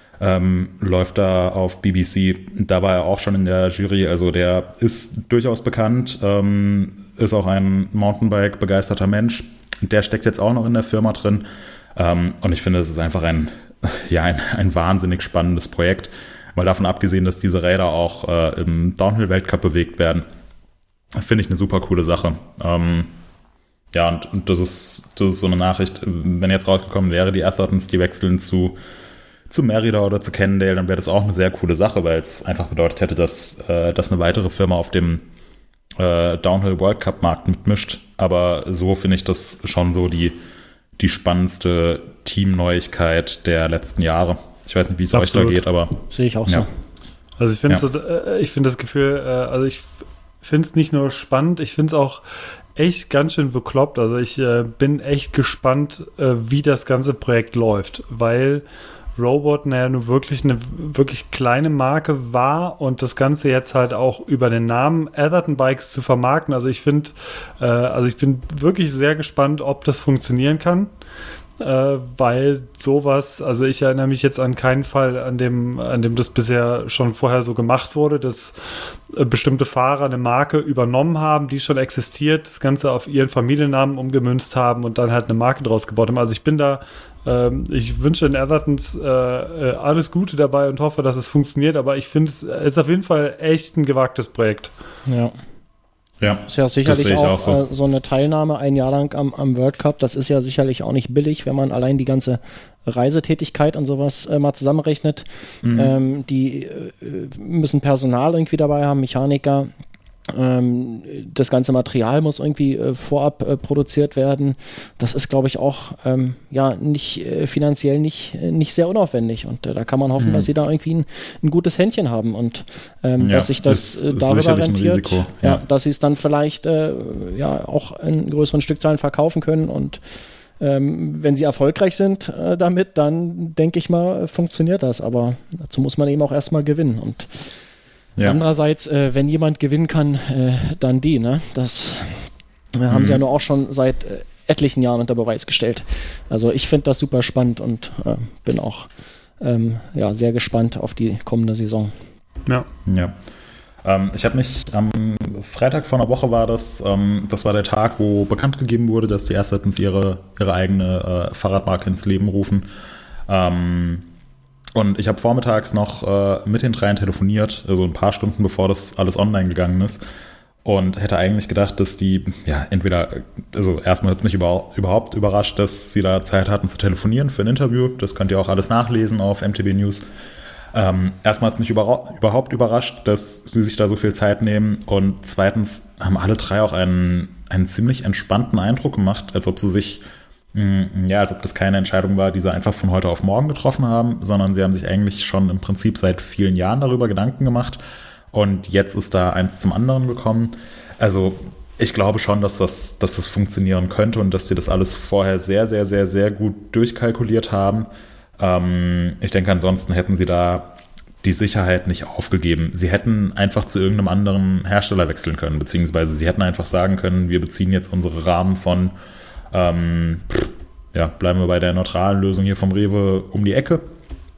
Speaker 4: Ähm, läuft da auf B B C. Da war er auch schon in der Jury, also der ist durchaus bekannt, ähm, ist auch ein Mountainbike-begeisterter Mensch. Der steckt jetzt auch noch in der Firma drin, ähm, und ich finde, es ist einfach ein, ja, ein, ein wahnsinnig spannendes Projekt, weil davon abgesehen, dass diese Räder auch äh, im Downhill-Weltcup bewegt werden, finde ich eine super coole Sache. Ähm, ja, und, und das ist, das ist so eine Nachricht, wenn jetzt rausgekommen wäre, die Athertons, die wechseln zu zu Merida oder zu Cannondale, dann wäre das auch eine sehr coole Sache, weil es einfach bedeutet hätte, dass, äh, dass eine weitere Firma auf dem äh, Downhill World Cup Markt mitmischt. Aber so finde ich das schon so die, die spannendendste Teamneuigkeit der letzten Jahre. Ich weiß nicht, wie es euch da geht, aber
Speaker 1: sehe ich auch
Speaker 4: ja.
Speaker 1: so.
Speaker 2: Also ich finde
Speaker 4: Ja.
Speaker 2: so, äh, ich finde das Gefühl, äh, also ich finde es nicht nur spannend, ich finde es auch echt ganz schön bekloppt. Also ich äh, bin echt gespannt, äh, wie das ganze Projekt läuft, weil Robot naja nun wirklich eine wirklich kleine Marke war und das Ganze jetzt halt auch über den Namen Atherton Bikes zu vermarkten. Also ich finde, äh, also ich bin wirklich sehr gespannt, ob das funktionieren kann, äh, weil sowas, also ich erinnere mich jetzt an keinen Fall, an dem, an dem das bisher schon vorher so gemacht wurde, dass äh, bestimmte Fahrer eine Marke übernommen haben, die schon existiert, das Ganze auf ihren Familiennamen umgemünzt haben und dann halt eine Marke draus gebaut haben. Also ich bin da Ich wünsche den Athertons äh, alles Gute dabei und hoffe, dass es funktioniert, aber ich finde, es ist auf jeden Fall echt ein gewagtes Projekt.
Speaker 1: Ja.
Speaker 4: ja,
Speaker 1: Ist ja
Speaker 4: das
Speaker 1: sicherlich
Speaker 4: sehe ich
Speaker 1: auch,
Speaker 4: auch so.
Speaker 1: äh, so eine Teilnahme ein Jahr lang am, am World Cup, das ist ja sicherlich auch nicht billig, wenn man allein die ganze Reisetätigkeit und sowas äh, mal zusammenrechnet.
Speaker 4: Mhm.
Speaker 1: Ähm, die äh, müssen Personal irgendwie dabei haben, Mechaniker. Ähm, das ganze Material muss irgendwie äh, vorab äh, produziert werden. Das ist, glaube ich, auch ähm, ja nicht äh, finanziell nicht, äh, nicht sehr unaufwendig. Und äh, da kann man hoffen,
Speaker 4: Mhm.
Speaker 1: dass sie da irgendwie ein, ein gutes Händchen haben und ähm,
Speaker 4: Ja,
Speaker 1: dass sich das
Speaker 4: ist-
Speaker 1: äh,
Speaker 4: ist
Speaker 1: darüber
Speaker 4: sicherlich ein
Speaker 1: rentiert,
Speaker 4: Risiko,
Speaker 1: ja.
Speaker 4: ja.
Speaker 1: dass sie es dann vielleicht äh, ja auch in größeren Stückzahlen verkaufen können und ähm, wenn sie erfolgreich sind äh, damit, dann denke ich mal, funktioniert das. Aber dazu muss man eben auch erstmal gewinnen und
Speaker 4: Ja.
Speaker 1: andererseits, äh, wenn jemand gewinnen kann, äh, dann die, ne? Das äh, haben
Speaker 4: Mhm.
Speaker 1: sie ja nur auch schon seit äh, etlichen Jahren unter Beweis gestellt. Also ich finde das super spannend und äh, bin auch ähm, ja, sehr gespannt auf die kommende Saison.
Speaker 2: Ja.
Speaker 4: Ja. Ähm, ich habe mich am Freitag vor einer Woche war das, ähm, das war der Tag, wo bekannt gegeben wurde, dass die Athertons ihre, ihre eigene äh, Fahrradmarke ins Leben rufen. Ähm, und ich habe vormittags noch äh, mit den dreien telefoniert, also ein paar Stunden bevor das alles online gegangen ist. Und hätte eigentlich gedacht, dass die, ja, entweder, also erstmal hat es mich über, überhaupt überrascht, dass sie da Zeit hatten zu telefonieren für ein Interview. Das könnt ihr auch alles nachlesen auf M T B News. Ähm, erstmal hat es mich über, überhaupt überrascht, dass sie sich da so viel Zeit nehmen. Und zweitens haben alle drei auch einen, einen ziemlich entspannten Eindruck gemacht, als ob sie sich, mh, ja, als ob das keine Entscheidung war, die sie einfach von heute auf morgen getroffen haben, sondern sie haben sich eigentlich schon im Prinzip seit vielen Jahren darüber Gedanken gemacht. Und jetzt ist da eins zum anderen gekommen. Also ich glaube schon, dass das, dass das funktionieren könnte und dass sie das alles vorher sehr, sehr, sehr, sehr gut durchkalkuliert haben. Ähm, ich denke, ansonsten hätten sie da die Sicherheit nicht aufgegeben. Sie hätten einfach zu irgendeinem anderen Hersteller wechseln können, beziehungsweise sie hätten einfach sagen können, wir beziehen jetzt unsere Rahmen von, ähm, ja, bleiben wir bei der neutralen Lösung hier vom Rewe um die Ecke.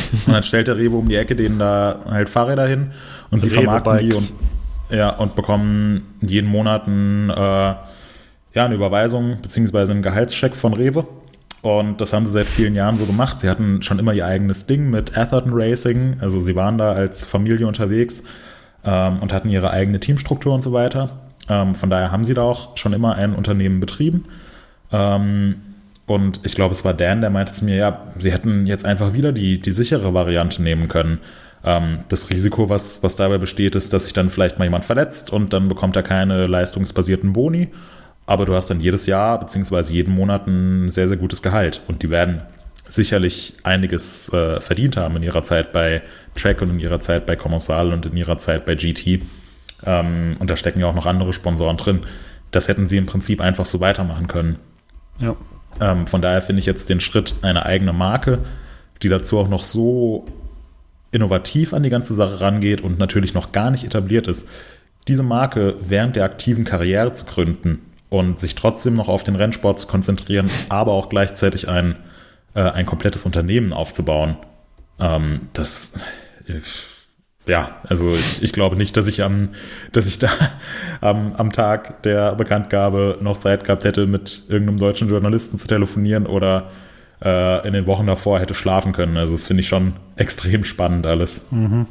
Speaker 4: Und dann stellt der Rewe um die Ecke denen da halt Fahrräder hin und sie
Speaker 2: Rewe
Speaker 4: vermarkten die
Speaker 2: Bikes.
Speaker 4: und, ja, und bekommen jeden Monat ein, äh, ja, eine Überweisung beziehungsweise einen Gehaltscheck von Rewe. Und das haben sie seit vielen Jahren so gemacht. Sie hatten schon immer ihr eigenes Ding mit Atherton Racing. Also sie waren da als Familie unterwegs ähm, und hatten ihre eigene Teamstruktur und so weiter. Ähm, von daher haben sie da auch schon immer ein Unternehmen betrieben. Ähm, und ich glaube, es war Dan, der meinte zu mir, ja, sie hätten jetzt einfach wieder die, die sichere Variante nehmen können. Ähm, das Risiko, was, was dabei besteht, ist, dass sich dann vielleicht mal jemand verletzt und dann bekommt er keine leistungsbasierten Boni. Aber du hast dann jedes Jahr beziehungsweise jeden Monat ein sehr, sehr gutes Gehalt. Und die werden sicherlich einiges äh, verdient haben in ihrer Zeit bei Trek und in ihrer Zeit bei Commensal und in ihrer Zeit bei G T. Ähm, und da stecken ja auch noch andere Sponsoren drin. Das hätten sie im Prinzip einfach so weitermachen können.
Speaker 2: Ja.
Speaker 4: Ähm, von daher finde ich jetzt den Schritt, eine eigene Marke, die dazu auch noch so innovativ an die ganze Sache rangeht und natürlich noch gar nicht etabliert ist, diese Marke während der aktiven Karriere zu gründen und sich trotzdem noch auf den Rennsport zu konzentrieren, aber auch gleichzeitig ein, äh, ein komplettes Unternehmen aufzubauen. Ähm, das, äh, ja, also ich, ich glaube nicht, dass ich am, dass ich da am, am Tag der Bekanntgabe noch Zeit gehabt hätte, mit irgendeinem deutschen Journalisten zu telefonieren oder äh, in den Wochen davor hätte schlafen können. Also das finde ich schon extrem spannend alles.
Speaker 2: Mhm.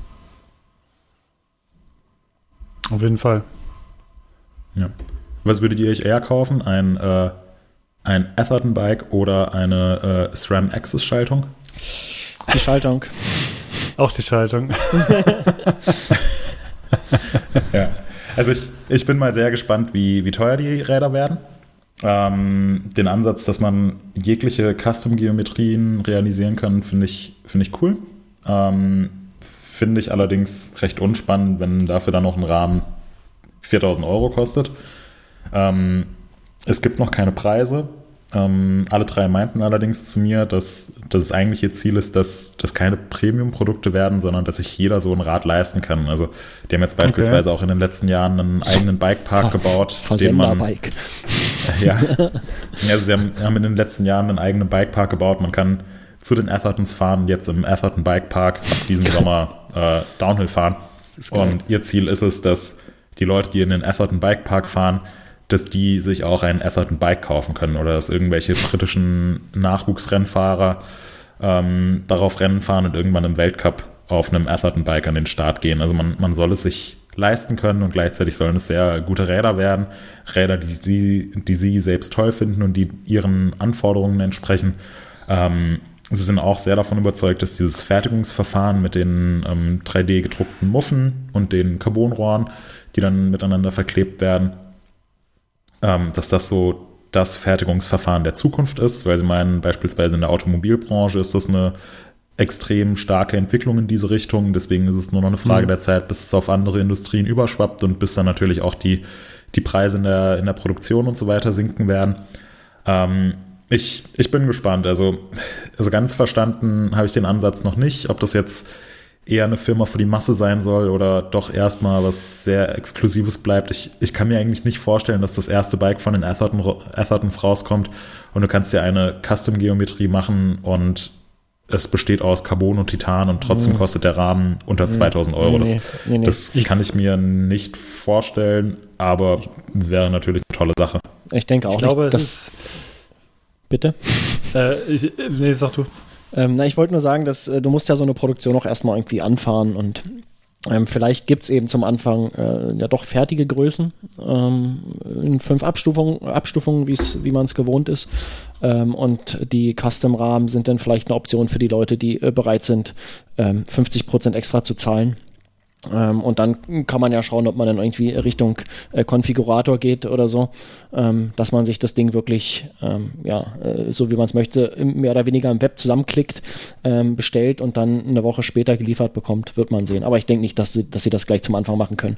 Speaker 2: Auf jeden Fall.
Speaker 4: Ja. Was würdet ihr euch eher kaufen? Ein, äh, ein Atherton-Bike oder eine äh, SRAM-Axis-Schaltung?
Speaker 1: Die Schaltung.
Speaker 2: Auch die Schaltung.
Speaker 4: Ja, also ich, ich bin mal sehr gespannt, wie, wie teuer die Räder werden. Ähm, den Ansatz, dass man jegliche Custom-Geometrien realisieren kann, finde ich, finde ich cool. Ähm, finde ich allerdings recht unspannend, wenn dafür dann noch ein Rahmen viertausend Euro kostet. Ähm, es gibt noch keine Preise. Ähm, alle drei meinten allerdings zu mir, dass, dass es eigentlich ihr Ziel ist, dass das keine Premium-Produkte werden, sondern dass sich jeder so ein Rad leisten kann. Also die haben jetzt beispielsweise okay. auch in den letzten Jahren einen eigenen Bikepark gebaut.
Speaker 1: Versender-Bike.
Speaker 4: Ja, also sie haben, haben in den letzten Jahren einen eigenen Bikepark gebaut. Man kann zu den Athertons fahren, jetzt im Atherton Bikepark ab diesem Sommer äh, Downhill fahren. Und ihr Ziel ist es, dass die Leute, die in den Atherton Bikepark fahren, dass die sich auch ein Atherton Bike kaufen können oder dass irgendwelche britischen Nachwuchsrennfahrer ähm, darauf Rennen fahren und irgendwann im Weltcup auf einem Atherton Bike an den Start gehen. Also man, man soll es sich leisten können und gleichzeitig sollen es sehr gute Räder werden. Räder, die sie, die sie selbst toll finden und die ihren Anforderungen entsprechen. Ähm, sie sind auch sehr davon überzeugt, dass dieses Fertigungsverfahren mit den ähm, drei D gedruckten Muffen und den Carbonrohren, die dann miteinander verklebt werden, ähm, dass das so das Fertigungsverfahren der Zukunft ist, weil sie meinen, beispielsweise in der Automobilbranche ist das eine extrem starke Entwicklung in diese Richtung. Deswegen ist es nur noch eine Frage mhm. der Zeit, bis es auf andere Industrien überschwappt und bis dann natürlich auch die, die Preise in der, in der Produktion und so weiter sinken werden. Ähm, ich, ich bin gespannt. Also, also ganz verstanden habe ich den Ansatz noch nicht, ob das jetzt eher eine Firma für die Masse sein soll oder doch erstmal was sehr Exklusives bleibt. Ich, ich kann mir eigentlich nicht vorstellen, dass das erste Bike von den Atherton, Athertons rauskommt und du kannst dir eine Custom-Geometrie machen und es besteht aus Carbon und Titan und trotzdem
Speaker 1: nee.
Speaker 4: kostet der Rahmen unter nee. zweitausend Euro. Das,
Speaker 1: nee, nee.
Speaker 4: das kann ich mir nicht vorstellen, aber wäre natürlich eine tolle Sache.
Speaker 1: Ich denke auch
Speaker 2: ich glaube,
Speaker 1: nicht, dass... Bitte?
Speaker 2: Äh, ich, nee, sag du.
Speaker 1: Ähm, na, ich wollte nur sagen, dass äh, du musst ja so eine Produktion auch erstmal irgendwie anfahren und ähm, vielleicht gibt es eben zum Anfang äh, ja doch fertige Größen ähm, in fünf Abstufungen, Abstufungen wie man es gewohnt ist. Ähm, und die Custom-Rahmen sind dann vielleicht eine Option für die Leute, die äh, bereit sind, ähm, fünfzig Prozent extra zu zahlen. Ähm, und dann kann man ja schauen, ob man dann irgendwie Richtung äh, Konfigurator geht oder so, ähm, dass man sich das Ding wirklich, ähm, ja, äh, so wie man es möchte, mehr oder weniger im Web zusammenklickt, ähm, bestellt und dann eine Woche später geliefert bekommt, wird man sehen. Aber ich denke nicht, dass sie, dass sie das gleich zum Anfang machen können.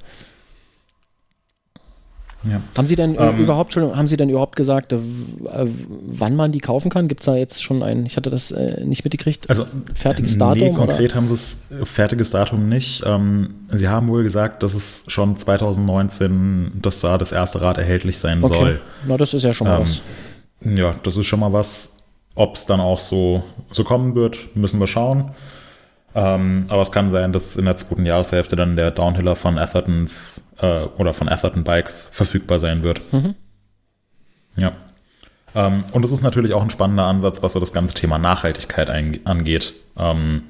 Speaker 1: Ja. Haben Sie denn ähm, überhaupt schon, haben Sie denn überhaupt gesagt, äh, wann man die kaufen kann? Gibt es da jetzt schon ein, ich hatte das äh, nicht mitgekriegt,
Speaker 4: also
Speaker 1: fertiges Datum?
Speaker 4: Nee, konkret oder? Haben Sie es, fertiges Datum nicht. Ähm, Sie haben wohl gesagt, dass es schon zwanzig neunzehn, dass da das erste Rad erhältlich sein
Speaker 1: okay.
Speaker 4: soll.
Speaker 1: Na, das ist ja schon mal
Speaker 4: ähm,
Speaker 1: was.
Speaker 4: Ja, das ist schon mal was. Ob es dann auch so, so kommen wird, müssen wir schauen. Ähm, aber es kann sein, dass in der zweiten Jahreshälfte dann der Downhiller von Athertons äh, oder von Atherton Bikes verfügbar sein wird. Mhm. Ja. Ähm, und es ist natürlich auch ein spannender Ansatz, was so das ganze Thema Nachhaltigkeit ein, angeht. Ähm,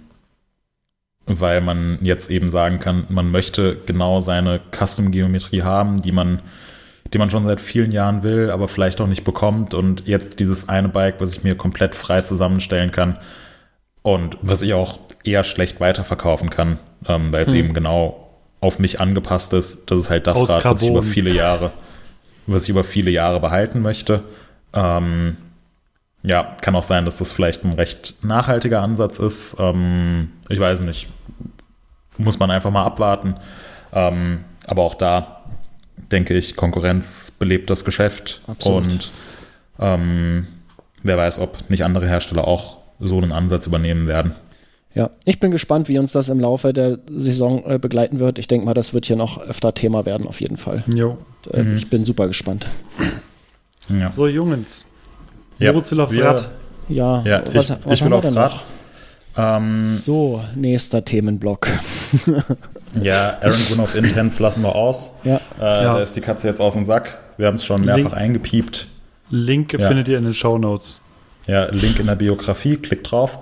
Speaker 4: weil man jetzt eben sagen kann, man möchte genau seine Custom-Geometrie haben, die man, die man schon seit vielen Jahren will, aber vielleicht auch nicht bekommt. Und jetzt dieses eine Bike, was ich mir komplett frei zusammenstellen kann und was ich auch eher schlecht weiterverkaufen kann, ähm, weil es hm. eben genau auf mich angepasst ist. Das ist halt das
Speaker 2: Aus
Speaker 4: Rad,
Speaker 2: Carbon.
Speaker 4: was ich über viele Jahre, was ich über viele Jahre behalten möchte. Ähm, ja, kann auch sein, dass das vielleicht ein recht nachhaltiger Ansatz ist. Ähm, ich weiß nicht. Muss man einfach mal abwarten. Ähm, aber auch da denke ich, Konkurrenz belebt das Geschäft.
Speaker 1: Absolut.
Speaker 4: Und ähm, wer weiß, ob nicht andere Hersteller auch so einen Ansatz übernehmen werden.
Speaker 1: Ja, ich bin gespannt, wie uns das im Laufe der Saison äh, begleiten wird. Ich denke mal, das wird hier noch öfter Thema werden, auf jeden Fall.
Speaker 2: Jo.
Speaker 1: Und, äh,
Speaker 4: Mhm.
Speaker 1: Ich bin super gespannt.
Speaker 4: Ja,
Speaker 2: So, Jungs.
Speaker 4: ja.
Speaker 2: Moritz will aufs
Speaker 4: Wir-
Speaker 2: Rad.
Speaker 1: Ja,
Speaker 4: Ja,
Speaker 1: was,
Speaker 4: ich,
Speaker 1: was
Speaker 4: ich
Speaker 1: haben
Speaker 4: will
Speaker 1: wir
Speaker 4: aufs
Speaker 1: denn
Speaker 4: Rad.
Speaker 1: noch?
Speaker 4: Ähm,
Speaker 1: So, nächster Themenblock.
Speaker 4: ja, Aaron Gunoff Intense lassen wir aus.
Speaker 1: Ja,
Speaker 4: Äh,
Speaker 2: Ja.
Speaker 4: Da ist die Katze jetzt aus dem Sack. Wir haben es schon mehrfach
Speaker 2: Link.
Speaker 4: eingepiept.
Speaker 2: Link
Speaker 4: Ja.
Speaker 2: findet ihr in den Shownotes.
Speaker 4: Ja, Link in der Biografie, klickt drauf.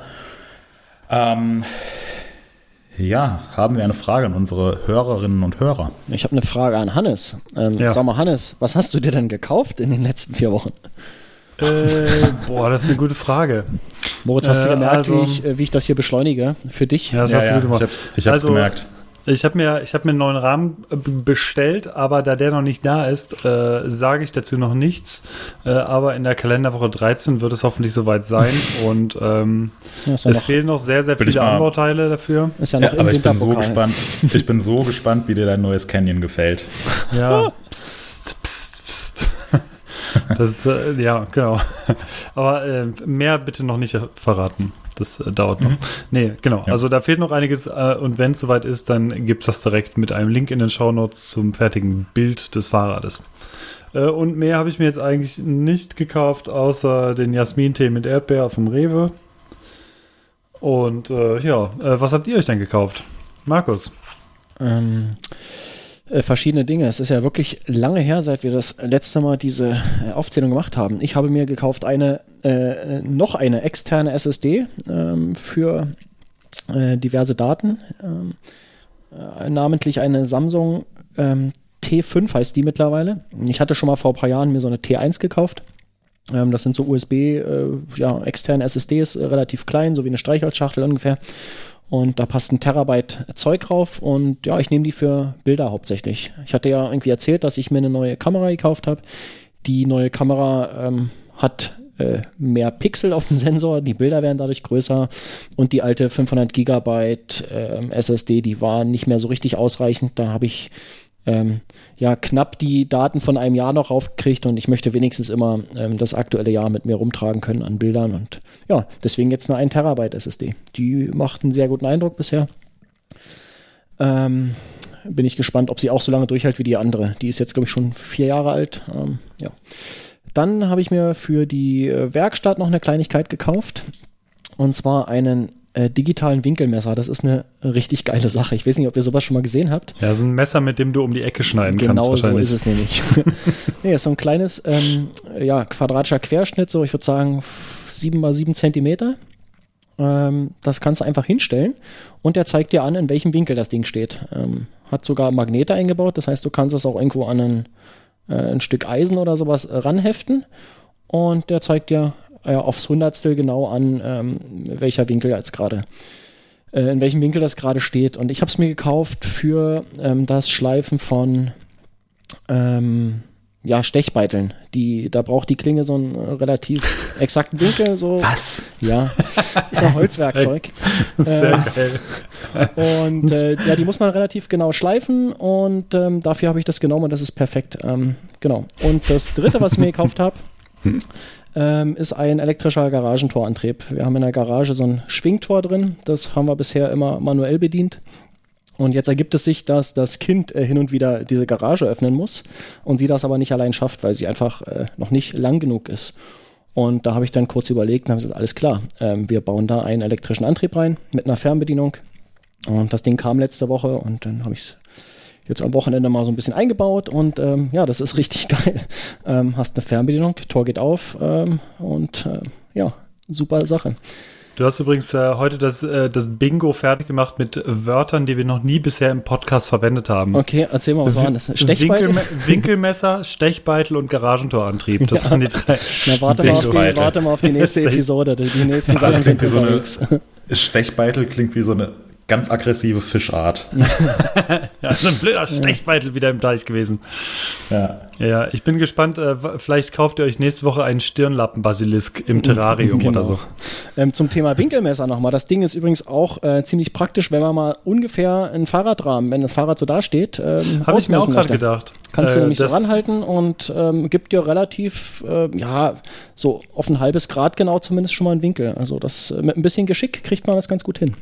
Speaker 4: Ähm, ja, haben wir eine Frage an unsere Hörerinnen und Hörer?
Speaker 1: ich habe eine Frage an Hannes. Ähm,
Speaker 2: Ja.
Speaker 1: Sag mal, Hannes, was hast du dir denn gekauft in den letzten vier Wochen?
Speaker 2: Äh, boah, das ist eine gute Frage.
Speaker 1: Moritz, hast du
Speaker 2: Äh,
Speaker 1: gemerkt,
Speaker 2: also-
Speaker 1: wie, ich, äh, wie ich das hier beschleunige für dich?
Speaker 2: Ja, das
Speaker 4: Ja,
Speaker 2: hast du
Speaker 4: ja,
Speaker 2: gut gemacht.
Speaker 4: ich hab's, ich hab's
Speaker 2: Also,
Speaker 4: gemerkt.
Speaker 2: Ich habe mir, ich hab mir einen neuen Rahmen äh, b- bestellt, aber da der noch nicht da ist, äh, sage ich dazu noch nichts. Äh, aber in der Kalenderwoche dreizehn wird es hoffentlich soweit sein. Und ähm,
Speaker 1: Ja, ist ja
Speaker 2: es
Speaker 1: noch,
Speaker 2: fehlen noch sehr, sehr
Speaker 4: Bin ich
Speaker 2: viele
Speaker 4: mal-
Speaker 2: Anbauteile dafür.
Speaker 1: ist ja
Speaker 4: Ja,
Speaker 1: noch im
Speaker 4: aber ich bin so
Speaker 1: Winterpokal.
Speaker 4: gespannt. Ich bin so gespannt, wie dir dein neues Canyon gefällt.
Speaker 2: Ja. Psst, psst, psst. Das ist, äh, ja, genau. Aber äh, mehr bitte noch nicht verraten. Das äh, dauert noch. Nee, genau.
Speaker 4: Ja.
Speaker 2: Also da fehlt noch einiges. Äh, und wenn es soweit ist, dann gibt es das direkt mit einem Link in den Shownotes zum fertigen Bild des Fahrrades. Äh, und mehr habe ich mir jetzt eigentlich nicht gekauft, außer den Jasmin-Tee mit Erdbeer vom Rewe. Und äh, ja, äh, was habt ihr euch denn gekauft? Markus?
Speaker 1: Ähm, äh, verschiedene Dinge. Es ist ja wirklich lange her, seit wir das letzte Mal diese äh, Aufzählung gemacht haben. Ich habe mir gekauft eine, äh, noch eine externe S S D ähm, für äh, diverse Daten. Ähm, äh, namentlich eine Samsung ähm, T fünf heißt die mittlerweile. Ich hatte schon mal vor ein paar Jahren mir so eine T eins gekauft. Ähm, das sind so U S B, äh, ja, externe S S Ds, äh, relativ klein, so wie eine Streichholzschachtel ungefähr. Und da passt ein Terabyte Zeug drauf und ja, ich nehme die für Bilder hauptsächlich. Ich hatte ja irgendwie erzählt, dass ich mir eine neue Kamera gekauft habe. Die neue Kamera ähm, hat äh, mehr Pixel auf dem Sensor, die Bilder werden dadurch größer und die alte fünfhundert Gigabyte ähm, S S D, die war nicht mehr so richtig ausreichend. Da habe ich ähm, ja knapp die Daten von einem Jahr noch raufgekriegt und ich möchte wenigstens immer ähm, das aktuelle Jahr mit mir rumtragen können an Bildern und ja, deswegen jetzt eine ein Terabyte S S D. Die macht einen sehr guten Eindruck bisher. Ähm, bin ich gespannt, ob sie auch so lange durchhält wie die andere. Die ist jetzt, glaube ich, schon vier Jahre alt. Ähm, ja. Dann habe ich mir für die äh, Werkstatt noch eine Kleinigkeit gekauft. Und zwar einen äh, digitalen Winkelmesser. Das ist eine richtig geile Sache. Ich weiß nicht, ob ihr sowas schon mal gesehen habt.
Speaker 2: Ja, so ein Messer, mit dem du um die Ecke schneiden kannst.
Speaker 1: Genau so
Speaker 2: wahrscheinlich.
Speaker 1: ist es nämlich. Nee, ist so ein kleines, ähm, ja, quadratischer Querschnitt, so ich würde sagen sieben mal sieben Zentimeter. Ähm, das kannst du einfach hinstellen und der zeigt dir an, in welchem Winkel das Ding steht. Ähm, hat sogar Magnete eingebaut, das heißt, du kannst es auch irgendwo an ein, äh, ein Stück Eisen oder sowas äh, ranheften und der zeigt dir äh, aufs Hundertstel genau an, ähm, welcher Winkel jetzt gerade äh, in welchem Winkel das gerade steht. Und ich habe es mir gekauft für ähm, das Schleifen von ähm, ja, Stechbeiteln. Die, da braucht die Klinge so einen äh, relativ exakten Winkel. So.
Speaker 4: Was?
Speaker 1: Ja, ist ein Holzwerkzeug.
Speaker 2: Sehr
Speaker 1: äh,
Speaker 2: geil.
Speaker 1: und äh, ja, die muss man relativ genau schleifen und ähm, dafür habe ich das genommen und das ist perfekt. Ähm, genau. Und das dritte, was ich mir gekauft habe, ähm, ist ein elektrischer Garagentorantrieb. Wir haben in der Garage so ein Schwingtor drin. Das haben wir bisher immer manuell bedient. Und jetzt ergibt es sich, dass das Kind äh, hin und wieder diese Garage öffnen muss und sie das aber nicht allein schafft, weil sie einfach äh, noch nicht lang genug ist. Und da habe ich dann kurz überlegt und habe gesagt, alles klar, ähm, wir bauen da einen elektrischen Antrieb rein mit einer Fernbedienung. Und das Ding kam letzte Woche und dann habe ich es jetzt am Wochenende mal so ein bisschen eingebaut und ähm, ja, das ist richtig geil. Ähm, hast eine Fernbedienung, Tor geht auf ähm, und äh, ja, super Sache.
Speaker 2: Du hast übrigens äh, heute das, äh, das Bingo fertig gemacht mit Wörtern, die wir noch nie bisher im Podcast verwendet haben.
Speaker 1: Okay, erzähl mal, was waren das?
Speaker 2: Stechbeitel? Winkelme- Winkelmesser, Stechbeitel und Garagentorantrieb. Das ja. waren die drei.
Speaker 1: Na, warte, mal auf die, warte mal auf die nächste Episode. Die, die nächsten
Speaker 4: ja,
Speaker 1: Sachen sind
Speaker 4: wie
Speaker 1: unterwegs.
Speaker 4: So eine Stechbeitel klingt wie so eine ganz aggressive Fischart.
Speaker 2: Ja, so ein blöder Stechbeitel wieder im Teich gewesen.
Speaker 4: Ja.
Speaker 2: Ja, ich bin gespannt. Äh, vielleicht kauft ihr euch nächste Woche einen Stirnlappenbasilisk im Terrarium
Speaker 1: genau.
Speaker 2: oder so.
Speaker 1: Ähm, zum Thema Winkelmesser nochmal. Das Ding ist übrigens auch äh, ziemlich praktisch, wenn man mal ungefähr einen Fahrradrahmen, wenn das Fahrrad so da steht, ähm,
Speaker 2: habe ich mir auch gerade gedacht.
Speaker 1: Kannst
Speaker 2: äh,
Speaker 1: du nämlich so ranhalten und ähm, gibt dir relativ, äh, ja, so auf ein halbes Grad genau zumindest schon mal einen Winkel. Also das mit ein bisschen Geschick kriegt man das ganz gut hin.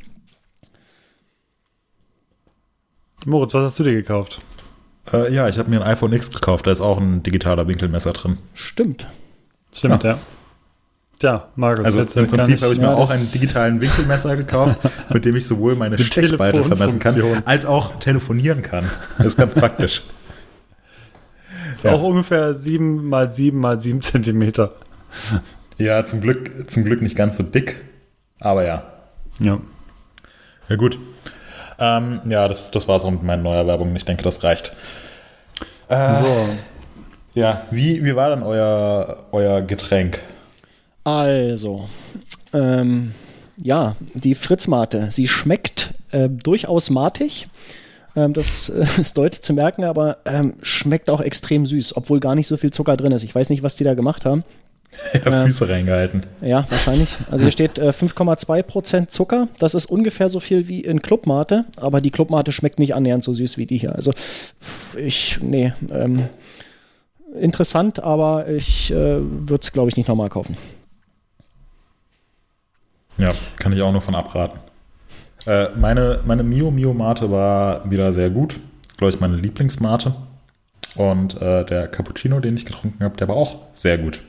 Speaker 2: Moritz, was hast du dir gekauft?
Speaker 4: Äh, ja, ich habe mir ein iPhone X gekauft, da ist auch ein digitaler Winkelmesser drin.
Speaker 1: Stimmt.
Speaker 2: Stimmt, ja. ja. Tja, Markus.
Speaker 4: Also
Speaker 2: jetzt
Speaker 4: im Prinzip habe ich
Speaker 1: ja,
Speaker 4: mir auch einen digitalen Winkelmesser gekauft, mit dem ich sowohl meine Stechbeitel vermessen kann, als auch telefonieren kann. Das ist ganz praktisch.
Speaker 2: Ist ja. auch ungefähr sieben mal sieben mal sieben Zentimeter.
Speaker 4: Ja, zum Glück, zum Glück nicht ganz so dick, aber ja.
Speaker 2: Ja.
Speaker 4: Ja, gut. Ähm, ja, das, das war es auch mit meinen Neuerwerbungen. Ich denke, das reicht. Äh,
Speaker 2: so.
Speaker 4: Ja, wie, wie war dann euer, euer Getränk?
Speaker 1: Also, ähm, ja, die Fritz-Mate. Sie schmeckt äh, durchaus matig. Ähm, das äh, ist deutlich zu merken, aber ähm, schmeckt auch extrem süß, obwohl gar nicht so viel Zucker drin ist. Ich weiß nicht, was die da gemacht haben.
Speaker 4: Ja, Füße ähm, reingehalten.
Speaker 1: Ja, wahrscheinlich. Also hier steht äh, fünf Komma zwei Prozent Zucker. Das ist ungefähr so viel wie in Clubmate, aber die Clubmate schmeckt nicht annähernd so süß wie die hier. Also ich, nee, ähm, interessant, aber ich äh, würde es, glaube ich, nicht nochmal kaufen.
Speaker 4: Ja, kann ich auch nur von abraten. Äh, meine, meine Mio Mio Mate war wieder sehr gut. Glaube ich, meine Lieblingsmate. Und äh, der Cappuccino, den ich getrunken habe, der war auch sehr gut.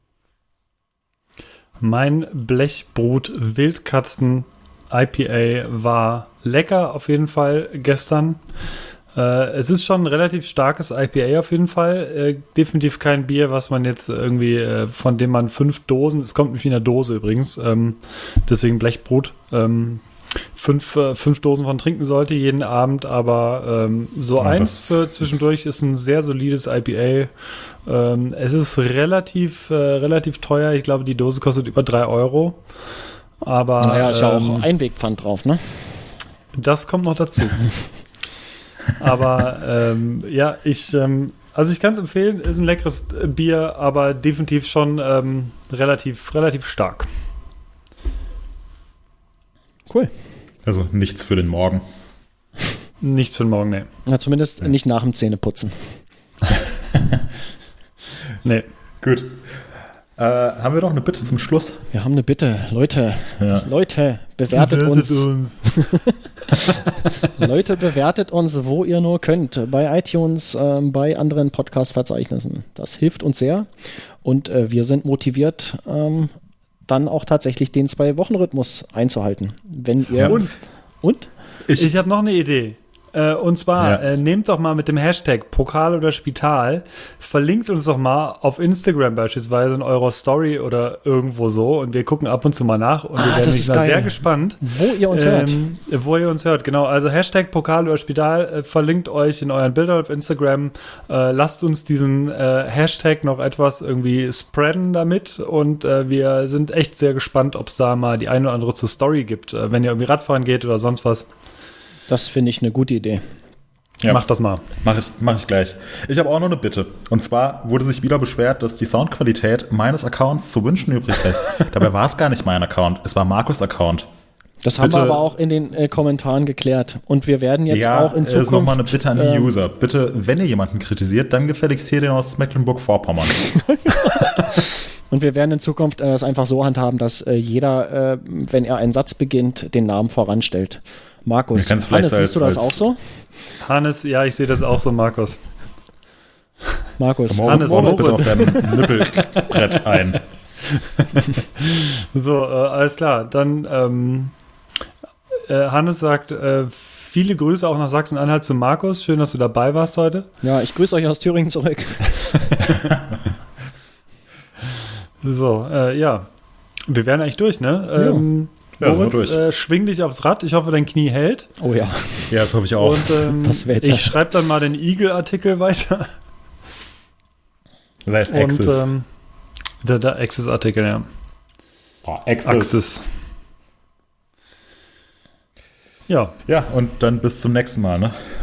Speaker 2: Mein Blechbrot Wildkatzen I P A war lecker auf jeden Fall gestern. Äh, es ist schon ein relativ starkes I P A auf jeden Fall. Äh, definitiv kein Bier, was man jetzt irgendwie, äh, von dem man fünf Dosen, es kommt nicht wie in einer Dose übrigens, ähm, deswegen Blechbrot, ähm, fünf, äh, fünf Dosen von trinken sollte jeden Abend, aber ähm, so
Speaker 4: ja,
Speaker 2: eins für zwischendurch ist ein sehr solides I P A. Ähm, es ist relativ, äh, relativ teuer. Ich glaube, die Dose kostet über drei Euro. Aber
Speaker 1: naja, ist ja
Speaker 2: ähm,
Speaker 1: auch Einwegpfand drauf, ne?
Speaker 2: Das kommt noch dazu. Aber ähm, ja, ich, ähm, also ich kann es empfehlen, ist ein leckeres Bier, aber definitiv schon ähm, relativ, relativ stark.
Speaker 1: Cool.
Speaker 4: Also nichts für den Morgen.
Speaker 2: Nichts für den Morgen, nee.
Speaker 1: Na, zumindest nicht nach dem Zähneputzen.
Speaker 2: Nee.
Speaker 4: Gut. Äh, haben wir noch eine Bitte zum Schluss?
Speaker 1: Wir haben eine Bitte. Leute,
Speaker 4: ja.
Speaker 1: Leute, bewertet, bewertet uns.
Speaker 2: uns.
Speaker 1: Leute, bewertet uns, wo ihr nur könnt. Bei iTunes, ähm, bei anderen Podcast-Verzeichnissen. Das hilft uns sehr. Und äh, wir sind motiviert, ähm, dann auch tatsächlich den Zwei-Wochen-Rhythmus einzuhalten. Wenn ihr.
Speaker 2: Ja. Und?
Speaker 1: Und?
Speaker 2: Ich, ich habe noch eine Idee. Äh, und zwar, ja. äh, nehmt doch mal mit dem Hashtag Pokal oder Spital, verlinkt uns doch mal auf Instagram beispielsweise in eurer Story oder irgendwo so und wir gucken ab und zu mal nach und
Speaker 1: ah,
Speaker 2: wir werden mal sehr gespannt.
Speaker 1: Wo ihr uns
Speaker 2: ähm, hört. Wo ihr uns hört, genau. Also Hashtag Pokal oder Spital, äh, verlinkt euch in euren Bildern auf Instagram. Äh, lasst uns diesen äh, Hashtag noch etwas irgendwie spreaden damit und äh, wir sind echt sehr gespannt, ob es da mal die eine oder andere zur Story gibt, äh, wenn ihr irgendwie Radfahren geht oder sonst was.
Speaker 1: Das finde ich eine gute Idee.
Speaker 4: Ja.
Speaker 2: Mach das mal.
Speaker 4: Mach ich, mach ich gleich. Ich habe auch noch eine Bitte. Und zwar wurde sich wieder beschwert, dass die Soundqualität meines Accounts zu wünschen übrig lässt. Dabei war es gar nicht mein Account, es war Markus' Account.
Speaker 1: Das
Speaker 4: bitte,
Speaker 1: haben wir aber auch in den äh, Kommentaren geklärt. Und wir werden jetzt
Speaker 4: ja,
Speaker 1: auch in Zukunft...
Speaker 4: Ja, ist nochmal eine Bitte an die
Speaker 1: ähm,
Speaker 4: User. Bitte, wenn ihr jemanden kritisiert, dann gefälligst hier den aus Mecklenburg-Vorpommern.
Speaker 1: Und wir werden in Zukunft äh, das einfach so handhaben, dass äh, jeder, äh, wenn er einen Satz beginnt, den Namen voranstellt. Markus, Hannes, siehst du das auch so?
Speaker 2: Hannes, ja, ich sehe das auch so, Markus.
Speaker 1: Markus,
Speaker 4: Hannes, Hannes bitte auf dein Nippelbrett ein.
Speaker 2: So, äh, alles klar. Dann ähm, äh, Hannes sagt, äh, viele Grüße auch nach Sachsen-Anhalt zu Markus. Schön, dass du dabei warst heute.
Speaker 1: Ja, ich grüße euch aus Thüringen zurück.
Speaker 2: So, äh, ja. Wir wären eigentlich durch, ne? Ähm,
Speaker 4: Ja, sind wir
Speaker 2: Moritz,
Speaker 4: durch.
Speaker 2: äh, schwing dich aufs Rad. Ich hoffe, dein Knie hält.
Speaker 1: Oh ja.
Speaker 4: Ja, das hoffe ich auch.
Speaker 2: Und ähm,
Speaker 1: Das wär jetzt
Speaker 2: ich
Speaker 1: ja-
Speaker 2: schreibe dann mal den Eagle-Artikel weiter.
Speaker 4: Das heißt
Speaker 2: Und
Speaker 4: Axis.
Speaker 2: ähm, der, der Axis-Artikel, ja.
Speaker 4: Boah, Axis.
Speaker 2: Axis. Ja,
Speaker 4: Ja, und dann bis zum nächsten Mal, ne?